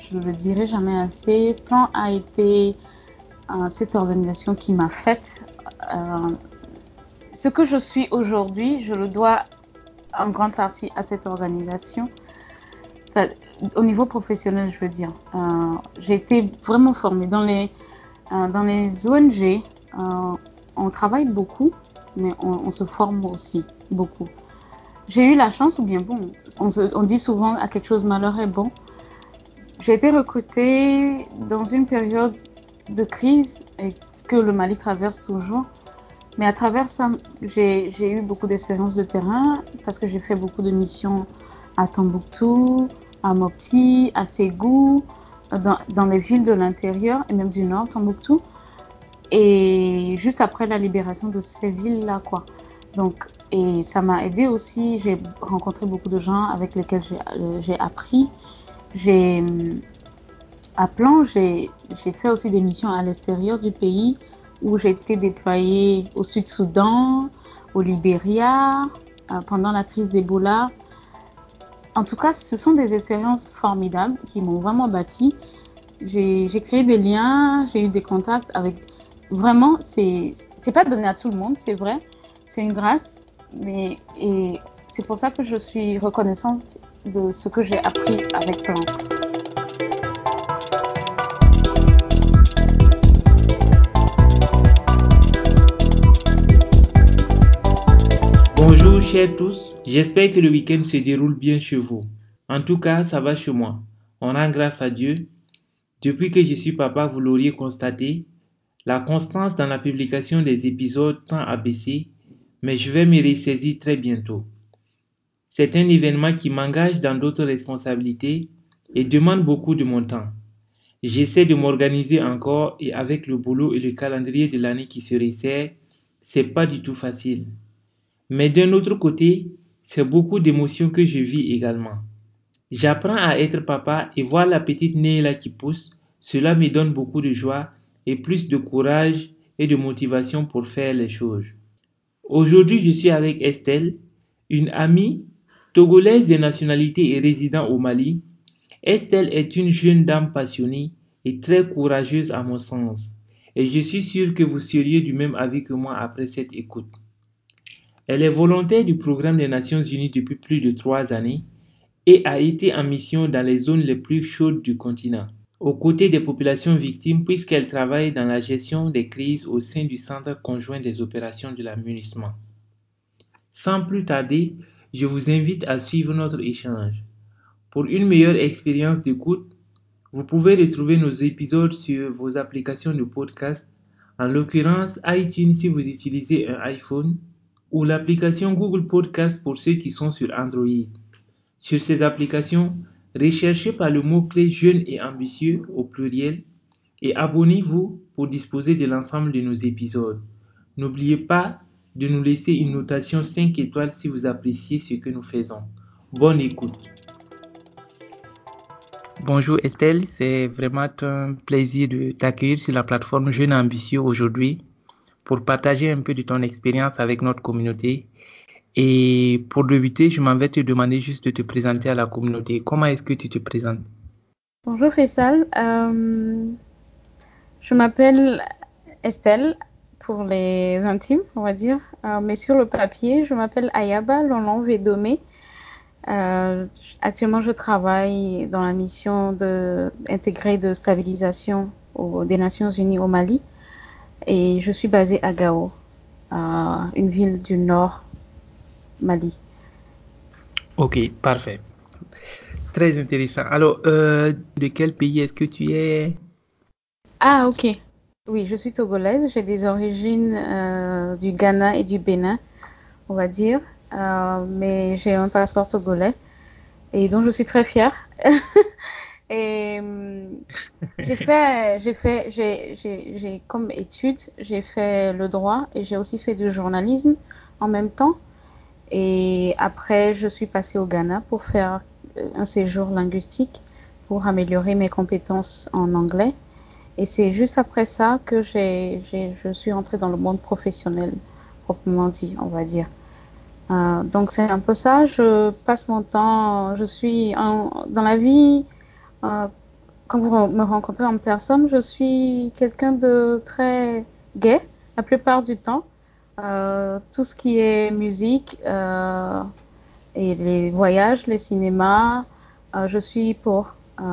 je le dirai jamais assez. Plan a été cette organisation qui m'a faite. Ce que je suis aujourd'hui, je le dois en grande partie à cette organisation. Enfin, au niveau professionnel, je veux dire. J'ai été vraiment formée. Dans les ONG, on travaille beaucoup, mais on se forme aussi beaucoup. J'ai eu la chance, ou bien bon, on dit souvent à quelque chose malheur est bon. J'ai été recrutée dans une période de crise et que le Mali traverse toujours. Mais à travers ça, j'ai eu beaucoup d'expériences de terrain parce que j'ai fait beaucoup de missions à Tombouctou, à Mopti, à Ségou, dans les villes de l'intérieur et même du nord, Tombouctou. Et juste après la libération de ces villes-là, quoi. Donc, et ça m'a aidé aussi. J'ai rencontré beaucoup de gens avec lesquels j'ai appris. À Plan, j'ai fait aussi des missions à l'extérieur du pays où j'ai été déployée au Sud-Soudan, au Libéria, pendant la crise d'Ebola. En tout cas, ce sont des expériences formidables qui m'ont vraiment bâtie. J'ai créé des liens, j'ai eu des contacts avec... Vraiment, c'est pas donné à tout le monde, c'est vrai. C'est une grâce. Et c'est pour ça que je suis reconnaissante de ce que j'ai appris avec Plan. Bonjour chers tous, j'espère que le week-end se déroule bien chez vous. En tout cas, ça va chez moi. On rend grâce à Dieu. Depuis que je suis papa, vous l'auriez constaté, la constance dans la publication des épisodes tend à baisser, mais je vais me ressaisir très bientôt. C'est un événement qui m'engage dans d'autres responsabilités et demande beaucoup de mon temps. J'essaie de m'organiser encore et avec le boulot et le calendrier de l'année qui se resserre, c'est pas du tout facile. Mais d'un autre côté, c'est beaucoup d'émotions que je vis également. J'apprends à être papa et voir la petite Neila qui pousse, cela me donne beaucoup de joie et plus de courage et de motivation pour faire les choses. Aujourd'hui, je suis avec Estelle, une amie togolaise de nationalité et résidant au Mali. Estelle est une jeune dame passionnée et très courageuse à mon sens. Et je suis sûr que vous seriez du même avis que moi après cette écoute. Elle est volontaire du programme des Nations Unies depuis plus de 3 années et a été en mission dans les zones les plus chaudes du continent, aux côtés des populations victimes puisqu'elle travaille dans la gestion des crises au sein du Centre conjoint des opérations de l'amunissement. Sans plus tarder, je vous invite à suivre notre échange. Pour une meilleure expérience d'écoute, vous pouvez retrouver nos épisodes sur vos applications de podcast, en l'occurrence iTunes si vous utilisez un iPhone, ou l'application Google Podcast pour ceux qui sont sur Android. Sur ces applications, recherchez par le mot-clé jeune et ambitieux au pluriel et abonnez-vous pour disposer de l'ensemble de nos épisodes. N'oubliez pas de nous laisser une notation 5 étoiles si vous appréciez ce que nous faisons. Bonne écoute. Bonjour Estelle, c'est vraiment un plaisir de t'accueillir sur la plateforme Jeune Ambitieux aujourd'hui pour partager un peu de ton expérience avec notre communauté. Et pour débuter, je m'en vais te demander juste de te présenter à la communauté. Comment est-ce que tu te présentes? Bonjour Faisal, je m'appelle Estelle pour les intimes, on va dire. Mais sur le papier, je m'appelle Ayaba Lolon Védomé. Actuellement, je travaille dans la mission intégrée de stabilisation des Nations Unies au Mali. Et je suis basée à Gao, une ville du nord Mali. Ok, parfait. Très intéressant. Alors, de quel pays est-ce que tu es? Ah, ok. Oui, je suis togolaise. J'ai des origines du Ghana et du Bénin, on va dire. Mais j'ai un passeport togolais et dont je suis très fière. Et j'ai comme étude, j'ai fait le droit et j'ai aussi fait du journalisme en même temps. Et après, je suis passée au Ghana pour faire un séjour linguistique pour améliorer mes compétences en anglais. Et c'est juste après ça que je suis entrée dans le monde professionnel, proprement dit, on va dire. Donc c'est un peu ça. Je passe mon temps, dans la vie. Euh, quand vous me rencontrez en personne, je suis quelqu'un de très gai la plupart du temps. Tout ce qui est musique et les voyages, les cinémas, je suis pour.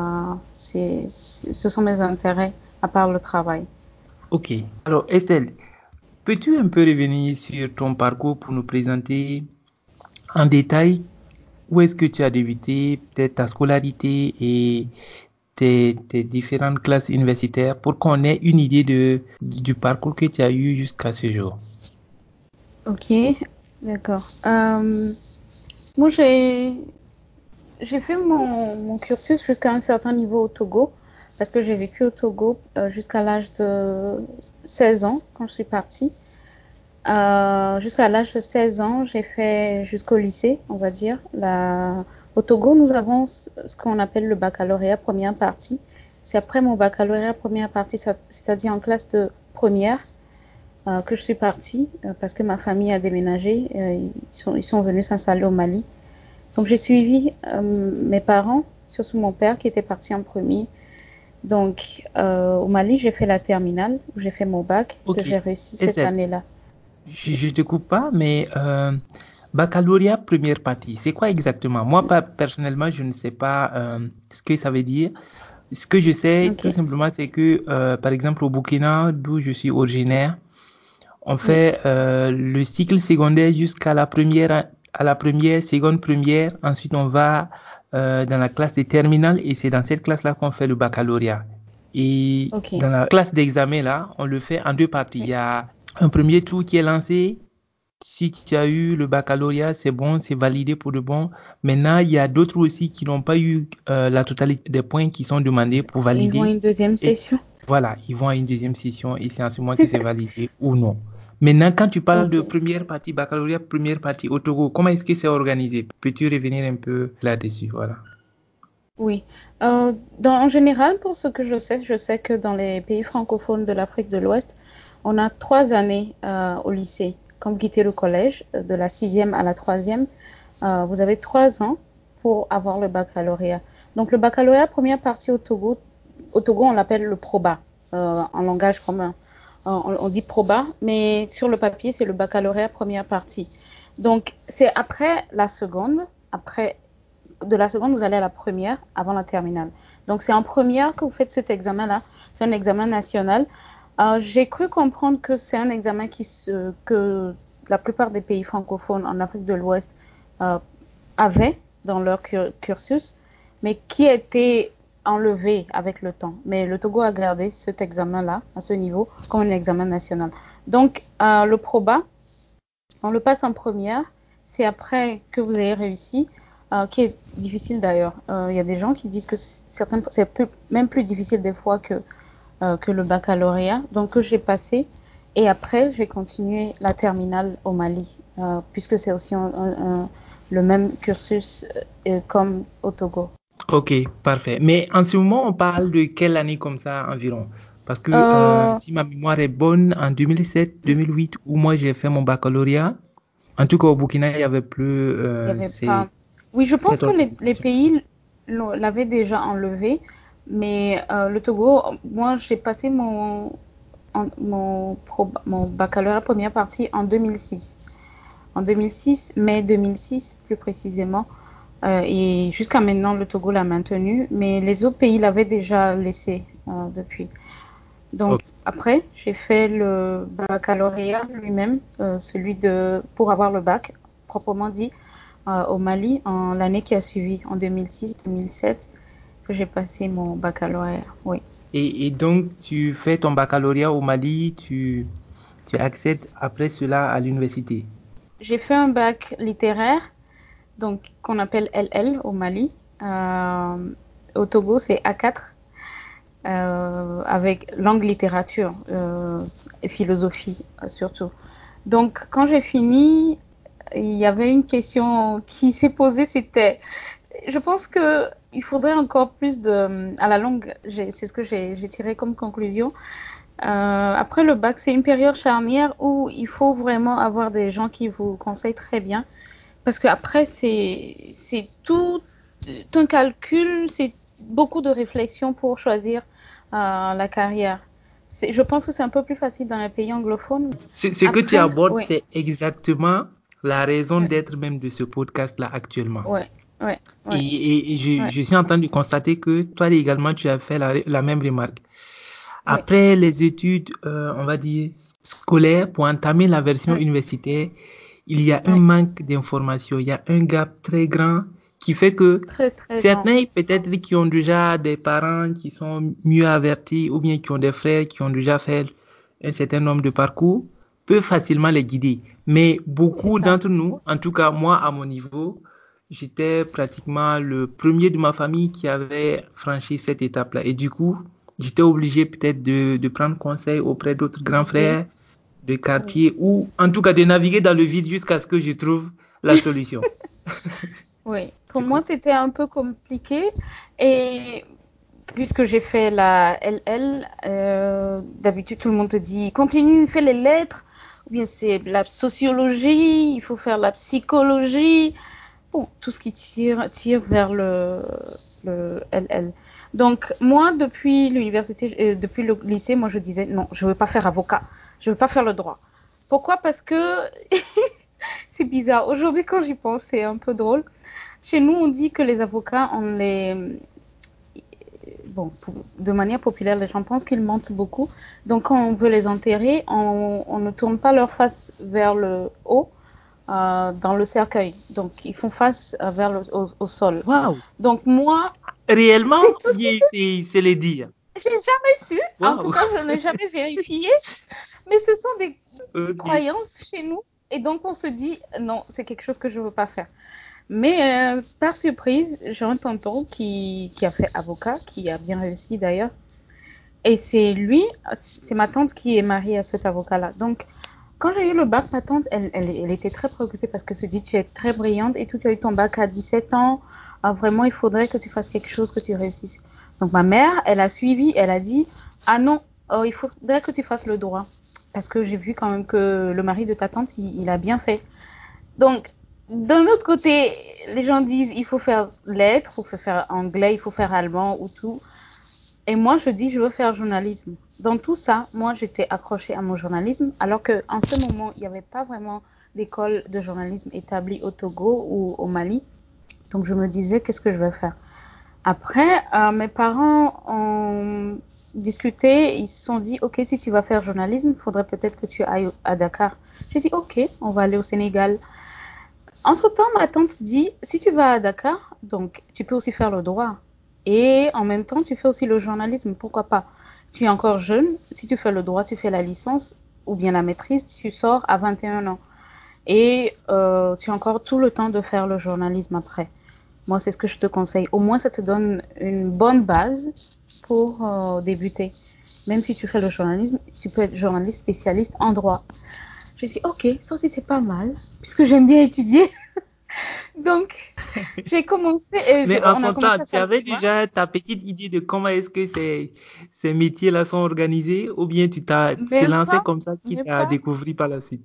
Ce sont mes intérêts à part le travail. Ok. Alors, Estelle, peux-tu un peu revenir sur ton parcours pour nous présenter en détail où est-ce que tu as débuté, peut-être ta scolarité et tes différentes classes universitaires pour qu'on ait une idée du parcours que tu as eu jusqu'à ce jour? Ok, d'accord. Moi, j'ai fait mon cursus jusqu'à un certain niveau au Togo, parce que j'ai vécu au Togo jusqu'à l'âge de 16 ans quand je suis partie. Jusqu'à l'âge de 16 ans, j'ai fait jusqu'au lycée, on va dire. Au Togo, nous avons ce qu'on appelle le baccalauréat première partie. C'est après mon baccalauréat première partie, c'est-à-dire en classe de première, que je suis partie parce que ma famille a déménagé. Ils sont venus s'installer au Mali. Donc j'ai suivi mes parents, surtout mon père qui était parti en premier. Donc au Mali, j'ai fait la terminale où j'ai fait mon bac que Ok. j'ai réussi cette Estelle, année-là. je te coupe pas, mais baccalauréat première partie, c'est quoi exactement? Moi, pas, personnellement, je ne sais pas ce que ça veut dire. Ce que je sais, Ok, tout simplement, c'est que, par exemple, au Burkina, d'où je suis originaire, on oui, fait le cycle secondaire jusqu'à la première, seconde première. Ensuite, on va dans la classe de terminale et c'est dans cette classe-là qu'on fait le baccalauréat. Et ok, dans la classe d'examen, là, on le fait en deux parties. Il oui. y a un premier tour qui est lancé. Si tu as eu le baccalauréat, c'est bon, c'est validé pour de bon. Maintenant, il y a d'autres aussi qui n'ont pas eu la totalité des points qui sont demandés pour Ils vont à valider. une deuxième Et session. voilà, ils vont à une deuxième session et c'est en ce moment que c'est validé ou non. Maintenant, quand tu parles de Ok, première partie, baccalauréat, première partie au Togo, comment est-ce que c'est organisé? Peux-tu revenir un peu là-dessus? Voilà. oui. En général, pour ce que je sais que dans les pays francophones de l'Afrique de l'Ouest, on a 3 années au lycée. Quand vous quittez le collège, de la sixième à la troisième, vous avez 3 ans pour avoir le baccalauréat. Donc le baccalauréat première partie au Togo on l'appelle le proba en langage commun. On dit proba, mais sur le papier c'est le baccalauréat première partie. Donc c'est après la seconde, après de la seconde, vous allez à la première avant la terminale. Donc, c'est en première que vous faites cet examen-là. C'est un examen national. J'ai cru comprendre que c'est un examen que la plupart des pays francophones en Afrique de l'Ouest euh, avaient dans leur cursus, mais qui a été enlevé avec le temps. Mais le Togo a gardé cet examen-là, à ce niveau, comme un examen national. Donc, le proba, on le passe en première. C'est après que vous avez réussi, qui est difficile d'ailleurs. Il y a des gens qui disent que même plus difficile des fois que le baccalauréat. Donc que j'ai passé. Et après, j'ai continué la terminale au Mali, puisque c'est aussi le même cursus comme au Togo. Ok, parfait. Mais en ce moment, on parle de quelle année comme ça environ? Parce que Euh, si ma mémoire est bonne, en 2007, 2008, où moi j'ai fait mon baccalauréat, en tout cas au Burkina, il n'y avait plus Il y avait pas. Oui, je pense cette que les organisation. pays l'avaient déjà enlevé, mais le Togo, moi, j'ai passé mon baccalauréat première partie en 2006. En 2006, mai 2006 plus précisément. Et jusqu'à maintenant, le Togo l'a maintenu, mais les autres pays l'avaient déjà laissé depuis. Donc Ok. après, j'ai fait le baccalauréat lui-même, pour avoir le bac proprement dit au Mali en l'année qui a suivi, en 2006-2007, que j'ai passé mon baccalauréat. Oui. Et donc, tu fais ton baccalauréat au Mali, tu accèdes après cela à l'université. J'ai fait un bac littéraire, donc qu'on appelle LL au Mali. Euh, Au Togo, c'est A4, avec langue littérature et philosophie surtout. Donc, quand j'ai fini, il y avait une question qui s'est posée, c'était, je pense que il faudrait encore plus à la longue, c'est ce que j'ai tiré comme conclusion. Après le bac, c'est une période charnière où il faut vraiment avoir des gens qui vous conseillent très bien, parce que après c'est tout un calcul, beaucoup de réflexion pour choisir la carrière. Je pense que c'est un peu plus facile dans les pays anglophones. Ce que tu Après, abordes, oui, c'est exactement la raison oui, d'être même de ce podcast-là actuellement. oui, oui, oui, Et oui, je suis en train de constater que toi également, tu as fait la même remarque. oui, Après les études, on va dire, scolaires, pour entamer la version oui, universitaire, il y a un oui. manque d'informations, il y a un gap très grand qui fait que Très, très grand. certains, peut-être qui ont déjà des parents qui sont mieux avertis ou bien qui ont des frères qui ont déjà fait un certain nombre de parcours, peuvent facilement les guider. Mais C'est beaucoup ça. d'entre nous, en tout cas moi à mon niveau, j'étais pratiquement le premier de ma famille qui avait franchi cette étape-là. Et du coup, j'étais obligé peut-être de prendre conseil auprès d'autres grands Guidé. frères de Oui. quartier ou en tout cas de naviguer dans le vide jusqu'à ce que je trouve la solution. Oui. Pour Du moi, coup, c'était un peu compliqué. Et puisque j'ai fait la LL, d'habitude, tout le monde te dit continue, fais les lettres. Ou bien c'est la sociologie, il faut faire la psychologie. Bon, tout ce qui tire vers le LL. Donc, moi, depuis l'université, depuis le lycée, moi, je disais non, je ne veux pas faire avocat. Je ne veux pas faire le droit. Pourquoi? Parce que c'est bizarre. Aujourd'hui, quand j'y pense, c'est un peu drôle. Chez nous, on dit que les avocats, bon, de manière populaire, les gens pensent qu'ils mentent beaucoup. Donc, quand on veut les enterrer, on ne tourne pas leur face vers le haut, dans le cercueil. Donc, ils font face vers au sol. waouh, Donc, moi, réellement, c'est tout ou ce qui bien se... c'est les dire. J'ai jamais su. En tout Waouh, cas, je n'ai jamais vérifié. Mais ce sont des ok. croyances chez nous. Et donc, on se dit, non, c'est quelque chose que je ne veux pas faire. Mais par surprise, j'ai un tonton qui a fait avocat, qui a bien réussi d'ailleurs. Et c'est lui, c'est ma tante qui est mariée à cet avocat-là. Donc, quand j'ai eu le bac, ma tante, elle était très préoccupée parce qu'elle se dit, tu es très brillante et tout, tu as eu ton bac à 17 ans. Ah, vraiment, il faudrait que tu fasses quelque chose, que tu réussisses. Donc, ma mère, elle a suivi, elle a dit, ah non, il faudrait que tu fasses le droit. Parce que j'ai vu quand même que le mari de ta tante, il a bien fait. Donc, d'un autre côté, les gens disent il faut faire lettres, il faut faire anglais, il faut faire allemand ou tout. Et moi, je dis je veux faire journalisme. Dans tout ça, moi, j'étais accrochée à mon journalisme, alors qu'en ce moment, il n'y avait pas vraiment d'école de journalisme établie au Togo ou au Mali. Donc, je me disais qu'est-ce que je vais faire. Après, mes parents ont discuté, ils se sont dit ok, si tu vas faire journalisme, il faudrait peut-être que tu ailles à Dakar. J'ai dit ok, on va aller au Sénégal. Entre-temps, ma tante dit, si tu vas à Dakar, donc tu peux aussi faire le droit. Et en même temps, tu fais aussi le journalisme, pourquoi pas. Tu es encore jeune, si tu fais le droit, tu fais la licence ou bien la maîtrise, tu sors à 21 ans. Et tu as encore tout le temps de faire le journalisme après. Moi, c'est ce que je te conseille. Au moins, ça te donne une bonne base pour débuter. Même si tu fais le journalisme, tu peux être journaliste spécialiste en droit. Je dis, ok, ça aussi c'est pas mal, puisque j'aime bien étudier. Donc, j'ai commencé et Mais en on a son temps, commencé à tu faire le avais droit. déjà ta petite idée de comment est-ce que ces métiers-là sont organisés ou bien tu t'es Même lancé pas, comme ça, quitte même à pas découvrir par la suite?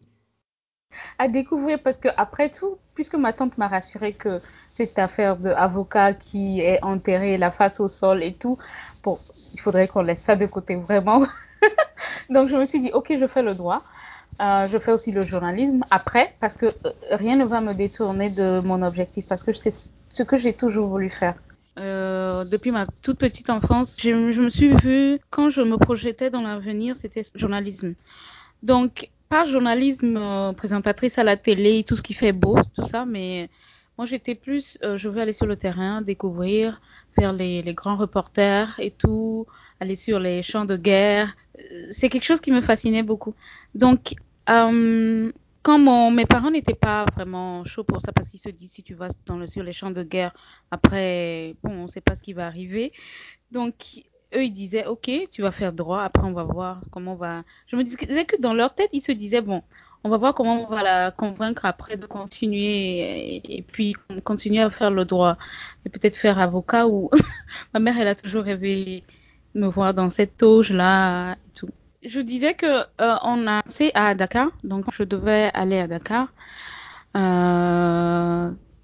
à découvrir parce que après tout, puisque ma tante m'a rassuré que cette affaire d'avocat qui est enterré la face au sol et tout, bon, il faudrait qu'on laisse ça de côté vraiment. Donc, je me suis dit, ok, je fais le droit. Je fais aussi le journalisme après parce que rien ne va me détourner de mon objectif parce que c'est ce que j'ai toujours voulu faire. Depuis ma toute petite enfance, je me suis vue, quand je me projetais dans l'avenir, c'était journalisme. Donc, pas journalisme, présentatrice à la télé, tout ce qui fait beau, tout ça, mais moi j'étais plus, je veux aller sur le terrain, découvrir, faire les grands reporters et tout, aller sur les champs de guerre. C'est quelque chose qui me fascinait beaucoup. Donc, euh, quand mes parents n'étaient pas vraiment chauds pour ça, parce qu'ils se disent si tu vas sur les champs de guerre, après, bon, on ne sait pas ce qui va arriver. Donc, eux, ils disaient, OK, tu vas faire droit, après, on va voir comment on va. Je me disais que dans leur tête, ils se disaient, bon, on va voir comment on va la convaincre après de continuer et puis continuer à faire le droit et peut-être faire avocat ou. Ma mère, elle a toujours rêvé de me voir dans cette auge-là et tout. Je disais que on a c'est à Dakar, donc je devais aller à Dakar. Euh,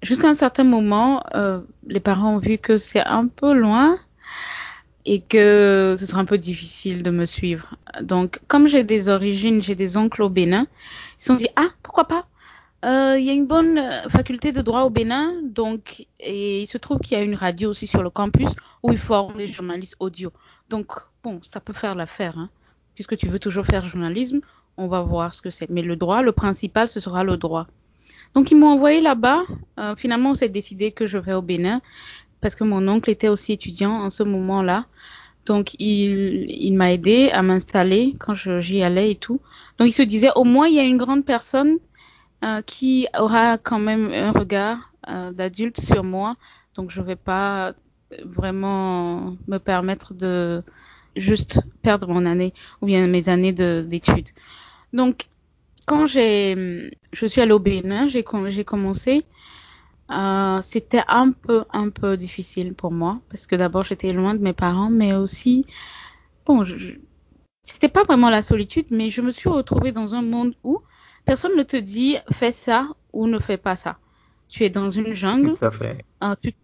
jusqu'à un certain moment, les parents ont vu que c'est un peu loin et que ce sera un peu difficile de me suivre. Donc, comme j'ai des origines, j'ai des oncles au Bénin, ils se sont dit, ah, pourquoi pas? Il y a une bonne faculté de droit au Bénin, donc, et il se trouve qu'il y a une radio aussi sur le campus où ils forment des journalistes audio. Donc, bon, ça peut faire l'affaire, hein. Puisque tu veux toujours faire journalisme, on va voir ce que c'est. Mais le droit, le principal, ce sera le droit. Donc, ils m'ont envoyé là-bas. Finalement, on s'est décidé que je vais au Bénin parce que mon oncle était aussi étudiant en ce moment-là. Donc, il m'a aidé à m'installer quand j'y allais et tout. Donc, il se disait, au moins, il y a une grande personne qui aura quand même un regard d'adulte sur moi. Donc, je ne vais pas vraiment me permettre de juste perdre mon année ou bien mes années d'études. Donc, quand je suis allée au Bénin, j'ai commencé. C'était un peu difficile pour moi parce que d'abord j'étais loin de mes parents, mais aussi, bon, c'était pas vraiment la solitude, mais je me suis retrouvée dans un monde où personne ne te dit fais ça ou ne fais pas ça. Tu es dans une jungle, Tout à fait. euh, tu,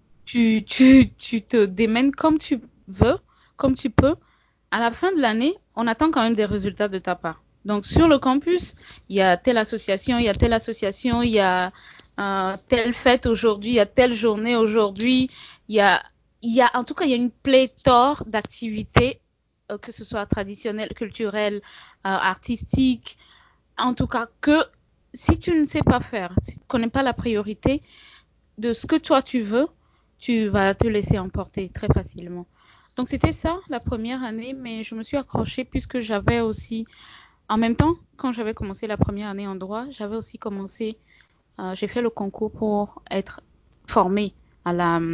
tu te démènes comme tu veux, comme tu peux. À la fin de l'année, on attend quand même des résultats de ta part. Donc sur le campus, il y a telle association, il y a telle association, il y a telle fête aujourd'hui, il y a telle journée aujourd'hui, il y a, en tout cas, il y a une pléthore d'activités, que ce soit traditionnelles, culturelles, artistiques, en tout cas, que si tu ne sais pas faire, si tu ne connais pas la priorité de ce que toi tu veux, tu vas te laisser emporter très facilement. Donc c'était ça la première année, mais je me suis accrochée puisque j'avais aussi, en même temps, quand j'avais commencé la première année en droit, j'avais aussi commencé, j'ai fait le concours pour être formée à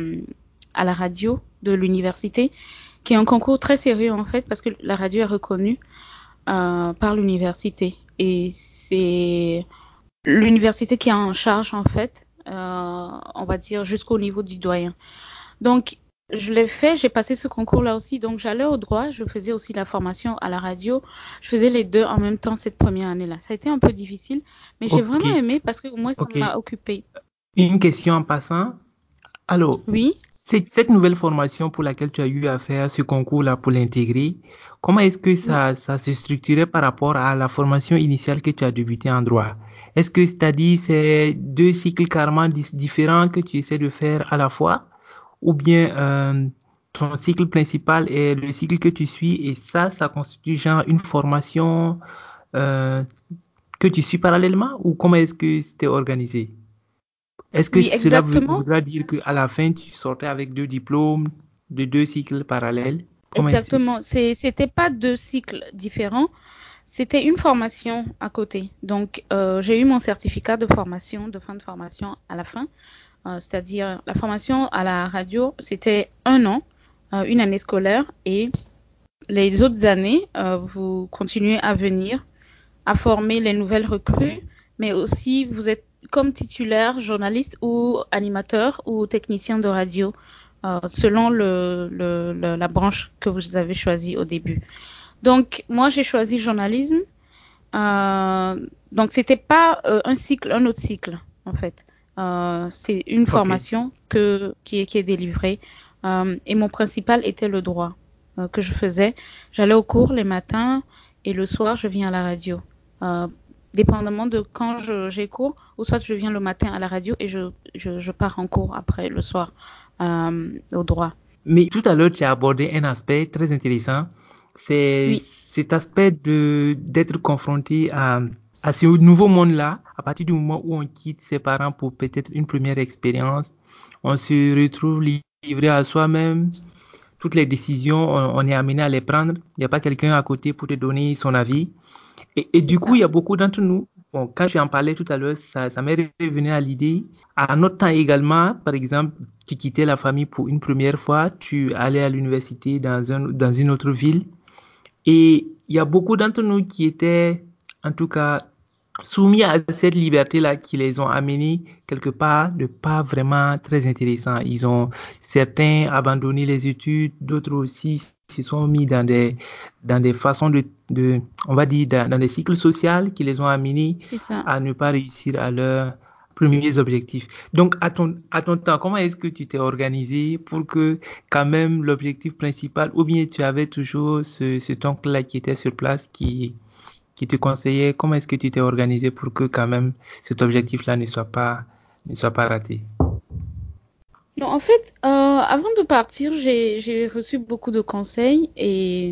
à la radio de l'université, qui est un concours très sérieux en fait, parce que la radio est reconnue par l'université. Et c'est l'université qui est en charge en fait, on va dire jusqu'au niveau du doyen. Donc je l'ai fait, j'ai passé ce concours-là aussi. Donc j'allais au droit, je faisais aussi la formation à la radio. Je faisais les deux en même temps cette première année-là. Ça a été un peu difficile, mais j'ai Ok, vraiment aimé parce que au moins ça ok. m'a occupée. Une question en passant. Alors, Oui. cette nouvelle formation pour laquelle tu as eu à faire ce concours-là pour l'intégrer, comment est-ce que Oui. ça se structurait par rapport à la formation initiale que tu as débuté en droit? Est-ce que c'est-à-dire c'est deux cycles carrément différents que tu essaies de faire à la fois? Ou bien ton cycle principal est le cycle que tu suis et ça constitue genre une formation euh, que tu suis parallèlement ou comment est-ce que c'était organisé? Est-ce que Oui, cela exactement. voudra dire qu'à la fin, tu sortais avec deux diplômes de deux cycles parallèles? Comment est-ce? Exactement. C'était pas deux cycles différents. C'était une formation à côté. Donc, j'ai eu mon certificat de formation, de fin de formation à la fin. C'est-à-dire, la formation à la radio, c'était un an, une année scolaire. Et les autres années, vous continuez à venir, à former les nouvelles recrues, mais aussi vous êtes comme titulaire, journaliste ou animateur ou technicien de radio, selon la branche que vous avez choisie au début. Donc, moi, j'ai choisi journalisme. Donc, c'était pas un cycle, un autre cycle, en fait. C'est une Ok. formation qui est délivrée. Et mon principal était le droit que je faisais. J'allais au cours les matins et le soir, je viens à la radio. Euh, Dépendamment de quand j'ai cours, ou soit je viens le matin à la radio et je pars en cours après le soir au droit. Mais tout à l'heure, tu as abordé un aspect très intéressant. C'est Oui, cet aspect d'être confronté à ce nouveau monde-là, à partir du moment où on quitte ses parents pour peut-être une première expérience, on se retrouve livré à soi-même. Toutes les décisions, on est amené à les prendre. Il n'y a pas quelqu'un à côté pour te donner son avis. Et c'est du coup, ça. il y a beaucoup d'entre nous, bon, quand tu en parlais tout à l'heure, ça m'est revenu à l'idée. À notre temps également, par exemple, tu quittais la famille pour une première fois, tu allais à l'université dans une autre ville. Et il y a beaucoup d'entre nous qui étaient, en tout cas, soumis à cette liberté-là qui les ont amenés quelque part de pas vraiment très intéressant. Ils ont certains abandonné les études, d'autres aussi se sont mis dans des façons on va dire, dans des cycles sociaux qui les ont amenés C'est ça. à ne pas réussir premiers objectifs. Donc, à ton temps, comment est-ce que tu t'es organisé pour que quand même l'objectif principal, ou bien tu avais toujours cet oncle-là qui était sur place, qui te conseillait, comment est-ce que tu t'es organisé pour que quand même cet objectif-là ne soit pas raté? Non, en fait, avant de partir, j'ai reçu beaucoup de conseils et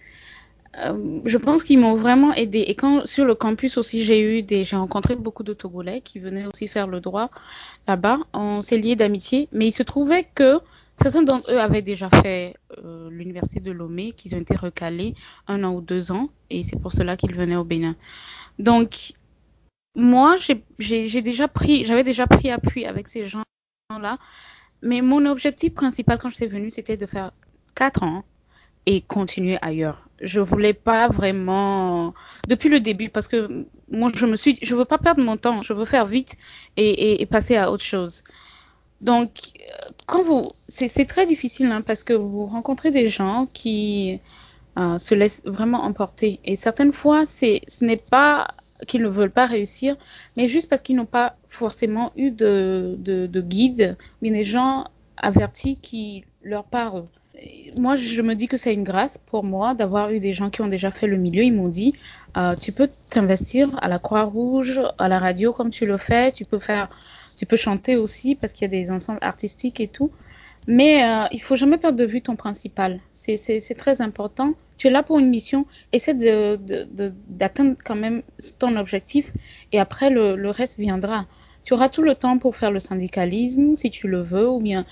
je pense qu'ils m'ont vraiment aidé. Et quand sur le campus aussi, j'ai rencontré beaucoup de Togolais qui venaient aussi faire le droit là-bas. On s'est liés d'amitié, mais il se trouvait que certains d'entre eux avaient déjà fait l'université de Lomé, qu'ils ont été recalés 1 an ou 2 ans, et c'est pour cela qu'ils venaient au Bénin. Donc moi, j'avais déjà pris appui avec ces gens-là, mais mon objectif principal quand j'étais venue, c'était de faire 4 ans et continuer ailleurs. Je voulais pas vraiment depuis le début parce que moi je veux pas perdre mon temps, je veux faire vite et passer à autre chose. Donc c'est très difficile hein, parce que vous rencontrez des gens qui se laissent vraiment emporter et certaines fois ce n'est pas qu'ils ne veulent pas réussir, mais juste parce qu'ils n'ont pas forcément eu de guide, mais des gens avertis qui leur parlent. Moi, je me dis que c'est une grâce pour moi d'avoir eu des gens qui ont déjà fait le milieu. Ils m'ont dit, tu peux t'investir à la Croix-Rouge, à la radio comme tu le fais. Tu peux chanter aussi parce qu'il y a des ensembles artistiques et tout. Mais il faut jamais perdre de vue ton principal. C'est très important. Tu es là pour une mission. Essaie d'atteindre quand même ton objectif et après le reste viendra. Tu auras tout le temps pour faire le syndicalisme si tu le veux ou bien.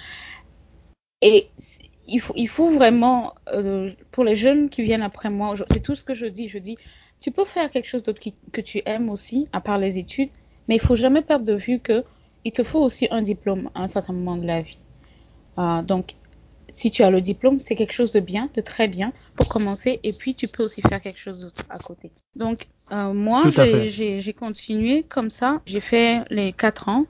Et il faut vraiment, pour les jeunes qui viennent après moi, c'est tout ce que je dis. Je dis, tu peux faire quelque chose d'autre que tu aimes aussi, à part les études, mais il faut jamais perdre de vue que il te faut aussi un diplôme à un certain moment de la vie. Donc, si tu as le diplôme, c'est quelque chose de bien, de très bien pour commencer, et puis tu peux aussi faire quelque chose d'autre à côté. Donc, moi, Tout à fait. j'ai continué comme ça. J'ai fait les 4 ans.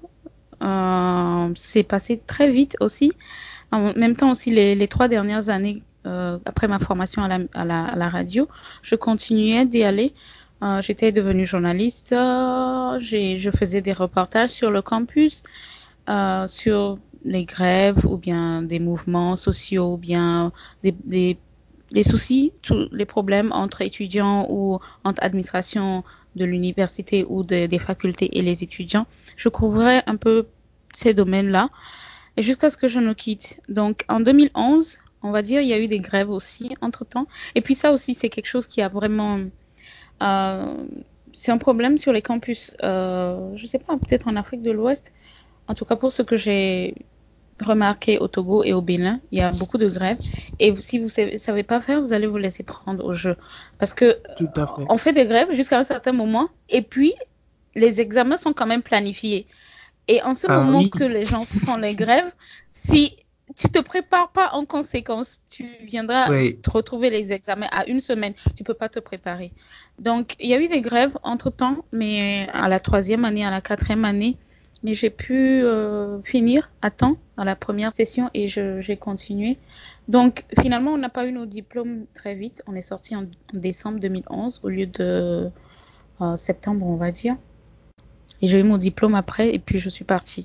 C'est passé très vite aussi. En même temps aussi, les 3 dernières années après ma formation à la radio, je continuais d'y aller. J'étais devenue journaliste. Je faisais des reportages sur le campus, sur les grèves ou bien des mouvements sociaux ou bien les soucis, tous les problèmes entre étudiants ou entre administration de l'université ou des facultés et les étudiants. Je couvrais un peu ces domaines-là et jusqu'à ce que je ne quitte. Donc en 2011, on va dire, il y a eu des grèves aussi entre-temps. Et puis ça aussi, c'est quelque chose qui a vraiment... Euh, c'est un problème sur les campus. Je ne sais pas, peut-être en Afrique de l'Ouest. En tout cas, pour ce que j'ai remarqué au Togo et au Bénin, il y a beaucoup de grèves. Et si vous ne savez pas faire, vous allez vous laisser prendre au jeu. Parce que Tout à fait. on fait des grèves jusqu'à un certain moment. Et puis, les examens sont quand même planifiés. Et en ce Ah moment oui, que les gens font les grèves, si tu te prépares pas en conséquence, tu viendras oui. te retrouver les examens à une semaine. Tu peux pas te préparer. Donc, il y a eu des grèves entre-temps, mais à la 3e année, à la 4e année, mais j'ai pu finir à temps à la première session et j'ai continué. Donc, finalement, on n'a pas eu nos diplômes très vite. On est sorti en décembre 2011 au lieu de septembre, on va dire. Et j'ai eu mon diplôme après et puis je suis partie.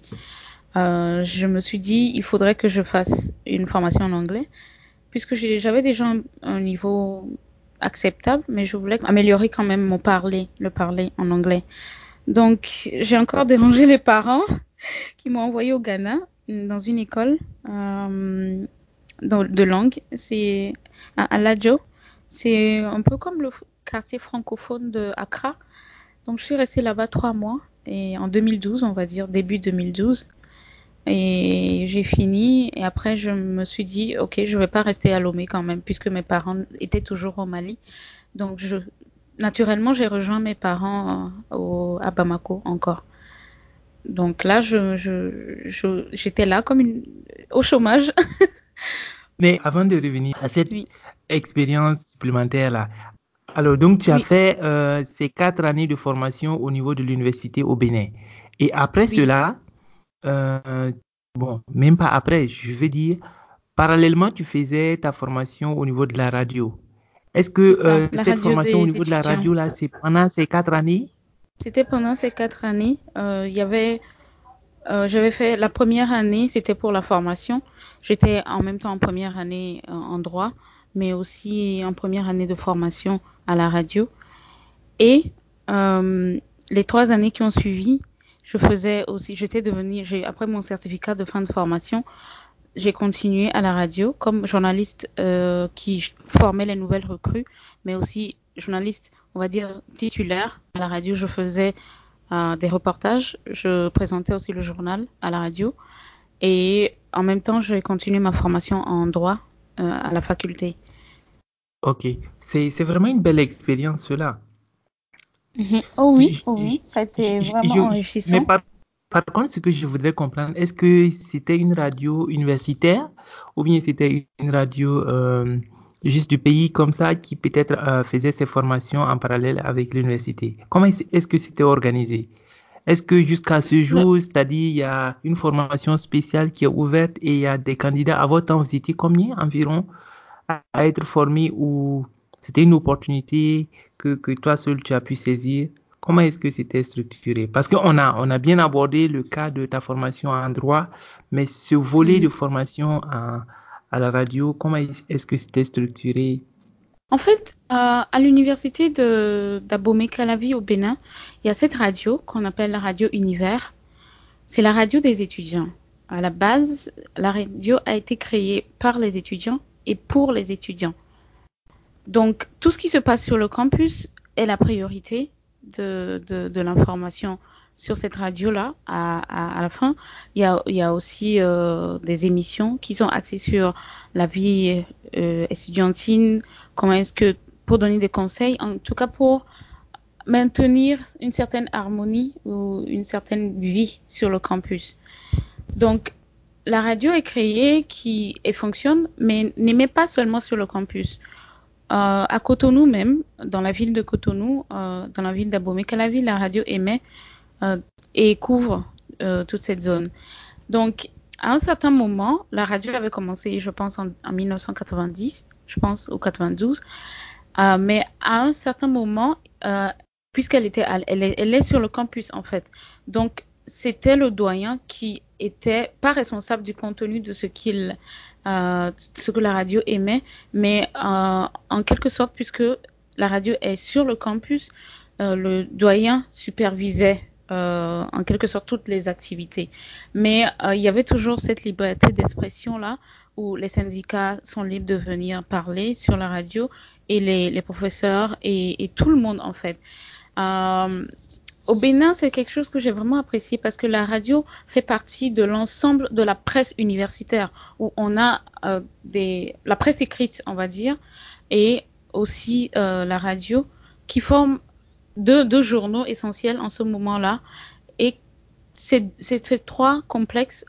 Je me suis dit, il faudrait que je fasse une formation en anglais, puisque j'avais déjà un niveau acceptable, mais je voulais améliorer quand même le parler en anglais. Donc, j'ai encore dérangé les parents qui m'ont envoyé au Ghana, dans une école de langue. C'est à Ladjo. C'est un peu comme le quartier francophone de Accra. Donc, je suis restée là-bas 3 mois. Et en 2012, on va dire début 2012. Et j'ai fini. Et après, je me suis dit, ok, je vais pas rester à Lomé quand même, puisque mes parents étaient toujours au Mali. Donc, naturellement, j'ai rejoint mes parents à Bamako encore. Donc là, j'étais là comme au chômage. Mais avant de revenir à cette Oui, expérience supplémentaire-là, alors donc tu as oui, fait ces 4 années de formation au niveau de l'université au Bénin. Et après oui. cela, euh, bon, même pas après, je veux dire, parallèlement, tu faisais ta formation au niveau de la radio. Est-ce C'est que ça, la cette radio formation au des niveau de la étudiants. radio-là, c'est pendant ces 4 années? C'était pendant ces 4 années. Il y avait J'avais fait la première année, c'était pour la formation. J'étais en même temps en première année en droit, mais aussi en première année de formation à la radio. Et les 3 années qui ont suivi, après mon certificat de fin de formation, j'ai continué à la radio comme journaliste qui formait les nouvelles recrues, mais aussi journaliste, on va dire, titulaire. À la radio, je faisais des reportages, je présentais aussi le journal à la radio et en même temps, j'ai continué ma formation en droit à la faculté. Ok, c'est vraiment une belle expérience, cela. Oh oui, oh Je- oui, ça a été je- vraiment mais enrichissant. par contre, ce que je voudrais comprendre, est-ce que c'était une radio universitaire ou bien c'était une radio juste du pays comme ça qui peut-être faisait ses formations en parallèle avec l'université? Comment est-ce que c'était organisé? Est-ce que jusqu'à ce Le- jour, c'est-à-dire il y a une formation spéciale qui est ouverte et il y a des candidats à votre temps, vous étiez combien environ à être formés ou c'était une opportunité que toi seul tu as pu saisir? Comment est-ce que c'était structuré? Parce on a bien abordé le cas de ta formation en droit, mais ce volet de Mhm. formation à la radio, comment est-ce que c'était structuré? En fait, à l'université de d'Abomey-Calavi au Bénin, il y a cette radio qu'on appelle la radio Univers. C'est la radio des étudiants. À la base, la radio a été créée par les étudiants et pour les étudiants. Donc, tout ce qui se passe sur le campus est la priorité de l'information sur cette radio-là. À la fin, il y a aussi des émissions qui sont axées sur la vie estudiantine, comment est-ce que, pour donner des conseils, en tout cas pour maintenir une certaine harmonie ou une certaine vie sur le campus. Donc, la radio est créée et fonctionne, mais n'émet pas seulement sur le campus. À Cotonou même, dans la ville de Cotonou, dans la ville d'Abomey-Calavi, la radio émet euh, et couvre toute cette zone. Donc, à un certain moment, la radio avait commencé, je pense, en 1990, je pense, ou 92. Mais à un certain moment, puisqu'elle était, elle est sur le campus en fait. Donc, c'était le doyen qui était pas responsable du contenu de ce que la radio émet, mais en quelque sorte, puisque la radio est sur le campus, le doyen supervisait en quelque sorte toutes les activités. Mais il y avait toujours cette liberté d'expression là où les syndicats sont libres de venir parler sur la radio et les professeurs et tout le monde en fait. Euh, Au Bénin, c'est quelque chose que j'ai vraiment apprécié parce que la radio fait partie de l'ensemble de la presse universitaire où on a la presse écrite, on va dire, et aussi la radio qui forment deux journaux essentiels en ce moment-là. Et ces trois complexes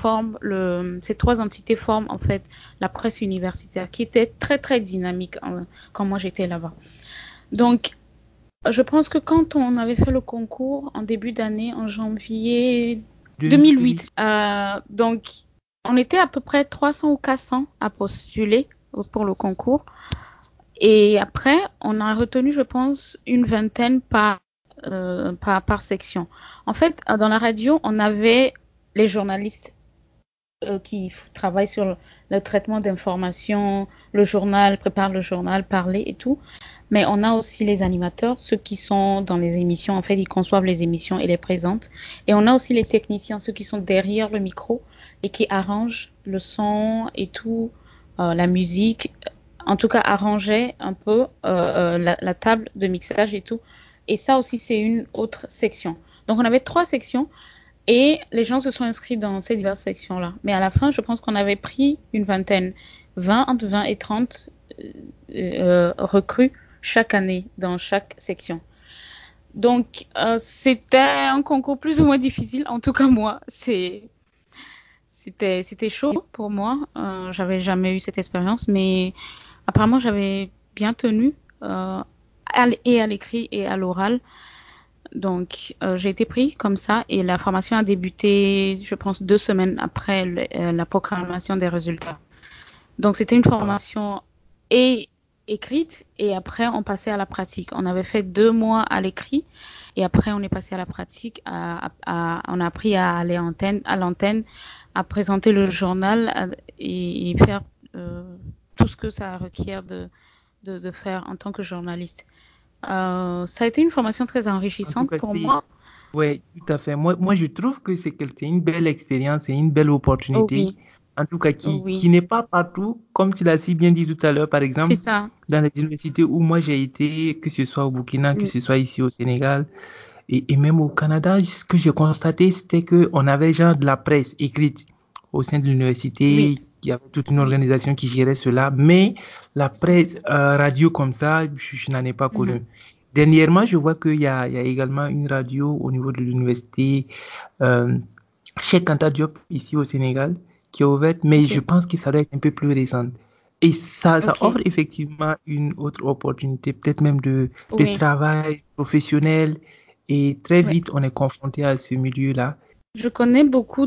ces trois entités forment en fait la presse universitaire qui était très très dynamique quand moi j'étais là-bas. Donc, je pense que quand on avait fait le concours en début d'année, en janvier 2008. 2008, donc on était à peu près 300 ou 400 à postuler pour le concours. Et après, on a retenu, je pense, une vingtaine par section. En fait, dans la radio, on avait les journalistes qui travaillent sur le traitement d'informations, le journal, préparent le journal, parler et tout. Mais on a aussi les animateurs, ceux qui sont dans les émissions, en fait, ils conçoivent les émissions et les présentent. Et on a aussi les techniciens, ceux qui sont derrière le micro et qui arrangent le son et tout, la musique, en tout cas arranger un peu la table de mixage et tout. Et ça aussi, c'est une autre section. Donc on avait 3 sections et les gens se sont inscrits dans ces diverses sections-là. Mais à la fin, je pense qu'on avait pris une vingtaine, entre 20 et 30 recrues chaque année dans chaque section. Donc, c'était un concours plus ou moins difficile. En tout cas, moi, c'était chaud pour moi. J'avais jamais eu cette expérience, mais apparemment, j'avais bien tenu et à l'écrit et à l'oral. Donc, j'ai été pris comme ça et la formation a débuté, je pense, 2 semaines après la proclamation des résultats. Donc, c'était une formation et écrite et après on passait à la pratique. On avait fait 2 mois à l'écrit et après on est passé à la pratique. On a appris à aller à l'antenne, à présenter le journal et faire tout ce que ça requiert de faire en tant que journaliste. Ça a été une formation très En tout enrichissante cas, pour c'est moi. ouais, tout à fait. Moi, je trouve que c'est une belle expérience et une belle opportunité. Oui, En tout cas, qui oui, n'est pas partout, comme tu l'as si bien dit tout à l'heure, par c'est exemple, ça. dans les universités où moi j'ai été, que ce soit au Burkina, que Mm, ce soit ici au Sénégal et même au Canada, ce que j'ai constaté, c'était qu'on avait genre de la presse écrite au sein de oui, l'université. Il y avait toute une oui. organisation qui gérait cela, mais la presse radio comme ça, je n'en ai pas Mhm. connu. Dernièrement, je vois qu'il y a également une radio au niveau de l'université euh, Cheikh Anta Diop ici au Sénégal qui est ouverte, mais je Ok, pense que ça doit être un peu plus récente. Et ça ok, offre effectivement une autre opportunité, peut-être même de oui, travail professionnel. Et très ouais. vite, on est confronté à ce milieu-là. Je connais beaucoup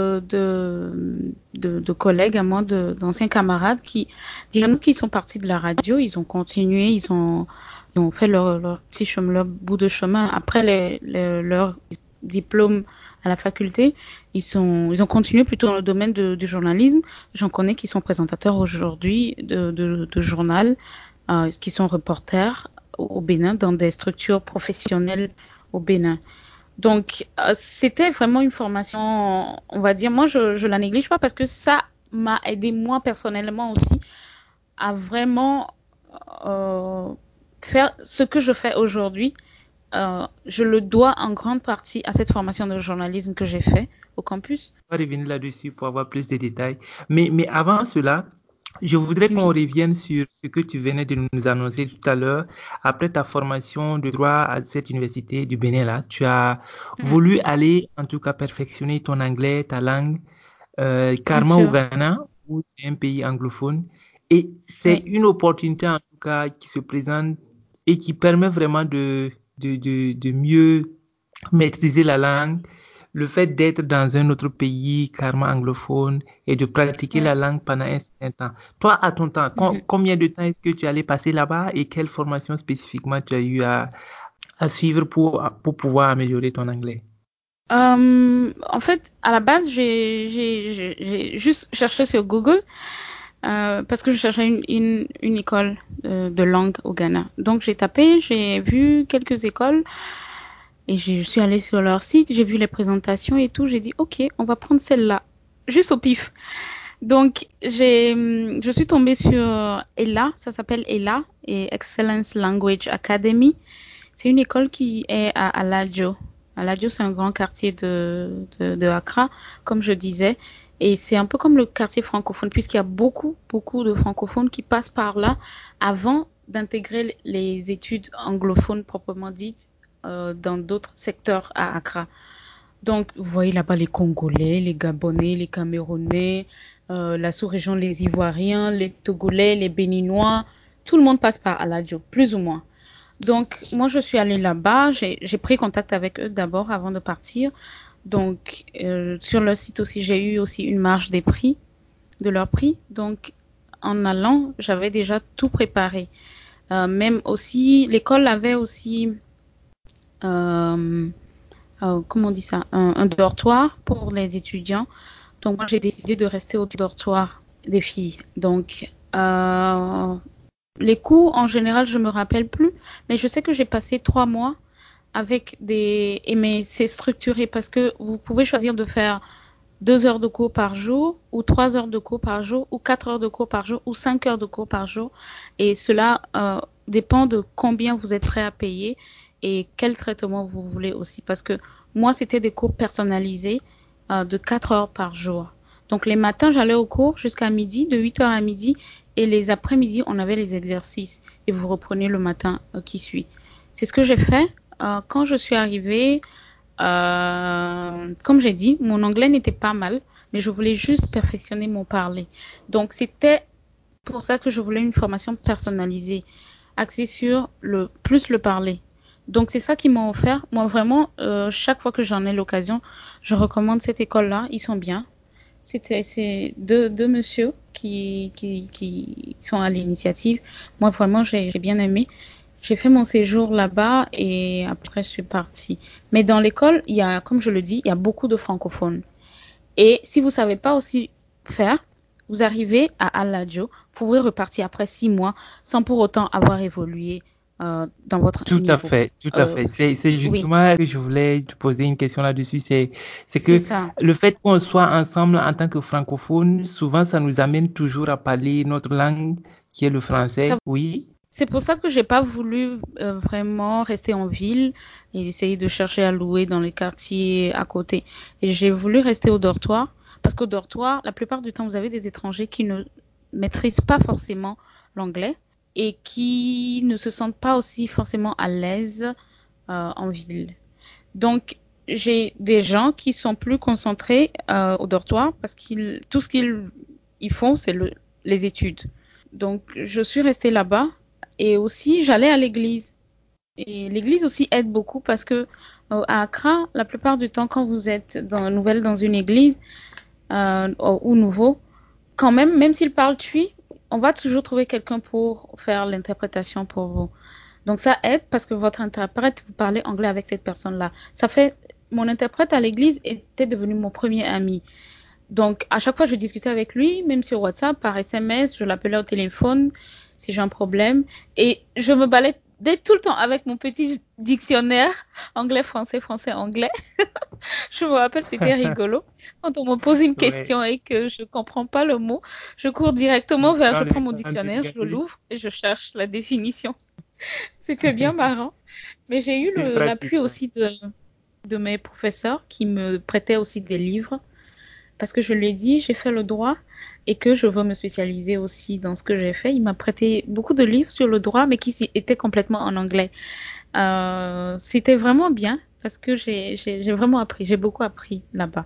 de collègues à moi, d'anciens camarades disons qui sont partis de la radio, ils ont continué, ils ont fait leur petit chemin, leur bout de chemin après leur diplôme à la faculté. Ils ont continué plutôt dans le domaine du journalisme. J'en connais qui sont présentateurs aujourd'hui de journal, qui sont reporters au Bénin dans des structures professionnelles au Bénin. Donc, c'était vraiment une formation, on va dire, moi, je la néglige pas parce que ça m'a aidé moi personnellement aussi à vraiment euh, faire ce que je fais aujourd'hui. Je le dois en grande partie à cette formation de journalisme que j'ai fait au campus. On va revenir là-dessus pour avoir plus de détails. Mais avant cela, je voudrais qu'on Oui. revienne sur ce que tu venais de nous annoncer tout à l'heure. Après ta formation de droit à cette université du Bénin, là, tu as Mhm. voulu aller, en tout cas, perfectionner ton anglais, ta langue, Bien carrément au sûr. Ghana, où c'est un pays anglophone. Et c'est Oui. une opportunité, en tout cas, qui se présente et qui permet vraiment de mieux maîtriser la langue, le fait d'être dans un autre pays carrément anglophone et de pratiquer Oui. la langue pendant un certain temps. Toi, à ton temps, Mhm. combien de temps est-ce que tu allais passer là-bas et quelle formation spécifiquement tu as eu à suivre pour pouvoir améliorer ton anglais? En fait, à la base, j'ai juste cherché sur Google parce que je cherchais une école de langue au Ghana. Donc, j'ai tapé, j'ai vu quelques écoles et je suis allée sur leur site, j'ai vu les présentations et tout. J'ai dit, OK, on va prendre celle-là, juste au pif. Donc, je suis tombée sur ELA, ça s'appelle ELA, et Excellence Language Academy. C'est une école qui est à Aladio. Aladio, c'est un grand quartier de Accra, comme je disais. Et c'est un peu comme le quartier francophone, puisqu'il y a beaucoup, beaucoup de francophones qui passent par là avant d'intégrer les études anglophones proprement dites dans d'autres secteurs à Accra. Donc, vous voyez là-bas les Congolais, les Gabonais, les Camerounais, la sous-région, les Ivoiriens, les Togolais, les Béninois. Tout le monde passe par Aladio, plus ou moins. Donc, moi, je suis allée là-bas. J'ai pris contact avec eux d'abord avant de partir. Donc, sur leur site aussi, j'ai eu aussi une marge des prix, de leur prix. Donc, en allant, j'avais déjà tout préparé. Même aussi, l'école avait aussi, euh, comment on dit ça, un dortoir pour les étudiants. Donc, moi, j'ai décidé de rester au dortoir des filles. Donc, les cours, en général, je me rappelle plus, mais je sais que j'ai passé 3 mois avec mais c'est structuré parce que vous pouvez choisir de faire 2 heures de cours par jour, ou 3 heures de cours par jour, ou 4 heures de cours par jour, ou 5 heures de cours par jour. Et cela dépend de combien vous êtes prêt à payer et quel traitement vous voulez aussi. Parce que moi, c'était des cours personnalisés de 4 heures par jour. Donc les matins, j'allais au cours jusqu'à midi, de 8 heures à midi, et les après-midi, on avait les exercices et vous reprenez le matin qui suit. C'est ce que j'ai fait. Quand je suis arrivée, comme j'ai dit, mon anglais n'était pas mal, mais je voulais juste perfectionner mon parler. Donc, c'était pour ça que je voulais une formation personnalisée, axée sur plus le parler. Donc, c'est ça qu'ils m'ont offert. Moi, vraiment, chaque fois que j'en ai l'occasion, je recommande cette école-là. Ils sont bien. C'est deux messieurs qui sont à l'initiative. Moi, vraiment, j'ai bien aimé. J'ai fait mon séjour là-bas et après, je suis partie. Mais dans l'école, il y a, comme je le dis, il y a beaucoup de francophones. Et si vous savez pas aussi faire, vous arrivez à Al-Ladjo, vous pouvez repartir après 6 mois sans pour autant avoir évolué dans votre Tout à niveau. fait, tout à fait. C'est Oui, justement que je voulais te poser une question là-dessus. C'est c'est que ça. le fait qu'on soit ensemble en tant que francophones, souvent, ça nous amène toujours à parler notre langue, qui est le français. Ça Oui. C'est pour ça que j'ai pas voulu vraiment rester en ville et essayer de chercher à louer dans les quartiers à côté. Et j'ai voulu rester au dortoir parce qu'au dortoir, la plupart du temps, vous avez des étrangers qui ne maîtrisent pas forcément l'anglais et qui ne se sentent pas aussi forcément à l'aise en ville. Donc, j'ai des gens qui sont plus concentrés au dortoir parce qu'ils tout ce qu'ils font, c'est les études. Donc, je suis restée là-bas et aussi j'allais à l'église. Et l'église aussi aide beaucoup parce que à Accra, la plupart du temps, quand vous êtes nouvelle dans une église ou nouveau, quand même s'il parle tui, on va toujours trouver quelqu'un pour faire l'interprétation pour vous. Donc ça aide parce que votre interprète, vous parlez anglais avec cette personne-là. Ça fait, mon interprète à l'église était devenu mon premier ami. Donc, à chaque fois, je discutais avec lui, même sur WhatsApp, par SMS, je l'appelais au téléphone si j'ai un problème. Et je me baladais tout le temps avec mon petit dictionnaire anglais-français, français-anglais. Je me rappelle, c'était rigolo. Quand on me pose une Ouais. question et que je comprends pas le mot, je cours directement je prends mon dictionnaire, je l'ouvre et je cherche la définition. C'était bien marrant. Mais j'ai eu C'est l'appui pratique, ouais. aussi de mes professeurs qui me prêtaient aussi des livres parce que je lui ai dit, j'ai fait le droit et que je veux me spécialiser aussi dans ce que j'ai fait. Il m'a prêté beaucoup de livres sur le droit, mais qui étaient complètement en anglais. C'était vraiment bien parce que j'ai vraiment appris, j'ai beaucoup appris là-bas.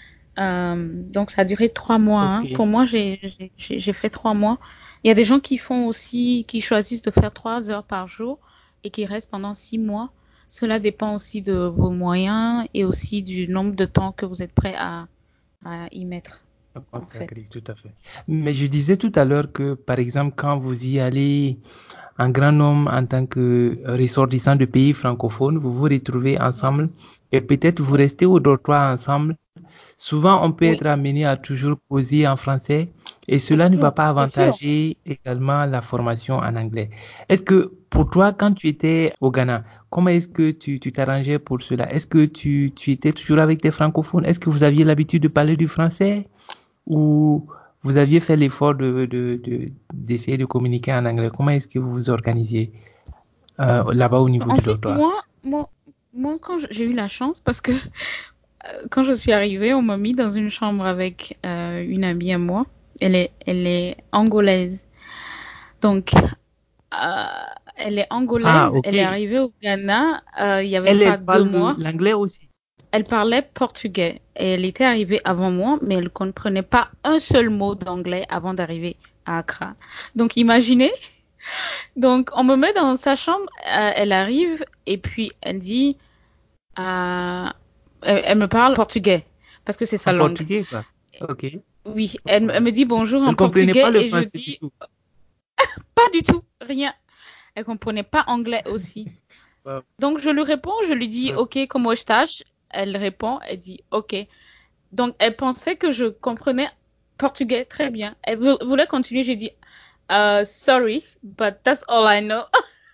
Donc ça a duré 3 mois. Hein. Pour Ok. moi, j'ai fait 3 mois. Il y a des gens qui font aussi, qui choisissent de faire 3 heures par jour et qui restent pendant 6 mois. Cela dépend aussi de vos moyens et aussi du nombre de temps que vous êtes prêt à y mettre, en fait. Consacré, tout à fait. Mais je disais tout à l'heure que, par exemple, quand vous y allez en grand nombre en tant que ressortissant de pays francophones, vous vous retrouvez ensemble et peut-être vous restez au dortoir ensemble. Souvent, on peut Oui, être amené à toujours causer en français et c'est cela ne va sûr, pas c'est sûr. avantager également la formation en anglais. Est-ce que pour toi, quand tu étais au Ghana, comment est-ce que tu t'arrangeais pour cela? Est-ce que tu étais toujours avec des francophones? Est-ce que vous aviez l'habitude de parler du français ou vous aviez fait l'effort d'essayer de communiquer en anglais? Comment est-ce que vous vous organisiez là-bas au niveau En du fait, dortoir? moi quand j'ai eu la chance, parce que quand je suis arrivée, on m'a mis dans une chambre avec une amie à moi. Elle est angolaise. Donc, euh, elle est Ah, angolaise. ok. Elle est arrivée au Ghana il n'y avait Elle, pas elle deux parle mois. l'anglais aussi. Elle parlait portugais. Et elle était arrivée avant moi, mais elle ne comprenait pas un seul mot d'anglais avant d'arriver à Accra. Donc, imaginez. Donc, on me met dans sa chambre. Elle arrive et puis elle dit, euh, elle me parle portugais parce que c'est sa En langue. portugais, quoi. Ok. Oui, elle me dit bonjour en Elle comprenait pas portugais le et je français du dis tout. pas du tout, rien. Elle comprenait pas anglais aussi. Wow. Donc je lui réponds, je lui dis Ok. OK, comment je tâche? Elle répond, elle dit OK. Donc elle pensait que je comprenais portugais très bien. Elle voulait continuer, j'ai dit sorry, but that's all I know.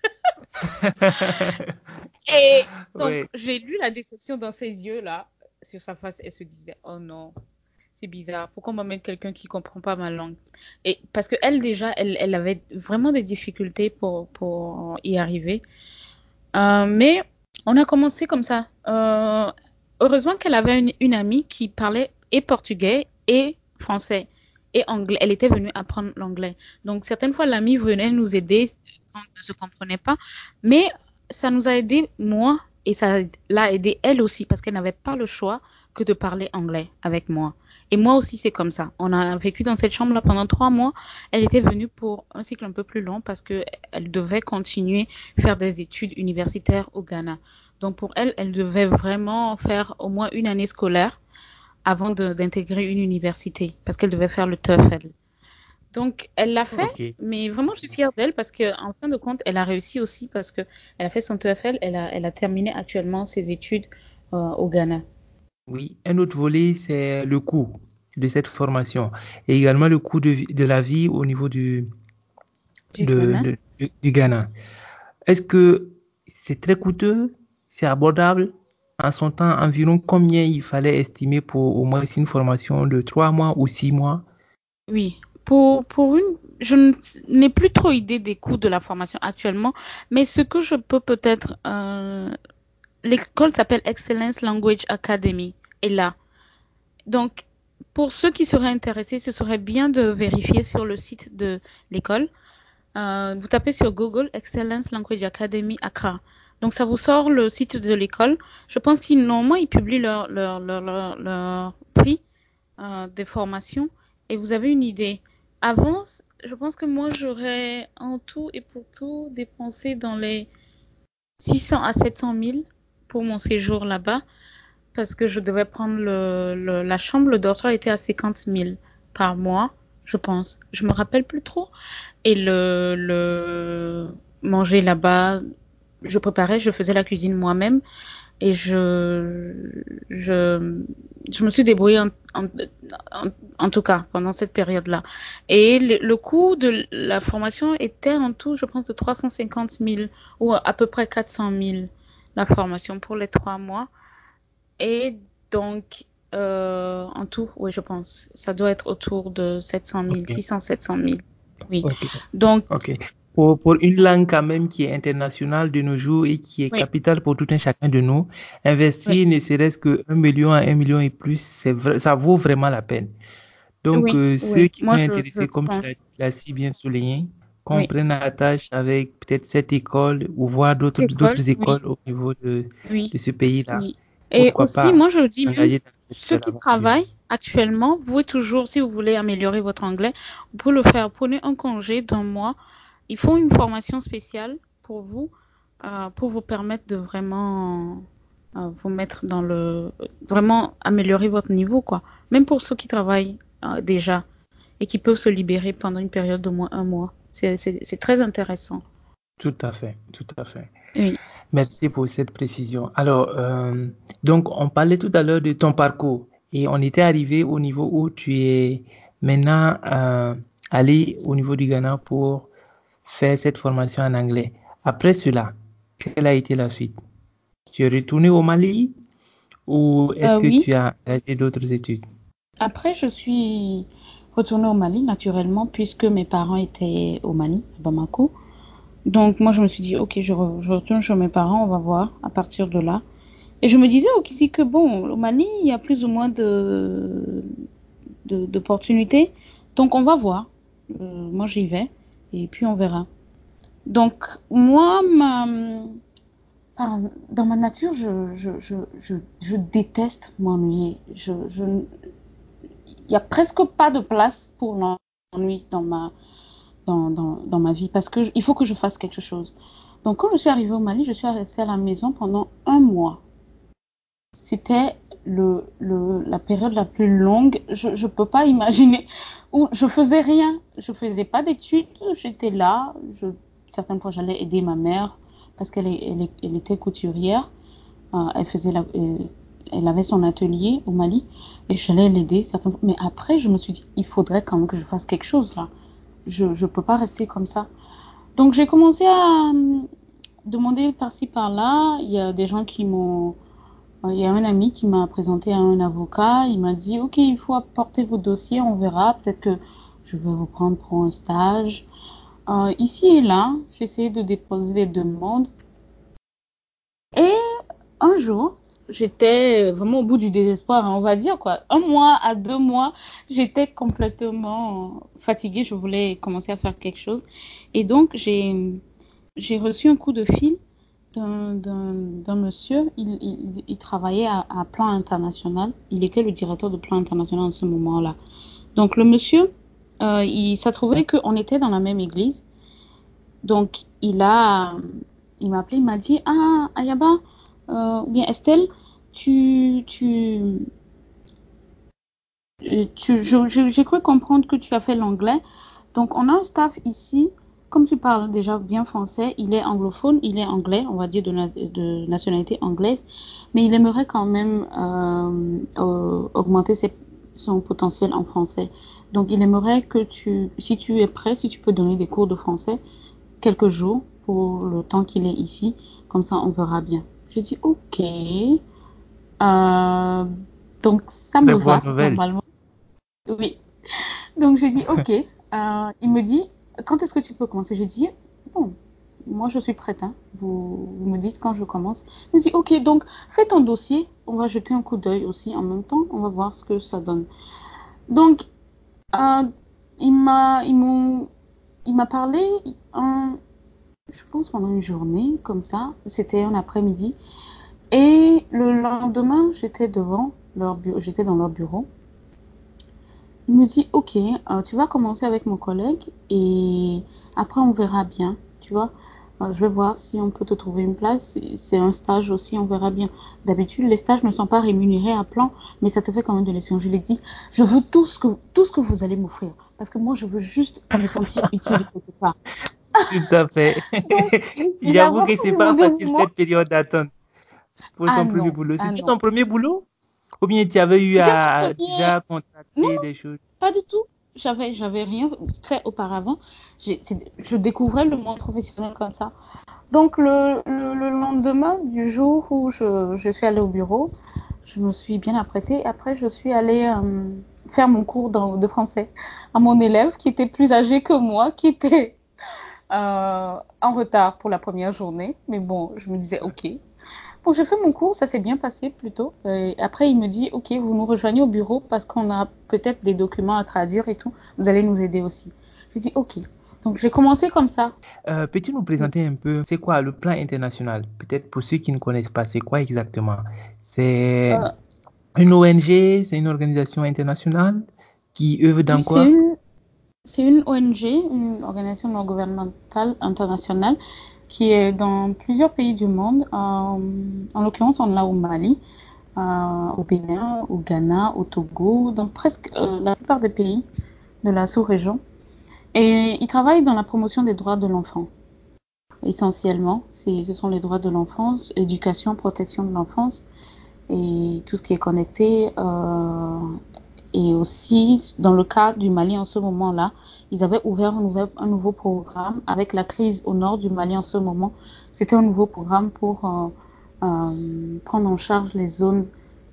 Et donc Ouais. j'ai lu la déception dans ses yeux là, sur sa face, elle se disait oh non. C'est bizarre. Pourquoi m'amène quelqu'un qui comprend pas ma langue? Et parce que elle déjà, elle avait vraiment des difficultés pour y arriver. Mais on a commencé comme ça. Heureusement qu'elle avait une amie qui parlait et portugais et français et anglais. Elle était venue apprendre l'anglais. Donc certaines fois, l'amie venait nous aider quand on ne se comprenait pas. Mais ça nous a aidé, moi, et ça l'a aidé elle aussi parce qu'elle n'avait pas le choix que de parler anglais avec moi. Et moi aussi, c'est comme ça. On a vécu dans cette chambre-là pendant 3 mois. Elle était venue pour un cycle un peu plus long parce qu'elle devait continuer faire des études universitaires au Ghana. Donc pour elle, elle devait vraiment faire au moins une année scolaire avant d'intégrer une université parce qu'elle devait faire le TOEFL. Donc, elle l'a fait, Ok. mais vraiment, je suis fière d'elle parce qu'en fin de compte, elle a réussi aussi parce qu'elle a fait son TOEFL, elle a terminé actuellement ses études au Ghana. Oui, un autre volet, c'est le coût de cette formation et également le coût de la vie au niveau Du Ghana. du Ghana. Est-ce que c'est très coûteux? C'est abordable? En son temps, environ combien il fallait estimer pour au moins une formation de 3 mois ou 6 mois? Oui, je n'ai plus trop idée des coûts de la formation actuellement, mais ce que je peux peut-être, l'école s'appelle Excellence Language Academy, et là. Donc, pour ceux qui seraient intéressés, ce serait bien de vérifier sur le site de l'école. Vous tapez sur Google Excellence Language Academy Accra. Donc, ça vous sort le site de l'école. Je pense qu'ils normalement ils publient leur prix des formations et vous avez une idée. Avant, je pense que moi, j'aurais en tout et pour tout dépensé dans les 600 à 700 000 pour mon séjour là-bas parce que je devais prendre la chambre. Le dortoir était à 50 000 par mois, je pense. Je me rappelle plus trop. Et le manger là-bas, je préparais, je faisais la cuisine moi-même et je me suis débrouillée en tout cas pendant cette période-là. Et le coût de la formation était en tout, je pense, de 350 000 ou à peu près 400 000 la formation pour les 3 mois. Et donc, en tout, oui, je pense, ça doit être autour de 700 000, Ok, 600, 700 000. Oui. ok, Donc, ok. Pour une langue quand même qui est internationale de nos jours et qui est oui, capitale pour tout un chacun de nous, oui, investir ne serait-ce que 1 million à 1 million et plus, ça vaut vraiment la peine. Donc, oui, ceux oui. qui sont Moi, je intéressés, comme tu pense, l'as si bien souligné, qu'on oui. prenne la tâche avec peut-être cette école ou voir Cette école, d'autres oui, écoles au niveau oui, de ce pays-là. oui. Et Pourquoi aussi, pas moi, je dis même, s'engager dans cette ceux belle qui aventure? travaillent actuellement, vous pouvez toujours, si vous voulez améliorer votre anglais, vous pouvez le faire. Prenez un congé d'un mois. Ils font une formation spéciale pour vous permettre de vraiment vous mettre dans vraiment améliorer votre niveau, quoi. Même pour ceux qui travaillent déjà et qui peuvent se libérer pendant une période de moins un mois. C'est très intéressant. Tout à fait, tout à fait. Oui. Merci pour cette précision. Alors, donc, on parlait tout à l'heure de ton parcours et on était arrivé au niveau où tu es maintenant allé au niveau du Ghana pour faire cette formation en anglais. Après cela, quelle a été la suite? Tu es retourné au Mali ou est-ce que Oui. tu as fait d'autres études? Après, je suis retournée au Mali naturellement puisque mes parents étaient au Mali, à Bamako. Donc moi, je me suis dit, ok, je retourne chez mes parents, on va voir à partir de là. Et je me disais aussi que bon, au Mali, il y a plus ou moins d'opportunités. Donc on va voir. Moi, j'y vais et puis on verra. Donc moi, dans ma nature, je déteste m'ennuyer. Il n'y a presque pas de place pour l'ennui dans ma vie parce que il faut que je fasse quelque chose. Donc, quand je suis arrivée au Mali, je suis restée à la maison pendant un mois. C'était la période la plus longue. Je ne peux pas imaginer où je faisais rien. Je faisais pas d'études. J'étais là. Certaines fois, j'allais aider ma mère parce elle était couturière. Elle faisait elle avait son atelier au Mali et j'allais l'aider certaines fois. Mais après, je me suis dit, il faudrait quand même que je fasse quelque chose là. Je ne peux pas rester comme ça. Donc j'ai commencé à demander par-ci par-là. Il y a des gens qui m'ont. Il y a un ami qui m'a présenté à un avocat. Il m'a dit, OK, il faut apporter vos dossiers, on verra. Peut-être que je vais vous prendre pour un stage. Ici et là, j'ai essayé de déposer des demandes. Et un jour, j'étais vraiment au bout du désespoir, hein, on va dire quoi. Un mois à 2 mois, j'étais complètement fatiguée. Je voulais commencer à faire quelque chose. Et donc, j'ai reçu un coup de fil d'un monsieur. Il travaillait à Plan International. Il était le directeur de Plan International en ce moment-là. Donc, le monsieur, il s'est trouvé qu'on était dans la même église. Donc, il m'a appelé, il m'a dit, ah, Ayaba, ou bien Estelle, tu, tu, j'ai cru comprendre que tu as fait l'anglais. Donc, on a un staff ici, comme tu parles déjà bien français, il est anglophone, il est anglais, on va dire de nationalité anglaise, mais il aimerait quand même augmenter son potentiel en français. Donc, il aimerait que si tu es prêt, si tu peux donner des cours de français quelques jours pour le temps qu'il est ici, comme ça on verra bien. J'ai dit ok. Donc, ça Très me bonne va, nouvelle. normalement. Oui. Donc, j'ai dit, OK. Il me dit, quand est-ce que tu peux commencer? J'ai dit, bon, moi, je suis prête. Hein. Vous me dites quand je commence. Il me dit, OK, donc, fais ton dossier. On va jeter un coup d'œil aussi en même temps. On va voir ce que ça donne. Donc, euh, il m'a parlé, je pense, pendant une journée, comme ça. C'était un après-midi. Et le lendemain, j'étais dans leur bureau. Il me dit, ok, tu vas commencer avec mon collègue et après on verra bien, tu vois. Je vais voir si on peut te trouver une place. C'est un stage aussi, on verra bien. D'habitude, les stages ne sont pas rémunérés à plan, mais ça te fait quand même de l'expérience. Je l'ai dit, je veux tout ce que vous allez m'offrir. Parce que moi, je veux juste me sentir utile quelque part. Tout à fait. Donc, il a J'avoue que vraiment c'est pas demandé facile pour moi. cette période d'attente pour Ah son premier non, boulot. ah C'était non. ton premier boulot? Ou bien tu avais eu C'était mon à premier. déjà Non, contracter des choses? pas du tout. J'avais rien fait auparavant. Je découvrais le monde professionnel comme ça. Donc, le lendemain du jour où je suis allée au bureau, je me suis bien apprêtée. Après, je suis allée faire mon cours de français à mon élève qui était plus âgé que moi, qui était en retard pour la première journée. Mais bon, je me disais, OK. Bon, j'ai fait mon cours, ça s'est bien passé plutôt. Après, il me dit, OK, vous nous rejoignez au bureau parce qu'on a peut-être des documents à traduire et tout. Vous allez nous aider aussi. Je dis, OK. Donc, j'ai commencé comme ça. Peux-tu nous présenter un peu, c'est quoi le plan international? Peut-être pour ceux qui ne connaissent pas, c'est quoi exactement? C'est Euh, une ONG, c'est une organisation internationale qui œuvre dans oui, quoi? c'est une ONG, une organisation non gouvernementale internationale qui est dans plusieurs pays du monde. En l'occurrence, on l'a au Mali, au Bénin, au Ghana, au Togo, dans presque la plupart des pays de la sous-région. Et ils travaillent dans la promotion des droits de l'enfant. Essentiellement, ce sont les droits de l'enfance, éducation, protection de l'enfance et tout ce qui est connecté. Et aussi, dans le cas du Mali en ce moment-là, ils avaient ouvert un nouveau programme avec la crise au nord du Mali en ce moment. C'était un nouveau programme pour prendre en charge les zones,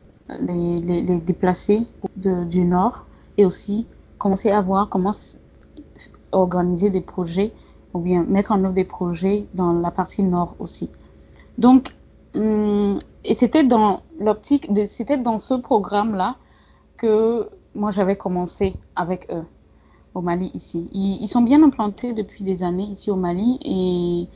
les déplacés du nord et aussi commencer à voir comment organiser des projets ou bien mettre en œuvre des projets dans la partie nord aussi. Donc, et c'était dans c'était dans ce programme-là que moi j'avais commencé avec eux au Mali ici. Ils sont bien implantés depuis des années ici au Mali et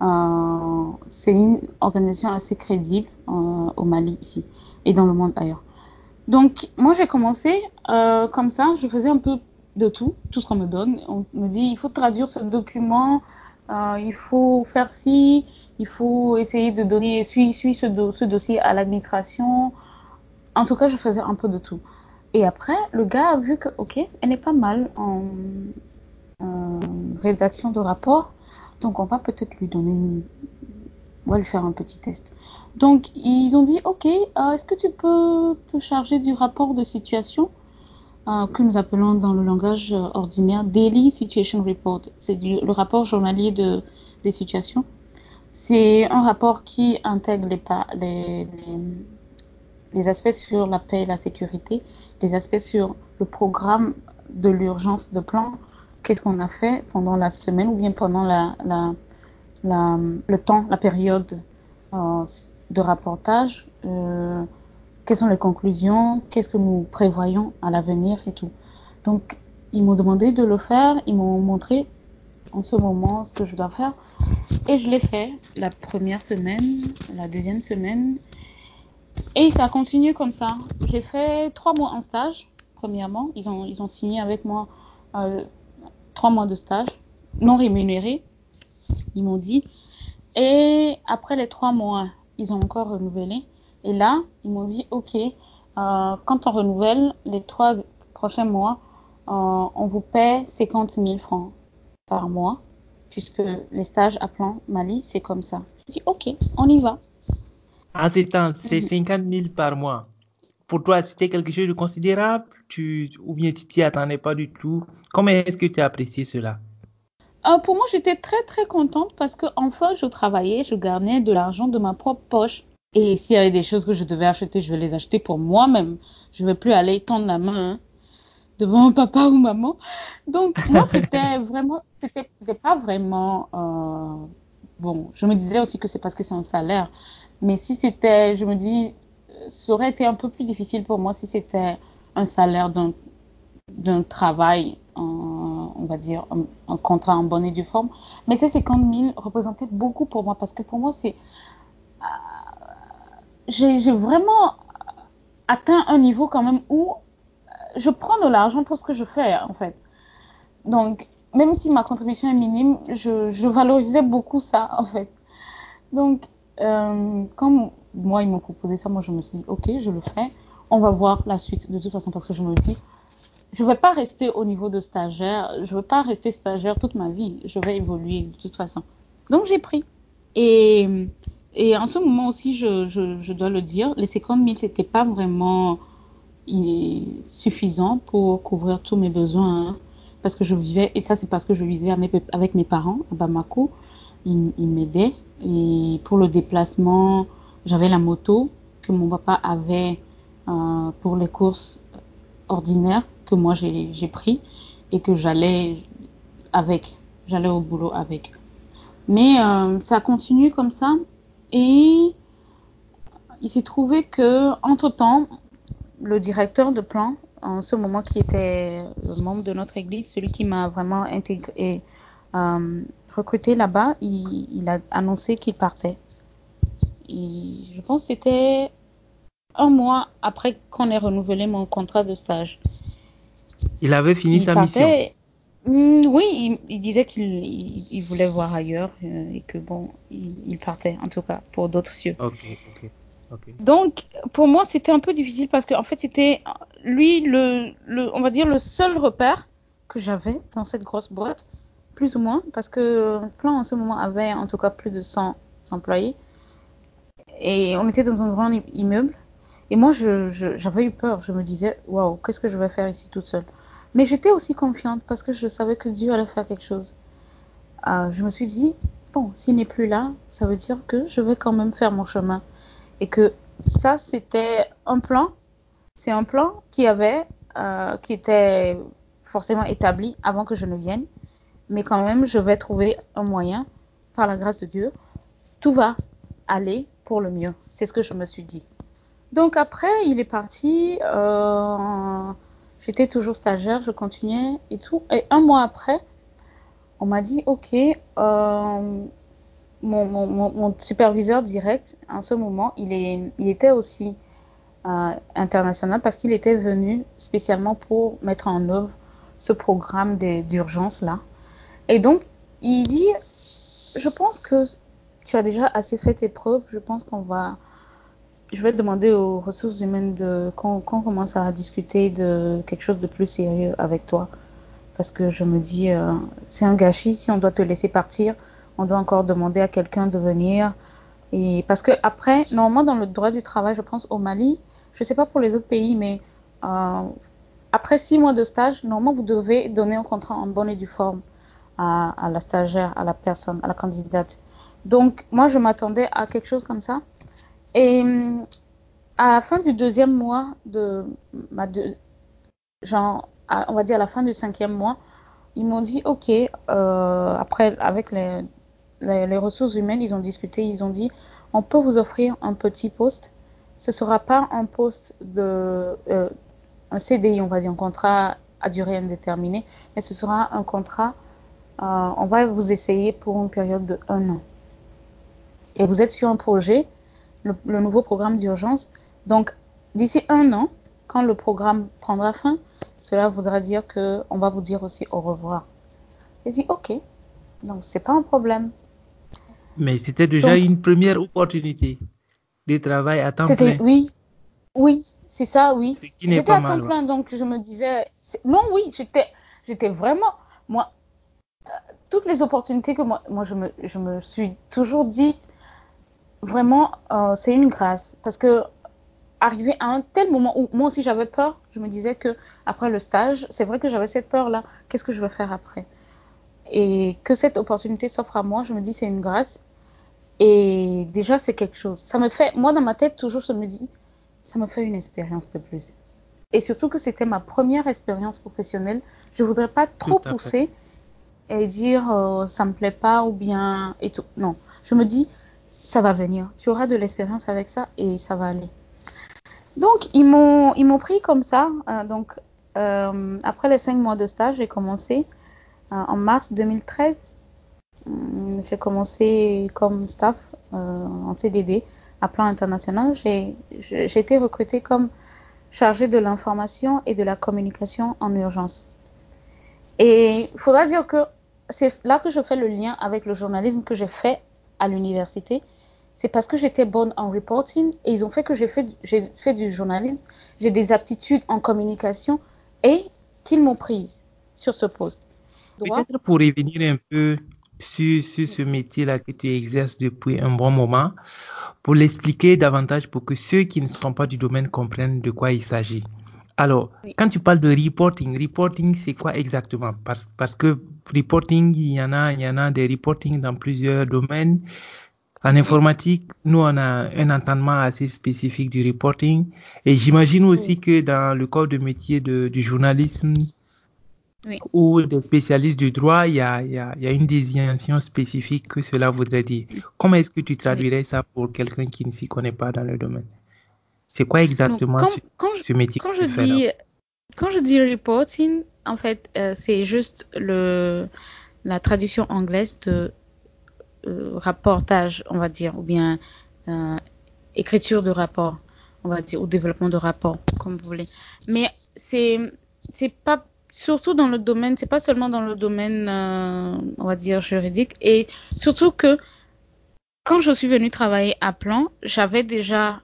c'est une organisation assez crédible au Mali ici et dans le monde ailleurs. Donc moi j'ai commencé comme ça, je faisais un peu de tout ce qu'on me donne. On me dit il faut traduire ce document, il faut faire ci, il faut essayer de donner, suis ce dossier à l'administration. En tout cas, je faisais un peu de tout. Et après, le gars a vu que, ok, elle est pas mal en rédaction de rapport, donc on va peut-être on va lui faire un petit test. Donc ils ont dit, ok, est-ce que tu peux te charger du rapport de situation que nous appelons dans le langage ordinaire Daily Situation Report. C'est le rapport journalier des situations. C'est un rapport qui intègre les aspects sur la paix et la sécurité, les aspects sur le programme de l'urgence de plan, qu'est-ce qu'on a fait pendant la semaine ou bien pendant le temps, la période de rapportage, quelles sont les conclusions, qu'est-ce que nous prévoyons à l'avenir et tout. Donc, ils m'ont demandé de le faire, ils m'ont montré en ce moment ce que je dois faire et je l'ai fait la première semaine, la deuxième semaine et ça a continué comme ça. J'ai fait 3 mois en stage, premièrement. Ils ont signé avec moi euh, 3 mois de stage, non rémunérés, ils m'ont dit. Et après les 3 mois, ils ont encore renouvelé. Et là, ils m'ont dit, OK, quand on renouvelle les 3 prochains mois, on vous paie 50 000 francs par mois, puisque les stages à plan Mali, c'est comme ça. Je dis, ok, on y va. En ces temps, c'est 50 000 par mois. Pour toi, c'était quelque chose de considérable, ou bien tu t'y attendais pas du tout? Comment est-ce que tu as apprécié cela? Pour moi, j'étais très très contente parce que enfin, je travaillais, je gagnais de l'argent de ma propre poche. Et s'il y avait des choses que je devais acheter, je vais les acheter pour moi-même. Je ne vais plus aller tendre la main, hein, devant papa ou maman. Donc, moi, c'était pas vraiment, bon, je me disais aussi que c'est parce que c'est un salaire. Mais si c'était, je me dis, ça aurait été un peu plus difficile pour moi si c'était un salaire d'un travail, on va dire, un contrat en bonne et due forme. Mais ces 50 000 représentaient beaucoup pour moi parce que pour moi, j'ai vraiment atteint un niveau quand même où je prends de l'argent pour ce que je fais, en fait. Donc, même si ma contribution est minime, je valorisais beaucoup ça, en fait. Donc, quand moi, ils m'ont proposé ça, moi, je me suis dit, ok, je le fais. On va voir la suite, de toute façon, parce que je me dis, je ne vais pas rester au niveau de stagiaire. Je ne vais pas rester stagiaire toute ma vie. Je vais évoluer de toute façon. Donc, j'ai pris. Et, et en ce moment aussi, je dois le dire, les 50 000, c'était pas vraiment suffisant pour couvrir tous mes besoins, hein, parce que je vivais, et ça c'est parce que je vivais avec mes parents à Bamako, ils m'aidaient, et pour le déplacement, j'avais la moto que mon papa avait pour les courses ordinaires que moi j'ai pris et que j'allais au boulot avec. Mais ça continue comme ça, et il s'est trouvé que entre-temps, le directeur de plan, en ce moment qui était le membre de notre église, celui qui m'a vraiment intégré et recruté là-bas, il a annoncé qu'il partait. Et je pense que c'était un mois après qu'on ait renouvelé mon contrat de stage. Il avait fini Il sa mission. partait. Oui, il disait qu'il voulait voir ailleurs et que bon, il partait en tout cas pour d'autres cieux. Ok, ok, ok. Donc, pour moi, c'était un peu difficile parce qu'en fait, c'était lui, on va dire, le seul repère que j'avais dans cette grosse boîte, plus ou moins, parce que Plan en ce moment avait en tout cas plus de 100 employés. Et on était dans un grand immeuble. Et moi, j'avais eu peur. Je me disais, waouh, qu'est-ce que je vais faire ici toute seule? Mais j'étais aussi confiante parce que je savais que Dieu allait faire quelque chose. Je me suis dit, bon, s'il n'est plus là, ça veut dire que je vais quand même faire mon chemin. Et que ça, c'était un plan. C'est un plan qui était forcément établi avant que je ne vienne. Mais quand même, je vais trouver un moyen, par la grâce de Dieu. Tout va aller pour le mieux. C'est ce que je me suis dit. Donc après, il est parti. J'étais toujours stagiaire, je continuais et tout. Et un mois après, on m'a dit, OK, mon superviseur direct, en ce moment, il était aussi international parce qu'il était venu spécialement pour mettre en œuvre ce programme d'urgence là. Et donc, il dit, je pense que tu as déjà assez fait tes preuves. Je pense je vais demander aux ressources humaines qu'on commence à discuter de quelque chose de plus sérieux avec toi. Parce que je me dis, c'est un gâchis si on doit te laisser partir. On doit encore demander à quelqu'un de venir. Et parce que après, normalement, dans le droit du travail, je pense au Mali, je ne sais pas pour les autres pays, mais euh, après 6 mois de stage, normalement, vous devez donner un contrat en bonne et due forme à la stagiaire, à la personne, à la candidate. Donc, moi, je m'attendais à quelque chose comme ça. Et à la fin du deuxième mois de genre, on va dire à la fin du 5e mois, ils m'ont dit, OK, après, avec les ressources humaines, ils ont discuté, ils ont dit, on peut vous offrir un petit poste. Ce ne sera pas un poste un CDI, on va dire, un contrat à durée indéterminée, mais ce sera un contrat, on va vous essayer pour une période de 1 an. Et vous êtes sur un projet, le nouveau programme d'urgence. Donc, d'ici 1 an, quand le programme prendra fin, cela voudra dire qu'on va vous dire aussi au revoir. J'ai dit, OK, donc c'est pas un problème. Mais c'était déjà Donc, une première opportunité de travail à temps plein. oui, c'est ça, oui. Ce qui n'est J'étais pas à temps mal. Ouais. plein, donc je me disais, non, oui, j'étais vraiment, moi, toutes les opportunités que moi je me suis toujours dit, vraiment, c'est une grâce. Parce que arrivé à un tel moment où moi aussi j'avais peur, je me disais que après le stage, c'est vrai que j'avais cette peur-là, qu'est-ce que je vais faire après? Et que cette opportunité s'offre à moi, je me dis c'est une grâce. Et déjà, c'est quelque chose. Ça me fait, moi dans ma tête, toujours, je me dis, ça me fait une expérience de plus. Et surtout que c'était ma première expérience professionnelle. Je voudrais pas Tout trop à fait. pousser et dire ça me plaît pas ou bien et tout. Non, je me dis ça va venir. Tu auras de l'expérience avec ça et ça va aller. Donc ils m'ont pris comme ça. Après les 5 mois de stage, j'ai commencé en mars 2013. J'ai commencé comme staff en CDD à plan international. J'ai été recrutée comme chargée de l'information et de la communication en urgence. Et il faudra dire que c'est là que je fais le lien avec le journalisme que j'ai fait à l'université. C'est parce que j'étais bonne en reporting et ils ont fait que j'ai fait du journalisme, j'ai des aptitudes en communication et qu'ils m'ont prise sur ce poste. Droit. Peut-être pour revenir un peu sur ce métier-là que tu exerces depuis un bon moment, pour l'expliquer davantage pour que ceux qui ne sont pas du domaine comprennent de quoi il s'agit. Alors, Oui. quand tu parles de reporting, c'est quoi exactement? Parce que reporting, il y en a des reporting dans plusieurs domaines. En informatique, nous, on a un entendement assez spécifique du reporting. Et j'imagine Oui. aussi que dans le corps de métier du journalisme Oui. ou des spécialistes du droit, il y a une désignation spécifique que cela voudrait dire. Comment est-ce que tu Oui. traduirais ça pour quelqu'un qui ne s'y connaît pas dans le domaine? C'est quoi Donc, exactement ce métier que tu fais là? quand je dis reporting, en fait, c'est juste la traduction anglaise de rapportage, on va dire, ou bien euh, écriture de rapport, on va dire, ou développement de rapport, comme vous voulez. Mais c'est pas surtout dans le domaine, c'est pas seulement dans le domaine, on va dire, juridique, et surtout que quand je suis venue travailler à Plan, j'avais déjà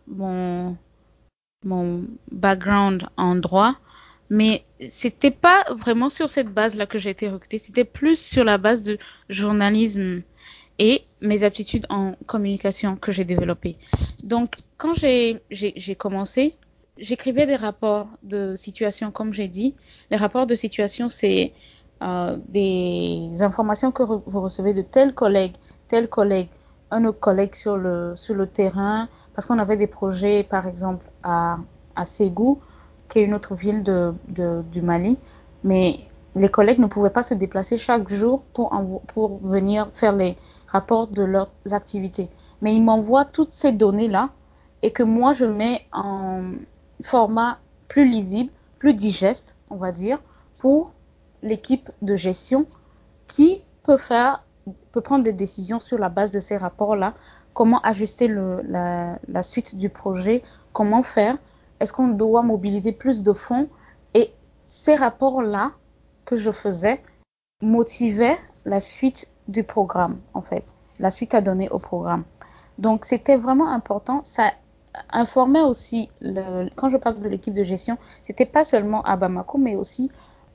mon background en droit, mais c'était pas vraiment sur cette base-là que j'ai été recrutée, c'était plus sur la base de journalisme et mes aptitudes en communication que j'ai développées. Donc, quand j'ai commencé, j'écrivais des rapports de situation, comme j'ai dit. Les rapports de situation, c'est des informations que vous recevez de tel collègue, un autre collègue sur le terrain, parce qu'on avait des projets, par exemple, à Ségou, qui est une autre ville du Mali, mais les collègues ne pouvaient pas se déplacer chaque jour pour venir faire les rapports de leurs activités. Mais ils m'envoient toutes ces données-là et que moi, je mets en format plus lisible, plus digeste, on va dire, pour l'équipe de gestion qui peut prendre des décisions sur la base de ces rapports-là, comment ajuster la suite du projet, comment faire, est-ce qu'on doit mobiliser plus de fonds et ces rapports-là que je faisais motivaient la suite du programme, en fait, la suite à donner au programme. Donc, c'était vraiment important. Ça informait aussi, quand je parle de l'équipe de gestion, c'était pas seulement à Bamako, mais aussi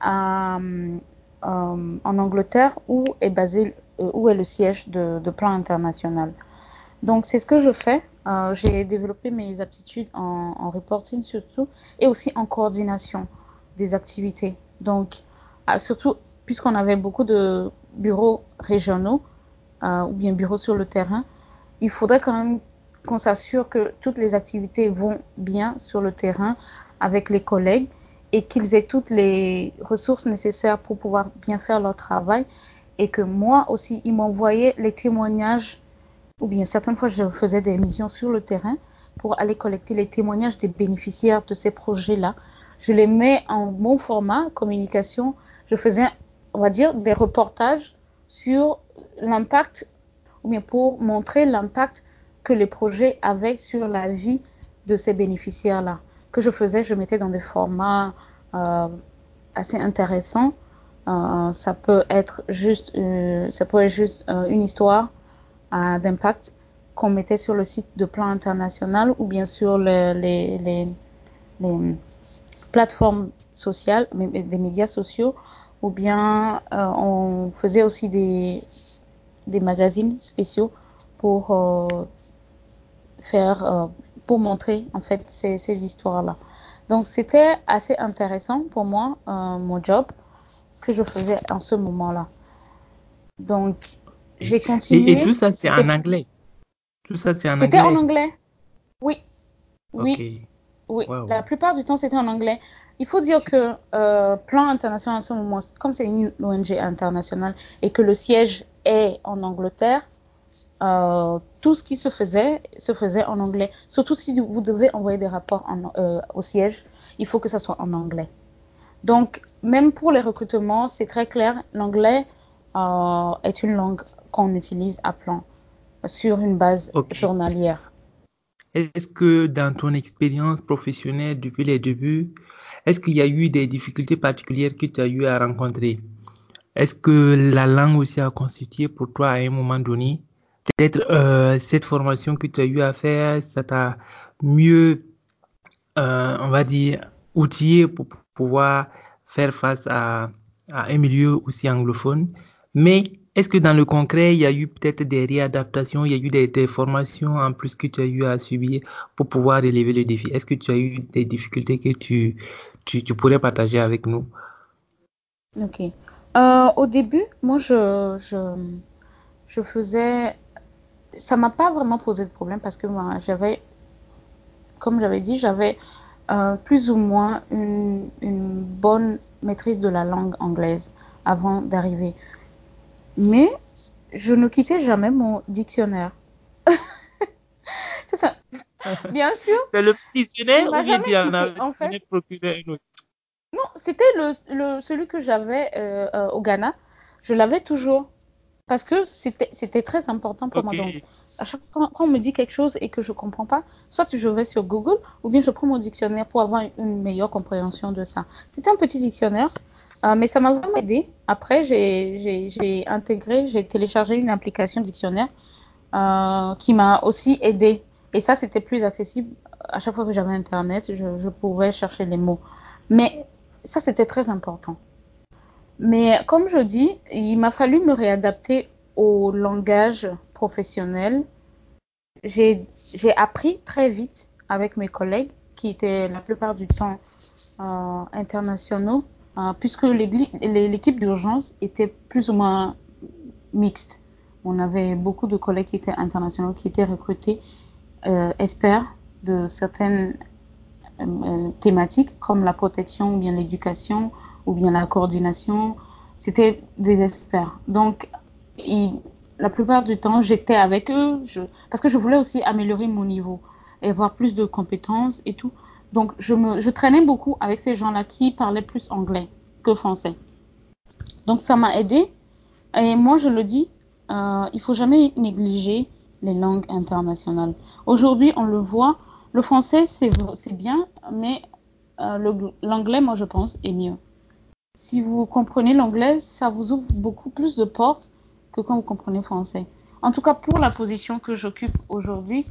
en Angleterre, où est le siège de Plan International. Donc, c'est ce que je fais. J'ai développé mes aptitudes en reporting surtout et aussi en coordination des activités. Donc, surtout puisqu'on avait beaucoup de bureaux régionaux ou bien bureaux sur le terrain, il faudrait quand même qu'on s'assure que toutes les activités vont bien sur le terrain avec les collègues et qu'ils aient toutes les ressources nécessaires pour pouvoir bien faire leur travail et que moi aussi, ils m'envoyaient les témoignages ou bien certaines fois, je faisais des missions sur le terrain pour aller collecter les témoignages des bénéficiaires de ces projets-là. Je les mets en bon format, communication. Je faisais, on va dire, des reportages sur l'impact, ou bien pour montrer l'impact que les projets avaient sur la vie de ces bénéficiaires-là. Que je faisais, je mettais dans des formats assez intéressants. Ça peut être juste une histoire d'impact qu'on mettait sur le site de Plan International ou bien sur les plateformes sociales, des médias sociaux, ou bien on faisait aussi des magazines spéciaux pour pour montrer en fait ces histoires-là. Donc c'était assez intéressant pour moi, mon job que je faisais en ce moment-là. Donc j'ai Et continué. tout ça, c'est en anglais. Tout ça, c'est en C'était en anglais. anglais. Oui, Ok. oui, oui. La Wow. plupart du temps, c'était en anglais. Il faut dire que Plan International en ce moment, comme c'est une ONG internationale et que le siège est en Angleterre, tout ce qui se faisait en anglais. Surtout si vous devez envoyer des rapports au siège, il faut que ça soit en anglais. Donc, même pour les recrutements, c'est très clair. L'anglais est une langue qu'on utilise à Plan sur une base Ok. journalière. Est-ce que dans ton expérience professionnelle depuis les débuts, est-ce qu'il y a eu des difficultés particulières que tu as eu à rencontrer? Est-ce que la langue aussi a constitué pour toi à un moment donné? Peut-être cette formation que tu as eu à faire, ça t'a mieux, on va dire, outillé pour pouvoir faire face à un milieu aussi anglophone. Mais est-ce que dans le concret, il y a eu peut-être des réadaptations, il y a eu des formations en plus que tu as eu à subir pour pouvoir relever le défi? Est-ce que tu as eu des difficultés que tu pourrais partager avec nous? Ok. Au début, moi, je faisais. Ça m'a pas vraiment posé de problème parce que moi, comme j'avais dit, j'avais plus ou moins une bonne maîtrise de la langue anglaise avant d'arriver. Mais je ne quittais jamais mon dictionnaire. C'est ça. Bien sûr, C'est le il dictionnaire ou m'a bien jamais tu en quitté. avais En fait, procuré un autre? non, c'était celui que j'avais au Ghana. Je l'avais toujours parce que c'était très important pour moi. Ok. Donc, à chaque fois quand on me dit quelque chose et que je comprends pas, soit je vais sur Google ou bien je prends mon dictionnaire pour avoir une meilleure compréhension de ça. C'était un petit dictionnaire, mais ça m'a vraiment aidé. Après, j'ai téléchargé une application dictionnaire qui m'a aussi aidé. Et ça, c'était plus accessible. À chaque fois que j'avais Internet, je pouvais chercher les mots. Mais ça, c'était très important. Mais comme je dis, il m'a fallu me réadapter au langage professionnel. J'ai appris très vite avec mes collègues qui étaient la plupart du temps internationaux, puisque l'équipe d'urgence était plus ou moins mixte. On avait beaucoup de collègues qui étaient internationaux, qui étaient recrutés experts de certaines thématiques comme la protection ou bien l'éducation ou bien la coordination. C'était des experts. Donc, la plupart du temps, j'étais avec eux parce que je voulais aussi améliorer mon niveau et avoir plus de compétences et tout. Donc, je traînais beaucoup avec ces gens-là qui parlaient plus anglais que français. Donc, ça m'a aidé. Et moi, je le dis, il faut jamais négliger les langues internationales. Aujourd'hui, on le voit, le français, c'est bien, mais l'anglais, moi, je pense, est mieux. Si vous comprenez l'anglais, ça vous ouvre beaucoup plus de portes que quand vous comprenez le français. En tout cas, pour la position que j'occupe aujourd'hui,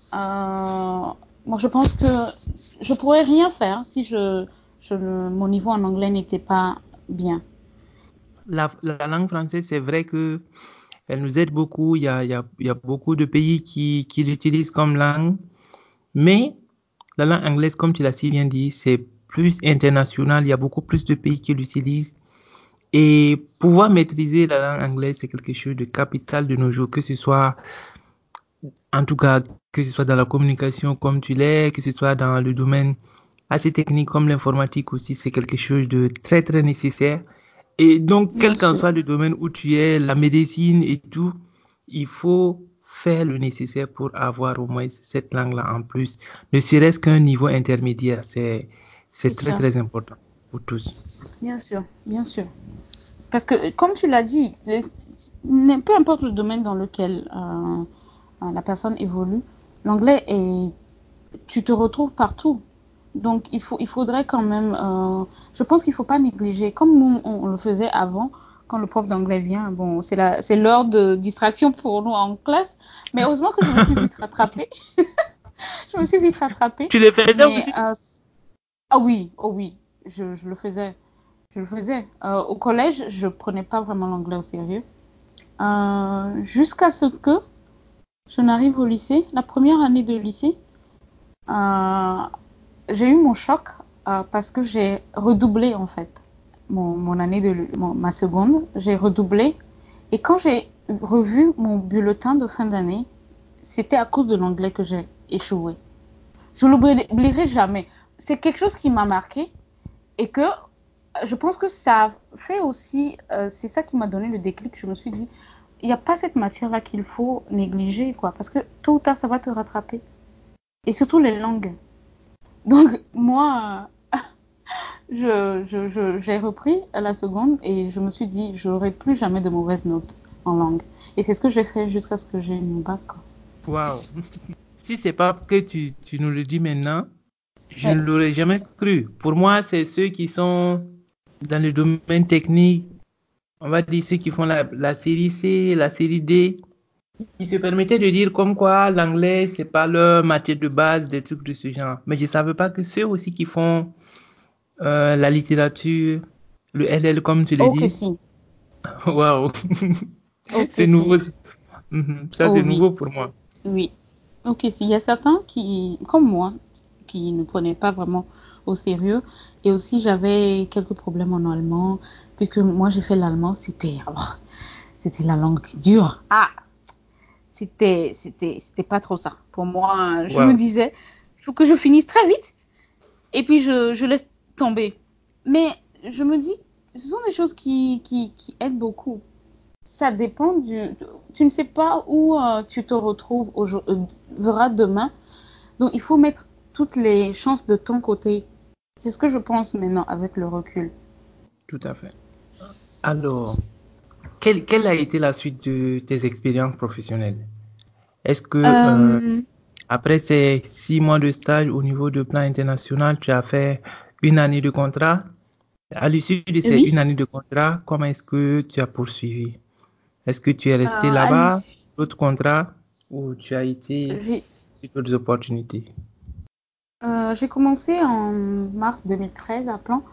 moi, je pense que je pourrais rien faire si mon niveau en anglais n'était pas bien. La langue française, c'est vrai que elle nous aide beaucoup. Il y a beaucoup de pays qui l'utilisent comme langue. Mais la langue anglaise, comme tu l'as si bien dit, c'est plus international. Il y a beaucoup plus de pays qui l'utilisent. Et pouvoir maîtriser la langue anglaise, c'est quelque chose de capital de nos jours, que ce soit, en tout cas, que ce soit dans la communication comme tu l'es, que ce soit dans le domaine assez technique comme l'informatique aussi, c'est quelque chose de très, très nécessaire. Et donc, Bien quel qu'en sûr. soit le domaine où tu es, la médecine et tout, il faut faire le nécessaire pour avoir au moins cette langue-là en plus. Ne serait-ce qu'un niveau intermédiaire, C'est c'est très, ça. très important pour tous. Bien sûr, bien sûr. Parce que, comme tu l'as dit, peu importe le domaine dans lequel la personne évolue, l'anglais est, tu te retrouves partout. Donc, il faudrait quand même, je pense qu'il ne faut pas négliger, comme nous, on le faisait avant, quand le prof d'anglais vient, bon, c'est l'heure de distraction pour nous en classe, mais heureusement que je me suis vite rattrapée. Je me suis vite rattrapée, Tu le faisais mais aussi? Ah oui, oh oui, je le faisais. Je le faisais. Au collège, je prenais pas vraiment l'anglais au sérieux. Jusqu'à ce que je n'arrive au lycée. La première année de lycée, euh, j'ai eu mon choc parce que j'ai redoublé en fait mon année ma seconde. J'ai redoublé et quand j'ai revu mon bulletin de fin d'année, c'était à cause de l'anglais que j'ai échoué. Je l'oublierai jamais. C'est quelque chose qui m'a marqué et que je pense que ça fait aussi, c'est ça qui m'a donné le déclic. Je me suis dit, il n'y a pas cette matière-là qu'il faut négliger, quoi, parce que tôt ou tard, ça va te rattraper. Et surtout les langues. Donc, moi, j'ai repris à la seconde et je me suis dit, j'aurai plus jamais de mauvaises notes en langue. Et c'est ce que j'ai fait jusqu'à ce que j'ai eu mon bac, quoi. Waouh! Si c'est pas que tu nous le dis maintenant, je Ouais. ne l'aurais jamais cru. Pour moi, c'est ceux qui sont dans le domaine technique, on va dire ceux qui font la série C, la série D, qui se permettaient de dire comme quoi l'anglais, c'est pas leur matière de base, des trucs de ce genre. Mais je savais pas que ceux aussi qui font la littérature, le LL comme tu le Oh que dis, si, waouh, oh que c'est si, nouveau. Ça, oh c'est oui, nouveau pour moi. oui. Ok, s'il y a certains qui, comme moi, qui ne prenaient pas vraiment au sérieux. Et aussi, j'avais quelques problèmes en allemand, puisque moi, j'ai fait l'allemand, c'était la langue dure. Ah, c'était pas trop ça. Pour moi, je me Waouh. disais, il faut que je finisse très vite, et puis je laisse tomber. Mais je me dis, ce sont des choses qui aident beaucoup. Ça dépend tu ne sais pas où tu te retrouves verras demain. Donc, il faut mettre toutes les chances de ton côté. C'est ce que je pense maintenant avec le recul. Tout à fait. Alors, quelle a été la suite de tes expériences professionnelles? Est-ce que Euh, après ces 6 mois de stage au niveau de plan international, tu as fait une année de contrat? À l'issue de ces oui, une année de contrat, comment est-ce que tu as poursuivi? Est-ce que tu es resté à là-bas, l'issue, d'autres contrats, ou tu as été j'ai sur d'autres opportunités? j'ai commencé en mars 2013 à Plan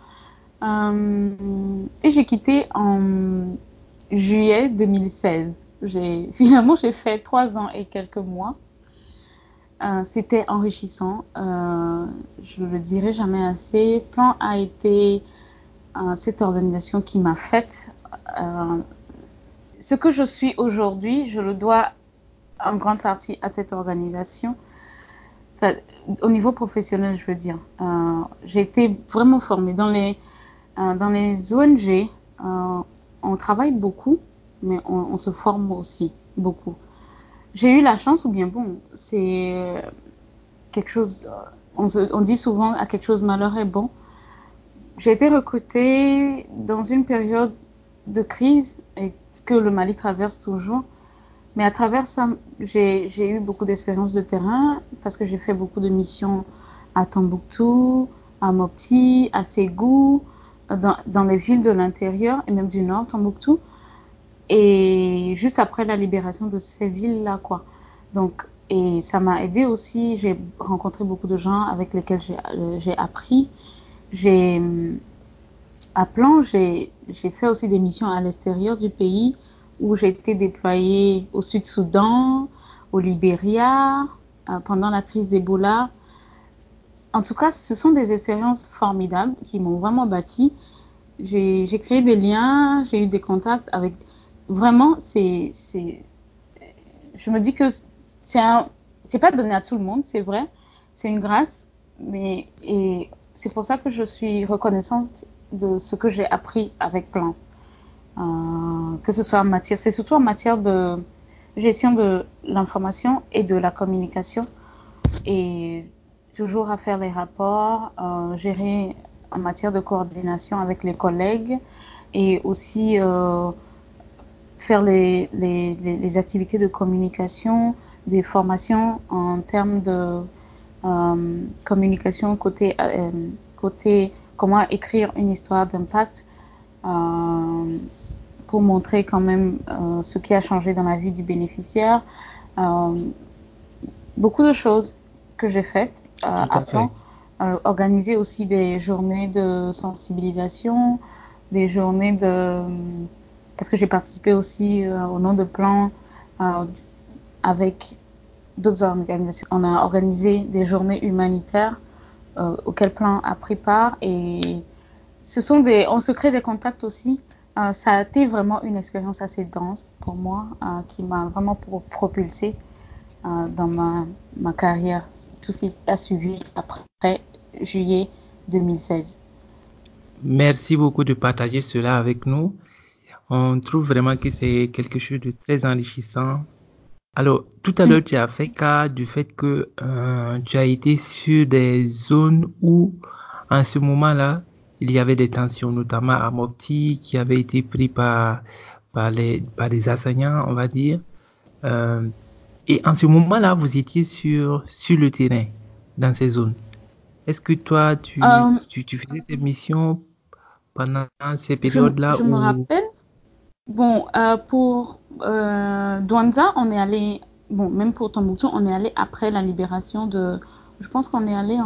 et j'ai quitté en juillet 2016. Finalement, j'ai fait 3 ans et quelques mois. C'était enrichissant. Je le dirai jamais assez. Plan a été cette organisation qui m'a faite euh, ce que je suis aujourd'hui. Je le dois en grande partie à cette organisation. Enfin, au niveau professionnel, je veux dire. J'ai été vraiment formée dans les ONG. On travaille beaucoup, mais on se forme aussi beaucoup. J'ai eu la chance, ou bien bon, c'est quelque chose. On dit souvent à quelque chose malheur est bon. J'ai été recrutée dans une période de crise et que le Mali traverse toujours. Mais à travers ça, j'ai eu beaucoup d'expériences de terrain parce que j'ai fait beaucoup de missions à Tombouctou, à Mopti, à Ségou, dans les villes de l'intérieur et même du nord, Tombouctou. Et juste après la libération de ces villes-là, quoi. Donc, et ça m'a aidé aussi. J'ai rencontré beaucoup de gens avec lesquels j'ai appris. J'ai à Plan, j'ai fait aussi des missions à l'extérieur du pays où j'ai été déployée au Sud-Soudan, au Libéria, pendant la crise d'Ebola. En tout cas, ce sont des expériences formidables qui m'ont vraiment bâti. J'ai créé des liens, j'ai eu des contacts avec. Vraiment, je me dis que c'est pas donné à tout le monde, c'est vrai, c'est une grâce, mais et c'est pour ça que je suis reconnaissante de ce que j'ai appris avec Plan. Que ce soit en matière, c'est surtout en matière de gestion de l'information et de la communication et toujours à faire les rapports, gérer en matière de coordination avec les collègues et aussi faire les activités de communication, des formations en termes de communication côté comment écrire une histoire d'impact pour montrer quand même ce qui a changé dans la vie du bénéficiaire. Euh, Beaucoup de choses que j'ai faites Tout à à fait. plan. organiser aussi des journées de sensibilisation, des journées de... Parce que j'ai participé aussi au nom de Plan avec d'autres organisations. On a organisé des journées humanitaires auxquelles Plan a pris part et on se crée des contacts aussi. Ça a été vraiment une expérience assez dense pour moi qui m'a vraiment propulsée dans ma carrière, tout ce qui a suivi après juillet 2016. Merci beaucoup de partager cela avec nous. On trouve vraiment que c'est quelque chose de très enrichissant. Alors, tout à l'heure, tu as fait cas du fait que tu as été sur des zones où, en ce moment-là, il y avait des tensions, notamment à Mopti, qui avait été pris par les assaillants, on va dire. Euh, et en ce moment-là, vous étiez sur le terrain, dans ces zones. Est-ce que toi, Euh, tu faisais tes missions pendant ces je, périodes-là je me où... rappelle, bon, pour Douanza, on est allé, bon, même pour Tombouctou, on est allé après la libération je pense qu'on est allé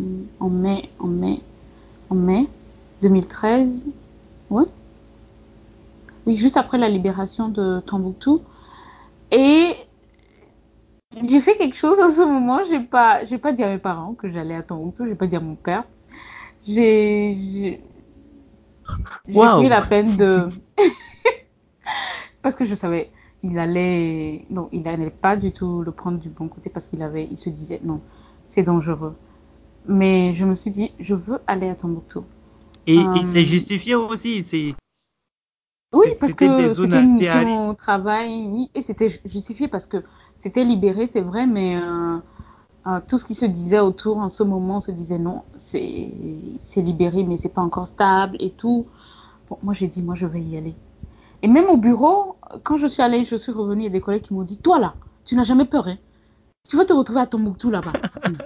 en mai 2013, ouais. Oui, juste après la libération de Tombouctou. Et j'ai fait quelque chose en ce moment, j'ai pas dit à mes parents que j'allais à Tombouctou, j'ai pas dit à mon père. J'ai, j'ai pris Waouh! la peine parce que je savais, il allait pas du tout le prendre du bon côté parce il se disait, non, c'est dangereux. Mais je me suis dit, je veux aller à Tombouctou. Et c'est Euh, justifié aussi, oui, parce c'était des que zones c'était une assez arides. mission au travail, oui, et c'était justifié parce que c'était libéré, c'est vrai, mais tout ce qui se disait autour en ce moment, on se disait non, c'est libéré, mais c'est pas encore stable et tout. Bon, moi j'ai dit, moi je vais y aller. Et même au bureau, quand je suis allée, je suis revenue, il y a des collègues qui m'ont dit, toi là, tu n'as jamais peur, hein? Tu vas te retrouver à Tombouctou là-bas.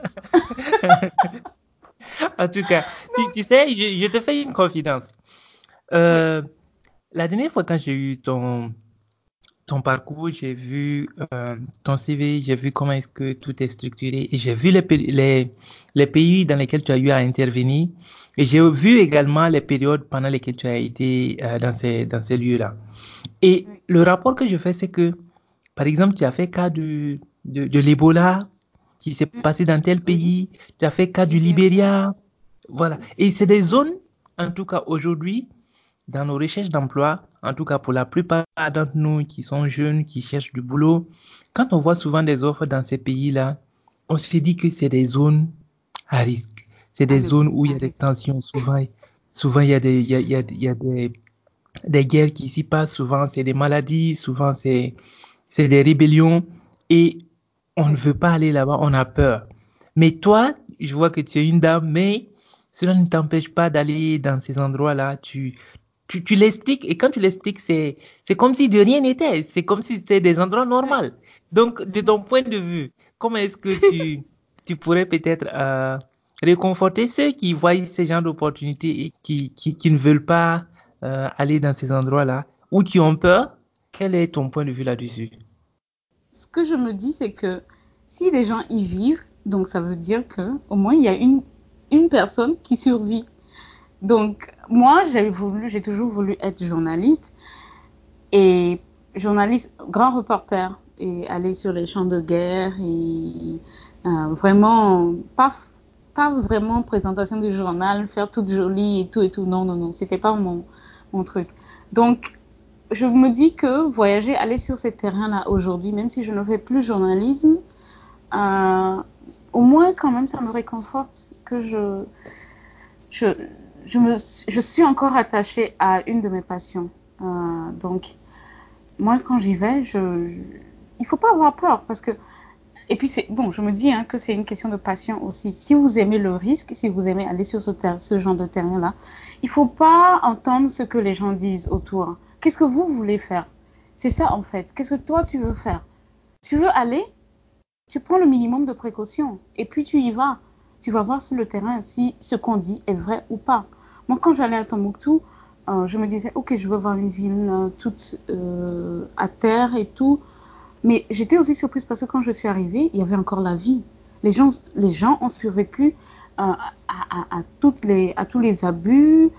En tout cas, tu sais, je te fais une confidence. Oui. Euh, la dernière fois quand j'ai eu ton parcours, j'ai vu ton CV, j'ai vu comment est-ce que tout est structuré et j'ai vu les pays dans lesquels tu as eu à intervenir et j'ai vu également les périodes pendant lesquelles tu as été dans ces lieux-là. Et Oui. le rapport que je fais, c'est que, par exemple, tu as fait cas de l'Ebola qui s'est passé dans tel Oui. pays, tu as fait cas du Libéria. Libéria, voilà. Et c'est des zones, en tout cas aujourd'hui, dans nos recherches d'emploi, en tout cas pour la plupart d'entre nous qui sont jeunes, qui cherchent du boulot, quand on voit souvent des offres dans ces pays-là, on se dit que c'est des zones à risque. C'est Ah, des mais zones oui, où il y à a des risque. tensions. Souvent il y a il y a des guerres qui s'y passent. Souvent, c'est des maladies. Souvent, c'est des rébellions. Et on ne Oui. veut pas aller là-bas. On a peur. Mais toi, je vois que tu es une dame, mais cela ne t'empêche pas d'aller dans ces endroits-là. Tu l'expliques. Et quand tu l'expliques, c'est comme si de rien n'était. C'est comme si c'était des endroits Oui. normaux. Donc, de ton point de vue, comment est-ce que tu pourrais peut-être réconforter ceux qui voient ces genres d'opportunités et qui ne veulent pas aller dans ces endroits-là ou qui ont peur? Quel est ton point de vue là-dessus? Ce que je me dis, c'est que si les gens y vivent, donc ça veut dire que au moins il y a une personne qui survit. Donc moi, j'ai toujours voulu être journaliste et journaliste, grand reporter et aller sur les champs de guerre et vraiment pas vraiment présentation du journal, faire toute jolie et tout et tout. Non, non, non, c'était pas mon truc. Donc je me dis que voyager, aller sur ces terrains-là aujourd'hui, même si je ne fais plus journalisme, euh, au moins quand même ça me réconforte que je, je suis encore attachée à une de mes passions. Donc moi quand j'y vais, il faut pas avoir peur parce que et puis c'est bon, je me dis que c'est une question de passion aussi. Si vous aimez le risque, si vous aimez aller sur ce genre de terrain-là, il faut pas entendre ce que les gens disent autour. Qu'est-ce que vous voulez faire? C'est ça en fait. Qu'est-ce que toi tu veux faire? Tu veux aller? Tu prends le minimum de précautions et puis tu y vas. Tu vas voir sur le terrain si ce qu'on dit est vrai ou pas. Moi, quand j'allais à Tombouctou, je me disais, ok, je veux voir une ville toute à terre et tout. Mais j'étais aussi surprise parce que quand je suis arrivée, il y avait encore la vie. les gens ont survécu à tous les abus,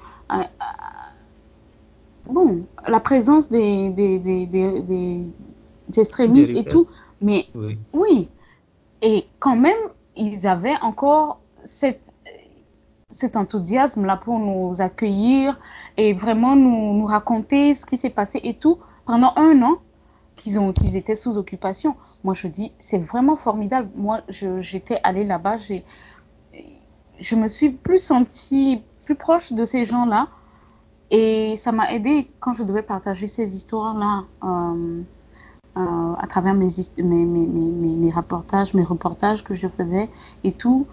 bon, la présence des Des extrémistes et repères. tout, mais Oui. oui, et quand même, ils avaient encore cet enthousiasme-là pour nous accueillir et vraiment nous raconter ce qui s'est passé et tout pendant un an qu'ils étaient sous occupation. Moi, je dis, c'est vraiment formidable. Moi, j'étais allée là-bas, je me suis plus sentie plus proche de ces gens-là et ça m'a aidé quand je devais partager ces histoires-là à travers mes reportages que je faisais et tout.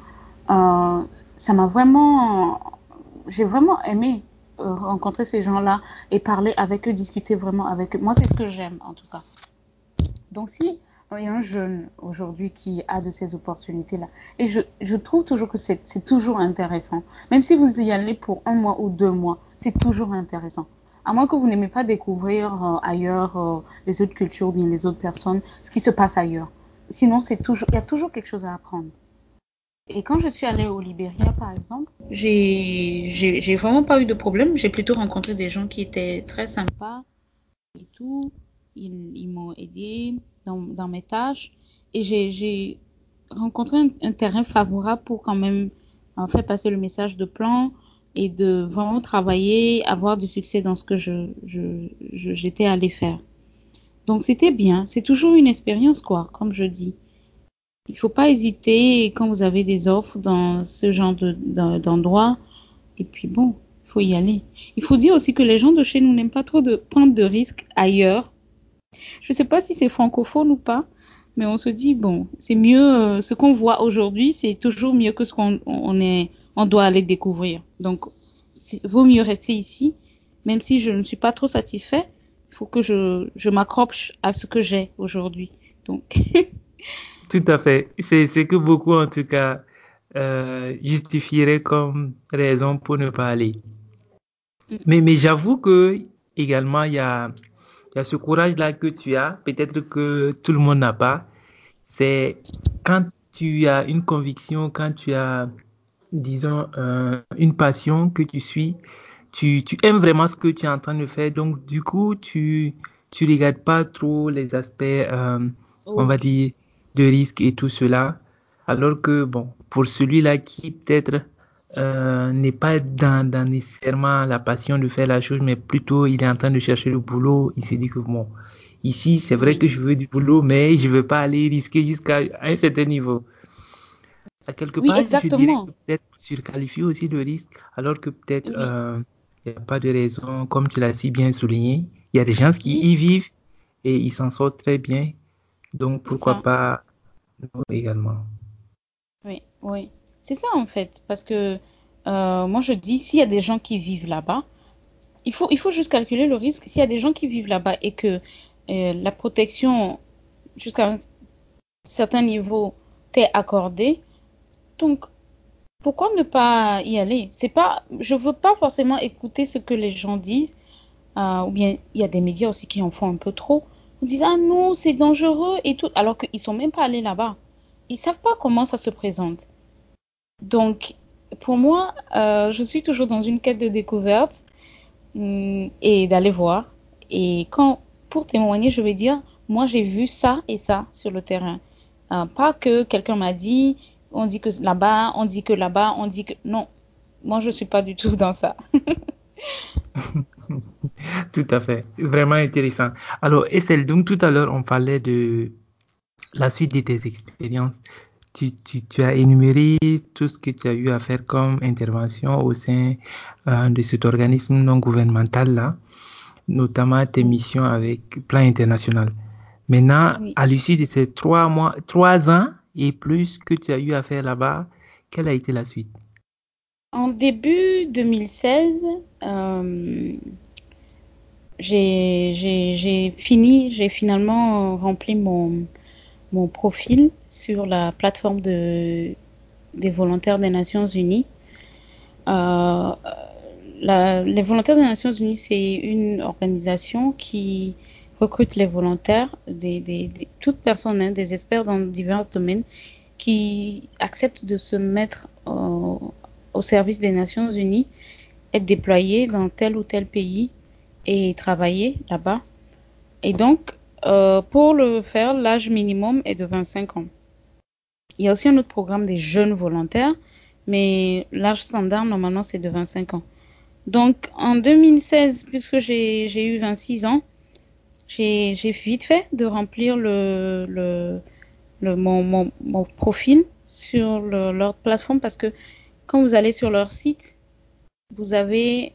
Ça m'a vraiment, j'ai vraiment aimé rencontrer ces gens-là et parler avec eux, discuter vraiment avec eux. Moi, c'est ce que j'aime en tout cas. Donc, si il y a un jeune aujourd'hui qui a de ces opportunités-là, et je trouve toujours que c'est toujours intéressant, même si vous y allez pour 1 mois ou 2 mois, c'est toujours intéressant. À moins que vous n'aimez pas découvrir ailleurs les autres cultures ou bien les autres personnes, ce qui se passe ailleurs. Sinon, il y a toujours quelque chose à apprendre. Et quand je suis allée au Libéria, par exemple, j'ai vraiment pas eu de problème. J'ai plutôt rencontré des gens qui étaient très sympas et tout. Ils m'ont aidé dans mes tâches. Et j'ai rencontré un terrain favorable pour quand même faire passer le message de plan et de vraiment travailler, avoir du succès dans ce que j'étais allée faire. Donc c'était bien. C'est toujours une expérience, quoi, comme je dis. Il ne faut pas hésiter quand vous avez des offres dans ce genre d'endroit. Et puis bon, il faut y aller. Il faut dire aussi que les gens de chez nous n'aiment pas trop de prendre de risques ailleurs. Je ne sais pas si c'est francophone ou pas, mais on se dit, bon, c'est mieux, ce qu'on voit aujourd'hui, c'est toujours mieux que ce on doit aller découvrir. Donc, vaut mieux rester ici, même si je ne suis pas trop satisfait. Il faut que je m'accroche à ce que j'ai aujourd'hui. Donc, Tout à fait. C'est ce que beaucoup, en tout cas, justifieraient comme raison pour ne pas aller. Mais j'avoue que également, il y a ce courage-là que tu as, peut-être que tout le monde n'a pas. C'est quand tu as une conviction, quand tu as, disons, une passion que tu suis, tu aimes vraiment ce que tu es en train de faire. Donc, du coup, tu regardes pas trop les aspects, on oh, va dire, de risque et tout cela. Alors que, bon, pour celui-là qui peut-être n'est pas dans nécessairement la passion de faire la chose, mais plutôt il est en train de chercher le boulot, il se dit que, bon, ici, c'est vrai oui, que je veux du boulot, mais je veux pas aller risquer jusqu'à un certain niveau. À quelque oui, part, je dirais exactement. que peut-être on surqualifie aussi le risque, alors que peut-être Oui, il n'y a pas de raison, comme tu l'as si bien souligné. Il y a des gens qui oui, y vivent et ils s'en sortent très bien. Donc c'est pourquoi ça. pas nous également. Oui, oui. C'est ça en fait, parce que moi je dis, s'il y a des gens qui vivent là-bas, il faut juste calculer le risque. S'il y a des gens qui vivent là-bas et que la protection jusqu'à un certain niveau t'est accordée, donc pourquoi ne pas y aller? C'est pas, je veux pas forcément écouter ce que les gens disent, ou bien il y a des médias aussi qui en font un peu trop. Ils disent ah non, c'est dangereux et tout, alors qu'ils sont même pas allés là-bas. Ils savent pas comment ça se présente. Donc, pour moi, je suis toujours dans une quête de découverte et d'aller voir. Et quand, pour témoigner, je vais dire, moi j'ai vu ça et ça sur le terrain. Pas que quelqu'un m'a dit, on dit que là-bas, on dit que là-bas, on dit que... Non, moi je suis pas du tout dans ça. Tout à fait, vraiment intéressant. Alors, Estelle, donc tout à l'heure, on parlait de la suite de tes expériences. Tu as énuméré tout ce que tu as eu à faire comme intervention au sein de cet organisme non gouvernemental-là, notamment tes Oui, missions avec Plan International. Maintenant, oui. à l'issue de ces 3 mois, 3 ans et plus que tu as eu à faire là-bas, quelle a été la suite? En début 2016, j'ai finalement rempli mon profil sur la plateforme des volontaires des Nations Unies. Euh, les volontaires des Nations Unies, c'est une organisation qui recrute les volontaires, toute personne, hein, des experts dans divers domaines, qui acceptent de se mettre au service des Nations Unies, être déployés dans tel ou tel pays et travailler là-bas. Et donc, pour le faire, l'âge minimum est de 25 ans. Il y a aussi un autre programme des jeunes volontaires, mais l'âge standard, normalement, c'est de 25 ans. Donc, en 2016, puisque j'ai eu 26 ans, j'ai vite fait de remplir mon profil sur leur plateforme parce que quand vous allez sur leur site, vous avez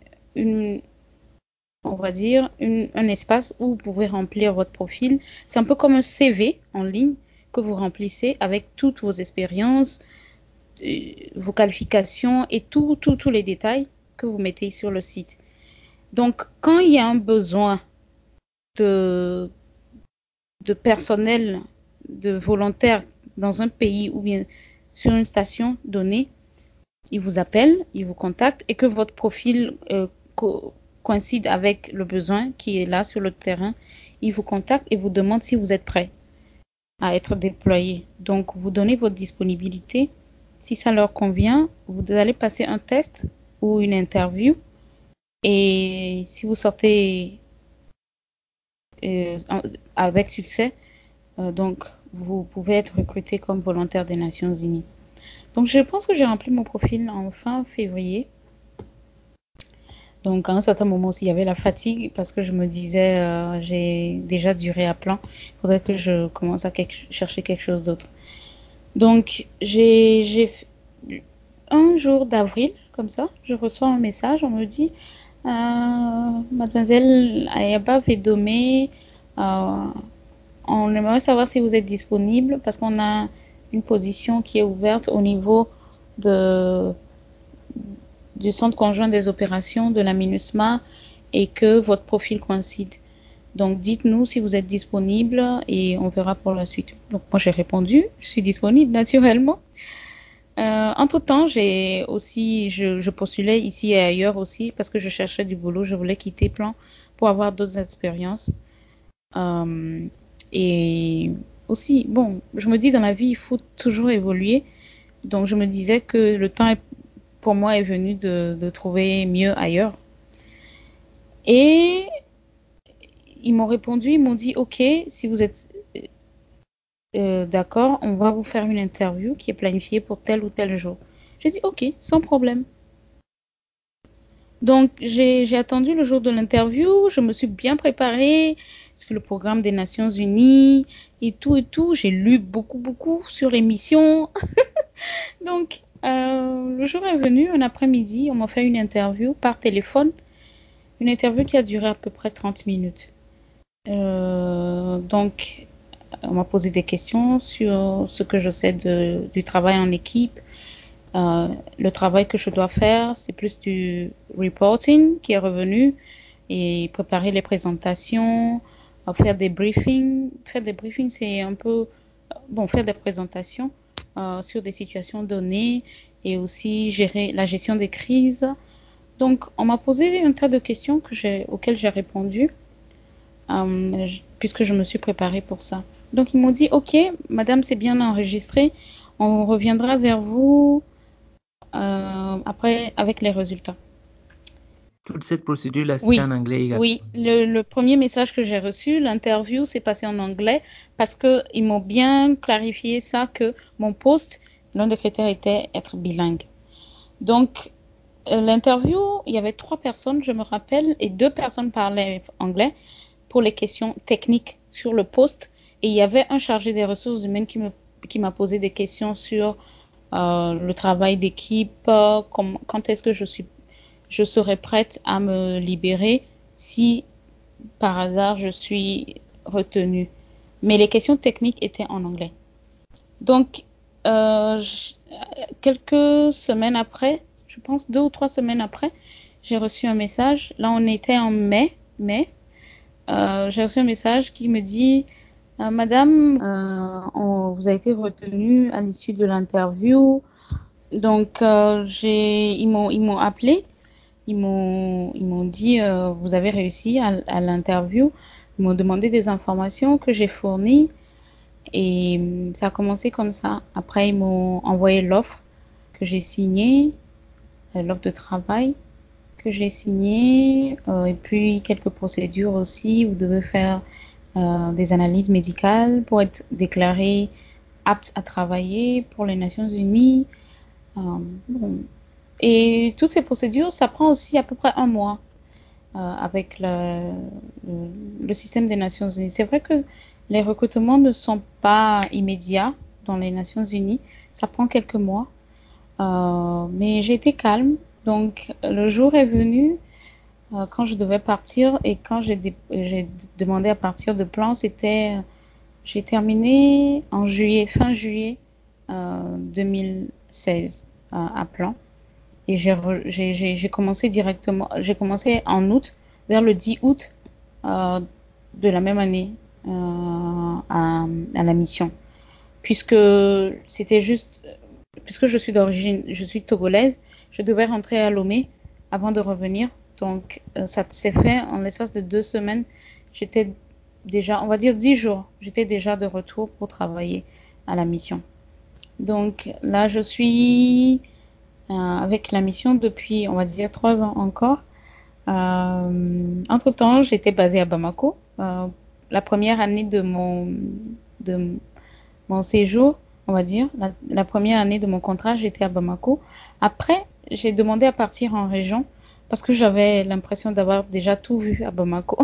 on va dire, un espace où vous pouvez remplir votre profil. C'est un peu comme un CV en ligne que vous remplissez avec toutes vos expériences, vos qualifications et tous les détails que vous mettez sur le site. Donc, quand il y a un besoin de personnel, de volontaires dans un pays ou bien sur une station donnée, ils vous appellent, ils vous contactent et que votre profil coïncide avec le besoin qui est là sur le terrain, ils vous contactent et vous demandent si vous êtes prêt à être déployé. Donc, vous donnez votre disponibilité. Si ça leur convient, vous allez passer un test ou une interview. Et si vous sortez avec succès, donc vous pouvez être recruté comme volontaire des Nations Unies. Donc, je pense que j'ai rempli mon profil en fin février. Donc, à un certain moment aussi, il y avait la fatigue parce que je me disais, j'ai déjà duré à plein. Il faudrait que je commence à chercher quelque chose d'autre. Donc, j'ai un jour d'avril, comme ça, je reçois un message. On me dit, Mademoiselle Ayaba Vedomé, on aimerait savoir si vous êtes disponible parce qu'on a une position qui est ouverte au niveau du Centre conjoint des opérations de la MINUSMA et que votre profil coïncide. Donc, dites-nous si vous êtes disponible et on verra pour la suite. Donc, moi, j'ai répondu, je suis disponible naturellement. Entre-temps, je postulais ici et ailleurs aussi parce que je cherchais du boulot. Je voulais quitter Plan pour avoir d'autres expériences. Et aussi, bon, je me dis dans la vie, il faut toujours évoluer. Donc, je me disais que le temps pour moi est venu de trouver mieux ailleurs. Et ils m'ont répondu, ils m'ont dit, OK, si vous êtes d'accord, on va vous faire une interview qui est planifiée pour tel ou tel jour. J'ai dit, OK, sans problème. Donc, j'ai attendu le jour de l'interview, je me suis bien préparée sur le programme des Nations Unies et tout et tout. J'ai lu beaucoup sur les missions. Donc, le jour est venu, un après-midi, on m'a fait une interview par téléphone. Une interview qui a duré à peu près 30 minutes. Donc, on m'a posé des questions sur ce que je sais du travail en équipe. Le travail que je dois faire, c'est plus du reporting qui est revenu et préparer les présentations, faire des briefings. Faire des briefings, c'est un peu, faire des présentations sur des situations données et aussi gérer la gestion des crises. Donc, on m'a posé un tas de questions auxquelles j'ai répondu, puisque je me suis préparée pour ça. Donc, ils m'ont dit, OK, madame, c'est bien enregistré. On reviendra vers vous après avec les résultats. Toute cette procédure-là, c'était Oui, en anglais également. oui. Le premier message que j'ai reçu, l'interview s'est passé en anglais parce qu'ils m'ont bien clarifié ça, que mon poste, l'un des critères était être bilingue. Donc, l'interview, il y avait 3 personnes, je me rappelle, et 2 personnes parlaient anglais pour les questions techniques sur le poste. Et il y avait un chargé des ressources humaines qui m'a posé des questions sur le travail d'équipe, quand est-ce que je serai prête à me libérer si par hasard je suis retenue. Mais les questions techniques étaient en anglais. Donc, quelques semaines après, je pense 2 ou 3 semaines après, j'ai reçu un message. Là, on était en mai. J'ai reçu un message qui me dit Madame, vous avez été retenue à l'issue de l'interview. Donc, ils m'ont appelé. Ils m'ont dit vous avez réussi à l'interview. Ils m'ont demandé des informations que j'ai fournies. Et ça a commencé comme ça. Après, ils m'ont envoyé l'offre que j'ai signée, l'offre de travail que j'ai signée, et puis quelques procédures aussi. Vous devez faire des analyses médicales pour être déclaré apte à travailler pour les Nations Unies. Bon. Et toutes ces procédures, ça prend aussi à peu près un mois avec le système des Nations Unies. C'est vrai que les recrutements ne sont pas immédiats dans les Nations Unies. Ça prend quelques mois. Mais j'ai été calme. Donc, le jour est venu quand je devais partir et quand j'ai demandé à partir de plan, j'ai terminé en juillet, fin juillet 2016 à plan. Et j'ai commencé directement, j'ai commencé en août, vers le 10 août de la même année à la mission. Puisque c'était juste, puisque je suis togolaise, je devais rentrer à Lomé avant de revenir. Donc ça s'est fait en l'espace de 2 semaines. J'étais déjà, on va dire 10 jours, j'étais déjà de retour pour travailler à la mission. Donc là, je suis avec la mission depuis, on va dire, 3 ans encore. Entre-temps, j'étais basée à Bamako. La première année de mon séjour, on va dire, la première année de mon contrat, j'étais à Bamako. Après, j'ai demandé à partir en région parce que j'avais l'impression d'avoir déjà tout vu à Bamako.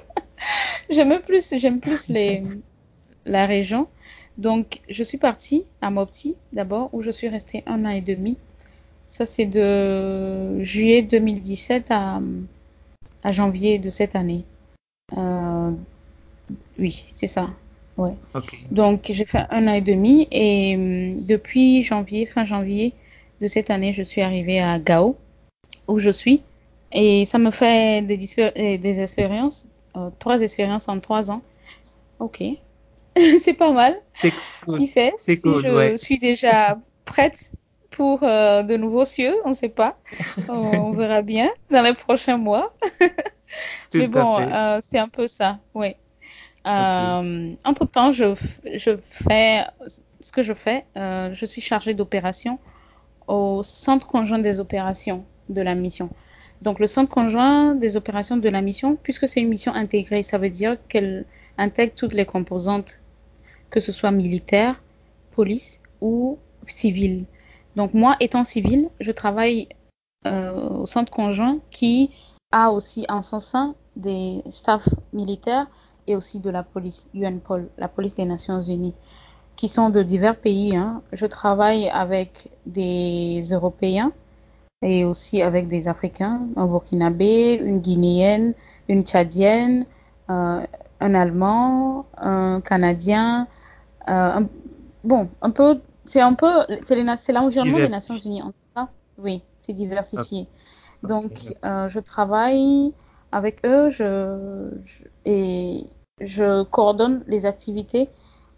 J'aime plus la région. Donc, je suis partie à Mopti d'abord, où je suis restée 1 an et demi. Ça, c'est de juillet 2017 à janvier de cette année. Euh, oui, c'est ça. Ouais. Ok. Donc, j'ai fait 1 an et demi et depuis janvier, fin janvier de cette année, je suis arrivée à Gao, où je suis. Et ça me fait des expériences, 3 expériences en 3 ans. Ok, c'est pas mal. C'est cool. Qui sait C'est si cool, je ouais. suis déjà prête pour de nouveaux cieux, on ne sait pas. On verra bien dans les prochains mois. Mais Tout à bon, fait. c'est un peu ça, oui. Ok. Entre-temps, je fais ce que je fais. Je suis chargée d'opération au Centre conjoint des opérations de la mission. Donc, le Centre conjoint des opérations de la mission, puisque c'est une mission intégrée, ça veut dire qu'elle intègre toutes les composantes, que ce soit militaire, police ou civile. Donc, moi, étant civile, je travaille au Centre conjoint qui a aussi en son sein des staffs militaires et aussi de la police, UNPOL, la police des Nations Unies, qui sont de divers pays. Hein. Je travaille avec des Européens et aussi avec des Africains, un Burkinabé, une Guinéenne, une Tchadienne, un Allemand, un Canadien. Un, bon, c'est l'environnement des Nations Diversifié. Unies en tout cas. Oui, c'est Ok, diversifié. ok, Donc, ok. je travaille avec eux et je coordonne les activités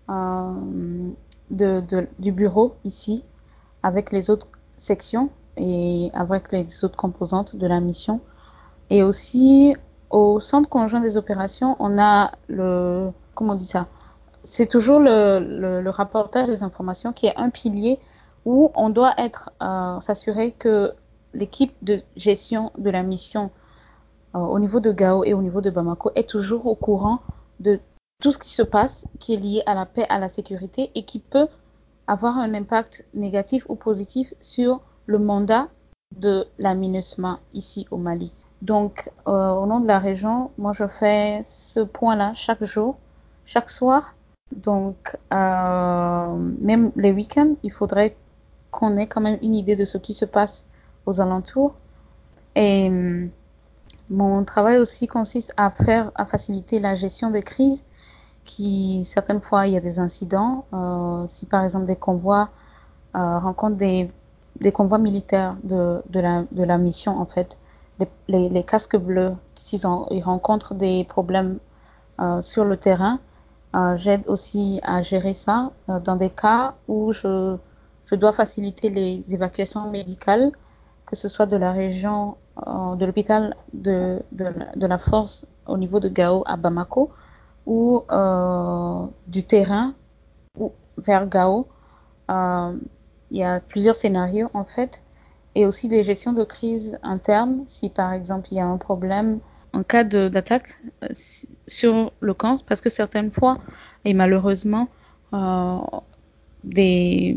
du bureau ici avec les autres sections et avec les autres composantes de la mission. Et aussi, au centre conjoint des opérations, on a comment on dit ça? C'est toujours le rapportage des informations qui est un pilier où on doit s'assurer que l'équipe de gestion de la mission au niveau de Gao et au niveau de Bamako est toujours au courant de tout ce qui se passe, qui est lié à la paix, à la sécurité et qui peut avoir un impact négatif ou positif sur le mandat de la MINUSMA ici au Mali. Donc, au nom de la région, moi, je fais ce point-là chaque jour, chaque soir. Donc, même les week-ends, il faudrait qu'on ait quand même une idée de ce qui se passe aux alentours. Et mon travail aussi consiste à faciliter la gestion des crises certaines fois, il y a des incidents. Si par exemple des convois rencontrent des convois militaires de la mission, en fait, les casques bleus, ils rencontrent des problèmes sur le terrain, j'aide aussi à gérer ça dans des cas où je dois faciliter les évacuations médicales, que ce soit de la région, de l'hôpital de la force au niveau de Gao à Bamako, ou du terrain ou vers Gao, euh, il y a plusieurs scénarios en fait, et aussi des gestions de crise interne. Si par exemple il y a un problème en cas d'attaque sur le camp, parce que certaines fois, et malheureusement, euh, des,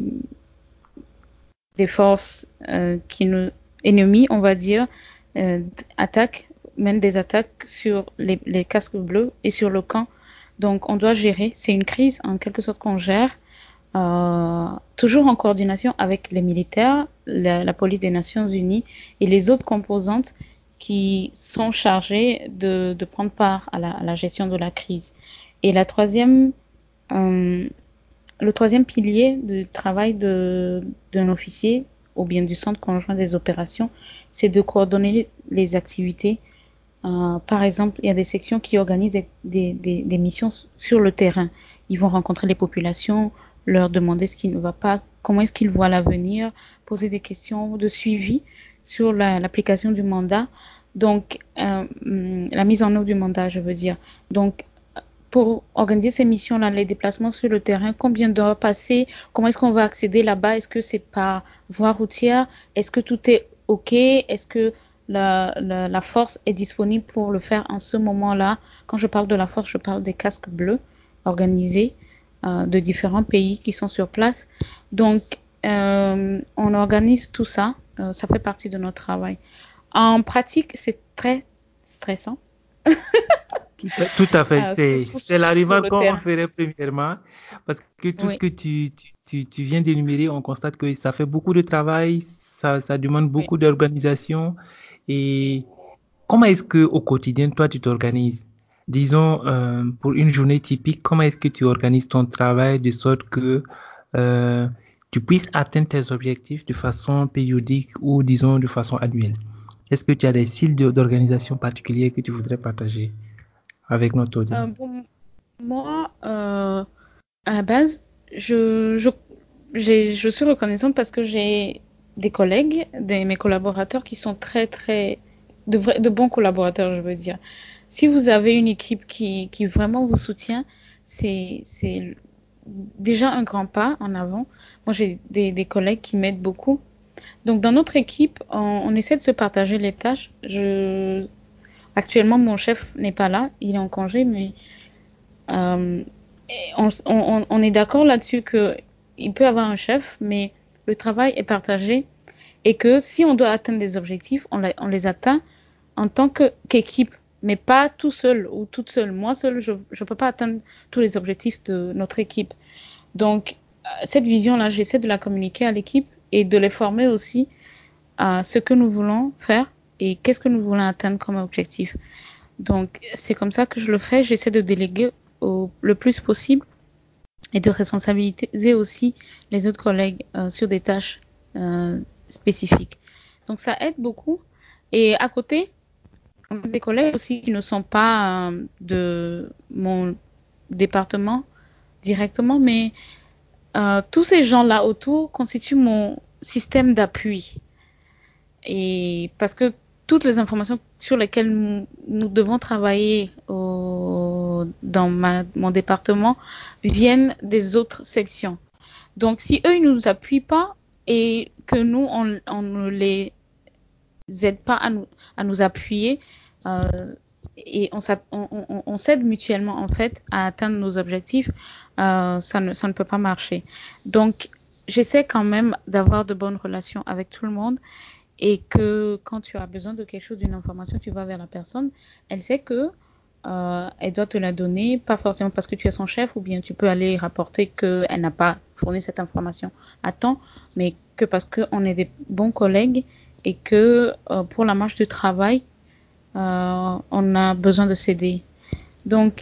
des forces ennemies, on va dire, euh, attaquent, mènent des attaques sur les casques bleus et sur le camp. Donc on doit gérer. C'est une crise en quelque sorte qu'on gère. Toujours en coordination avec les militaires, la police des Nations Unies et les autres composantes qui sont chargées de prendre part à la gestion de la crise. Et euh, le troisième pilier du travail d'un officier ou bien du centre conjoint des opérations, c'est de coordonner les activités. Par exemple, il y a des sections qui organisent des missions sur le terrain. Ils vont rencontrer les populations, leur demander ce qui ne va pas, comment est-ce qu'ils voient l'avenir, poser des questions de suivi sur l'application du mandat. Donc, la mise en œuvre du mandat, je veux dire. Donc, pour organiser ces missions-là, les déplacements sur le terrain, combien d'heures passer, comment est-ce qu'on va accéder là-bas, est-ce que c'est par voie routière, est-ce que tout est OK, est-ce que la force est disponible pour le faire en ce moment-là. Quand je parle de la force, je parle des casques bleus organisés de différents pays qui sont sur place. Donc, on organise tout ça, ça fait partie de notre travail. En pratique, c'est très stressant. Tout à fait. Surtout C'est la sur remarque le qu'on terrain. ferait premièrement, parce que tout ce Oui, que tu viens d'énumérer, on constate que ça fait beaucoup de travail, ça demande oui. beaucoup d'organisation. Et comment est-ce que au quotidien, toi, tu t'organises? Disons, pour une journée typique, comment est-ce que tu organises ton travail de sorte que euh, tu puisses atteindre tes objectifs de façon périodique ou, disons, de façon annuelle? Est-ce que tu as des styles d'organisation particuliers que tu voudrais partager avec notre audience? Bon, moi, à la base, je suis reconnaissante parce que j'ai des collègues, mes collaborateurs qui sont de bons collaborateurs, je veux dire. Si vous avez une équipe qui vraiment vous soutient, c'est déjà un grand pas en avant. Moi, j'ai des collègues qui m'aident beaucoup. Donc, dans notre équipe, on essaie de se partager les tâches. Actuellement, mon chef n'est pas là, il est en congé, mais euh, on est d'accord là-dessus qu'il peut avoir un chef, mais le travail est partagé et que si on doit atteindre des objectifs, on les atteint en tant qu'équipe, mais pas tout seul ou toute seule. Moi seule, je ne peux pas atteindre tous les objectifs de notre équipe. Donc, cette vision-là, j'essaie de la communiquer à l'équipe et de les former aussi à ce que nous voulons faire et qu'est-ce que nous voulons atteindre comme objectif. Donc, c'est comme ça que je le fais. J'essaie de déléguer le plus possible et de responsabiliser aussi les autres collègues sur des tâches spécifiques. Donc, ça aide beaucoup. Et à côté, on a des collègues aussi qui ne sont pas de mon département directement, mais tous ces gens-là autour constituent mon système d'appui. Et parce que toutes les informations sur lesquelles nous devons travailler dans mon département viennent des autres sections. Donc, si eux, ils ne nous appuient pas et que nous, on ne les aide pas à nous appuyer, euh, et on s'aide mutuellement, en fait, à atteindre nos objectifs, ça ne peut pas marcher. Donc, j'essaie quand même d'avoir de bonnes relations avec tout le monde et que quand tu as besoin de quelque chose, d'une information, tu vas vers la personne, elle sait que elle doit te la donner, pas forcément parce que tu es son chef, ou bien tu peux aller rapporter qu'elle n'a pas fourni cette information à temps, mais que parce qu'on est des bons collègues et que pour la marche du travail, on a besoin de s'aider. Donc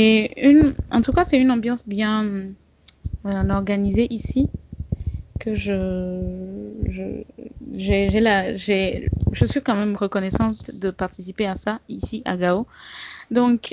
en tout cas, c'est une ambiance bien organisée ici que je suis quand même reconnaissante de participer à ça ici à Gao. Donc,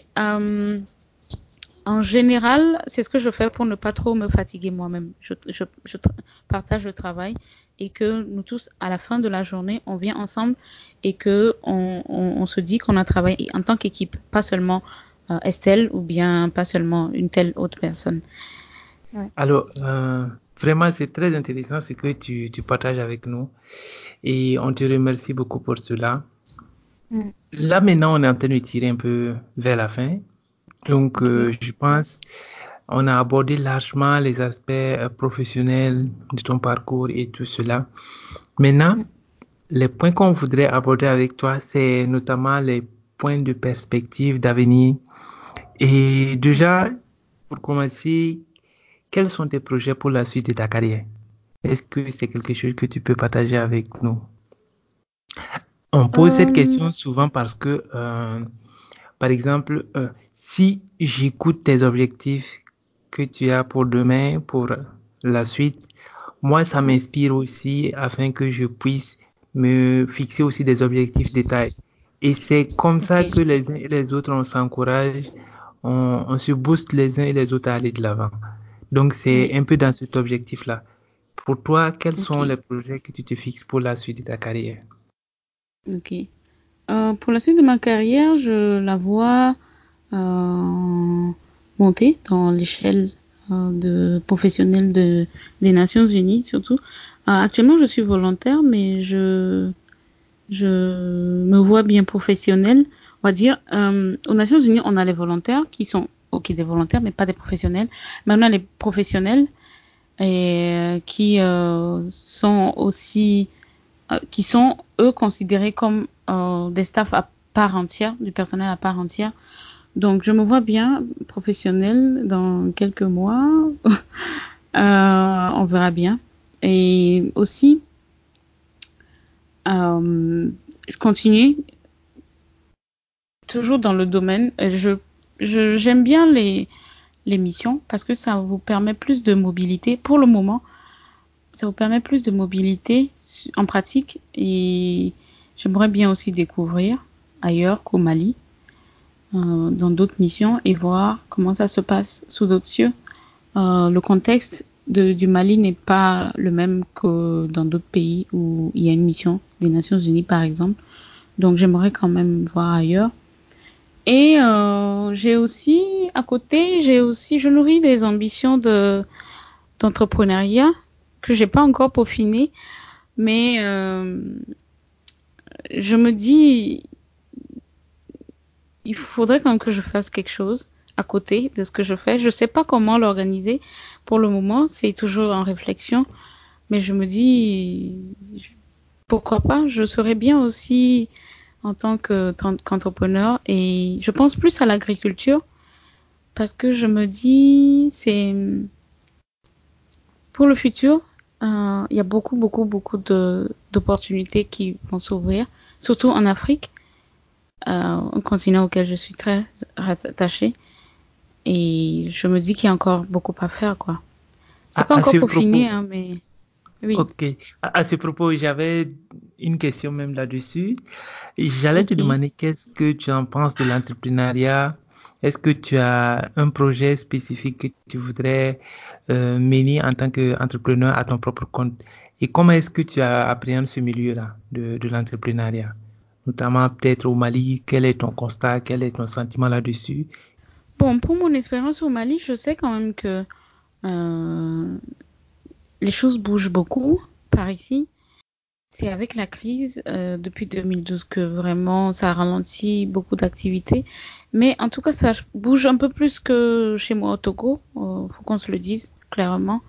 en général, c'est ce que je fais pour ne pas trop me fatiguer moi-même. Je partage le travail et que nous tous, à la fin de la journée, on vient ensemble et que on se dit qu'on a travaillé en tant qu'équipe, pas seulement Estelle ou bien pas seulement une telle autre personne. Ouais. Alors, vraiment, c'est très intéressant ce que tu partages avec nous et on te remercie beaucoup pour cela. Mm. Là, maintenant, on est en train de tirer un peu vers la fin. Donc, Ok. je pense on a abordé largement les aspects professionnels de ton parcours et tout cela. Maintenant, Mm. les points qu'on voudrait aborder avec toi, c'est notamment les points de perspective d'avenir. Et déjà, pour commencer, quels sont tes projets pour la suite de ta carrière? Est-ce que c'est quelque chose que tu peux partager avec nous? On pose cette Euh, question souvent parce que, par exemple, si j'écoute tes objectifs que tu as pour demain, pour la suite, moi, ça mm. m'inspire aussi afin que je puisse me fixer aussi des objectifs détaillés. Et c'est comme ça Ok. que les uns et les autres, on s'encourage, on se booste les uns et les autres à aller de l'avant. Donc, c'est Oui. un peu dans cet objectif-là. Pour toi, quels sont Ok. les projets que tu te fixes pour la suite de ta carrière? Ok. Pour la suite de ma carrière, je la vois monter dans l'échelle de professionnelle des Nations Unies, surtout. Actuellement, je suis volontaire, mais je me vois bien professionnelle. On va dire, aux Nations Unies, on a les volontaires qui sont, ok, des volontaires, mais pas des professionnels. Mais on a les professionnels et qui sont aussi, qui sont eux considérés comme des staffs à part entière, du personnel à part entière. Donc, je me vois bien professionnelle dans quelques mois. On verra bien. Et aussi, je continue toujours dans le domaine. J'aime bien les missions parce que ça vous permet plus de mobilité. Pour le moment, ça vous permet plus de mobilité en pratique et j'aimerais bien aussi découvrir ailleurs qu'au Mali, dans d'autres missions et voir comment ça se passe sous d'autres cieux. Le contexte du Mali n'est pas le même que dans d'autres pays où il y a une mission des Nations Unies, par exemple. Donc j'aimerais quand même voir ailleurs. Et j'ai aussi, à côté, je nourris des ambitions d'entrepreneuriat que j'ai pas encore peaufinées, mais je me dis, il faudrait quand même que je fasse quelque chose à côté de ce que je fais. Je sais pas comment l'organiser pour le moment, c'est toujours en réflexion, mais je me dis, pourquoi pas, je serais bien aussi en tant qu'entrepreneur et je pense plus à l'agriculture parce que je me dis, c'est pour le futur, il y a beaucoup d'opportunités qui vont s'ouvrir, surtout en Afrique, un continent auquel je suis très rattachée. Et je me dis qu'il y a encore beaucoup à faire, quoi. C'est pas À encore ce peaufiné, propos, hein, mais oui. ok. À ce propos, j'avais une question même là-dessus. J'allais te Ok. demander qu'est-ce que tu en penses de l'entrepreneuriat? Est-ce que tu as un projet spécifique que tu voudrais mener en tant qu'entrepreneur à ton propre compte? Et comment est-ce que tu appréhendes ce milieu-là de l'entrepreneuriat? Notamment peut-être au Mali, quel est ton constat, quel est ton sentiment là-dessus? Bon, pour mon expérience au Mali, je sais quand même que euh, les choses bougent beaucoup par ici. C'est avec la crise depuis 2012 que vraiment ça ralentit beaucoup d'activités. Mais en tout cas, ça bouge un peu plus que chez moi au Togo. Faut qu'on se le dise clairement.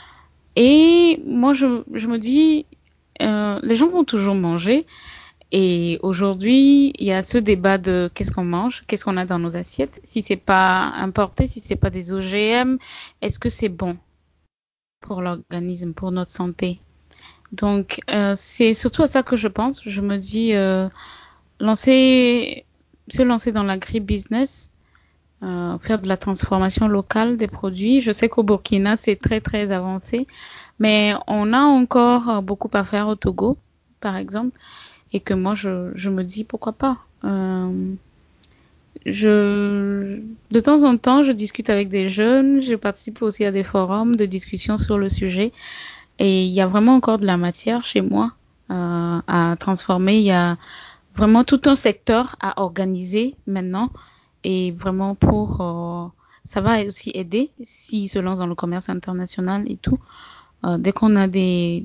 Et moi, je me dis, les gens vont toujours manger. Et aujourd'hui, il y a ce débat de qu'est-ce qu'on mange, qu'est-ce qu'on a dans nos assiettes. Si c'est pas importé, si c'est pas des OGM, est-ce que c'est bon pour l'organisme, pour notre santé? Donc, c'est surtout à ça que je pense. Je me dis, lancer, se lancer dans l'agri-business, faire de la transformation locale des produits. Je sais qu'au Burkina, c'est très, très avancé, mais on a encore beaucoup à faire au Togo, par exemple, et que moi, je me dis, pourquoi pas. De temps en temps, je discute avec des jeunes, je participe aussi à des forums de discussion sur le sujet. Et il y a vraiment encore de la matière chez moi à transformer. Il y a vraiment tout un secteur à organiser maintenant et vraiment pour ça va aussi aider s'ils se lancent dans le commerce international et tout. Dès qu'on a de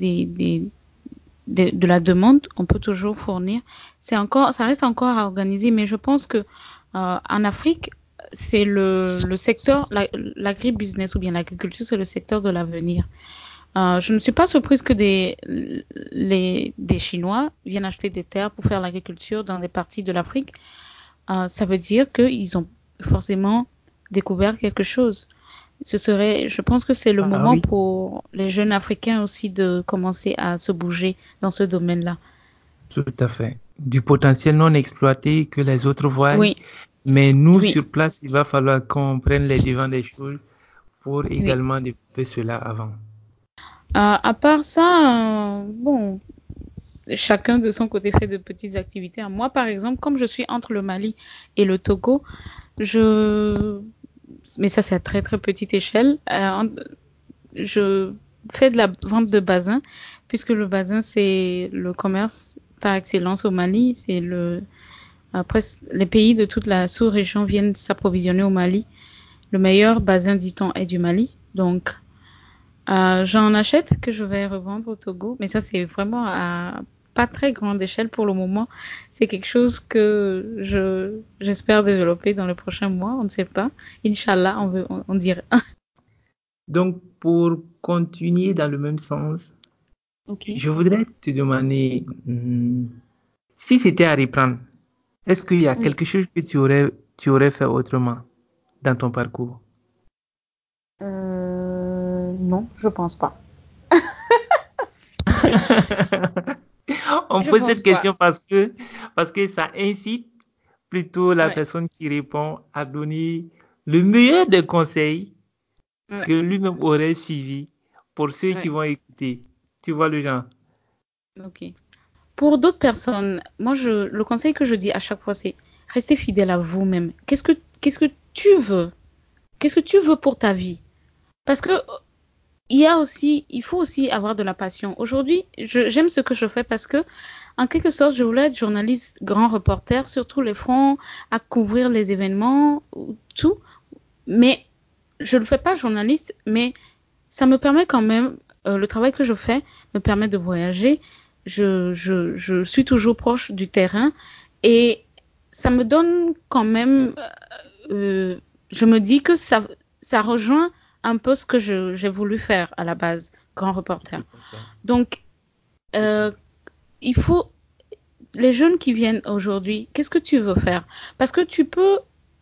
la demande, on peut toujours fournir. Ça reste encore à organiser, mais je pense que en Afrique, c'est le secteur, l'agribusiness ou bien l'agriculture, c'est le secteur de l'avenir. Je ne suis pas surprise que des Chinois viennent acheter des terres pour faire l'agriculture dans des parties de l'Afrique. Ça veut dire qu'ils ont forcément découvert quelque chose. Je pense que c'est le Ah moment oui, pour les jeunes Africains aussi de commencer à se bouger dans ce domaine-là. tout à fait. Du potentiel non exploité que les autres voient, Oui, mais nous, oui, sur place, il va falloir qu'on prenne les devants des choses pour oui. également développer cela avant. À part ça, bon, chacun de son côté fait de petites activités. Moi, par exemple, comme je suis entre le Mali et le Togo, mais ça c'est à très très petite échelle, je fais de la vente de basin, puisque le basin c'est le commerce par excellence au Mali. Après, les pays de toute la sous-région viennent s'approvisionner au Mali. Le meilleur basin, dit-on, est du Mali. Donc, j'en achète que je vais revendre au Togo, mais ça c'est vraiment à pas très grande échelle pour le moment. C'est quelque chose que j'espère développer dans les prochains mois. On ne sait pas. Inch'Allah, on dirait. Donc, pour continuer dans le même sens, Ok. je voudrais te demander si c'était à reprendre, est-ce qu'il y a Oui. quelque chose que tu aurais fait autrement dans ton parcours? Non, je pense pas. On Je pose cette pense pas. question parce que ça incite plutôt la Ouais, personne qui répond à donner le meilleur des conseils ouais, que lui-même aurait suivi pour ceux qui ouais. vont écouter. Tu vois le genre? Ok. Pour d'autres personnes, moi, le conseil que je dis à chaque fois, c'est rester fidèle à vous-même. Qu'est-ce que tu veux? Qu'est-ce que tu veux pour ta vie? Parce que il faut aussi avoir de la passion. Aujourd'hui, j'aime ce que je fais parce que, en quelque sorte, je voulais être journaliste, grand reporter sur tous les fronts, à couvrir les événements, tout. Mais je ne le fais pas journaliste, mais ça me permet quand même, le travail que je fais me permet de voyager. Je suis toujours proche du terrain et ça me donne quand même, je me dis que ça rejoint un peu ce que j'ai voulu faire à la base, grand reporter. Tout à fait. Donc, Tout à euh, fait. il faut, les jeunes qui viennent aujourd'hui, qu'est-ce que tu veux faire? Parce que tu peux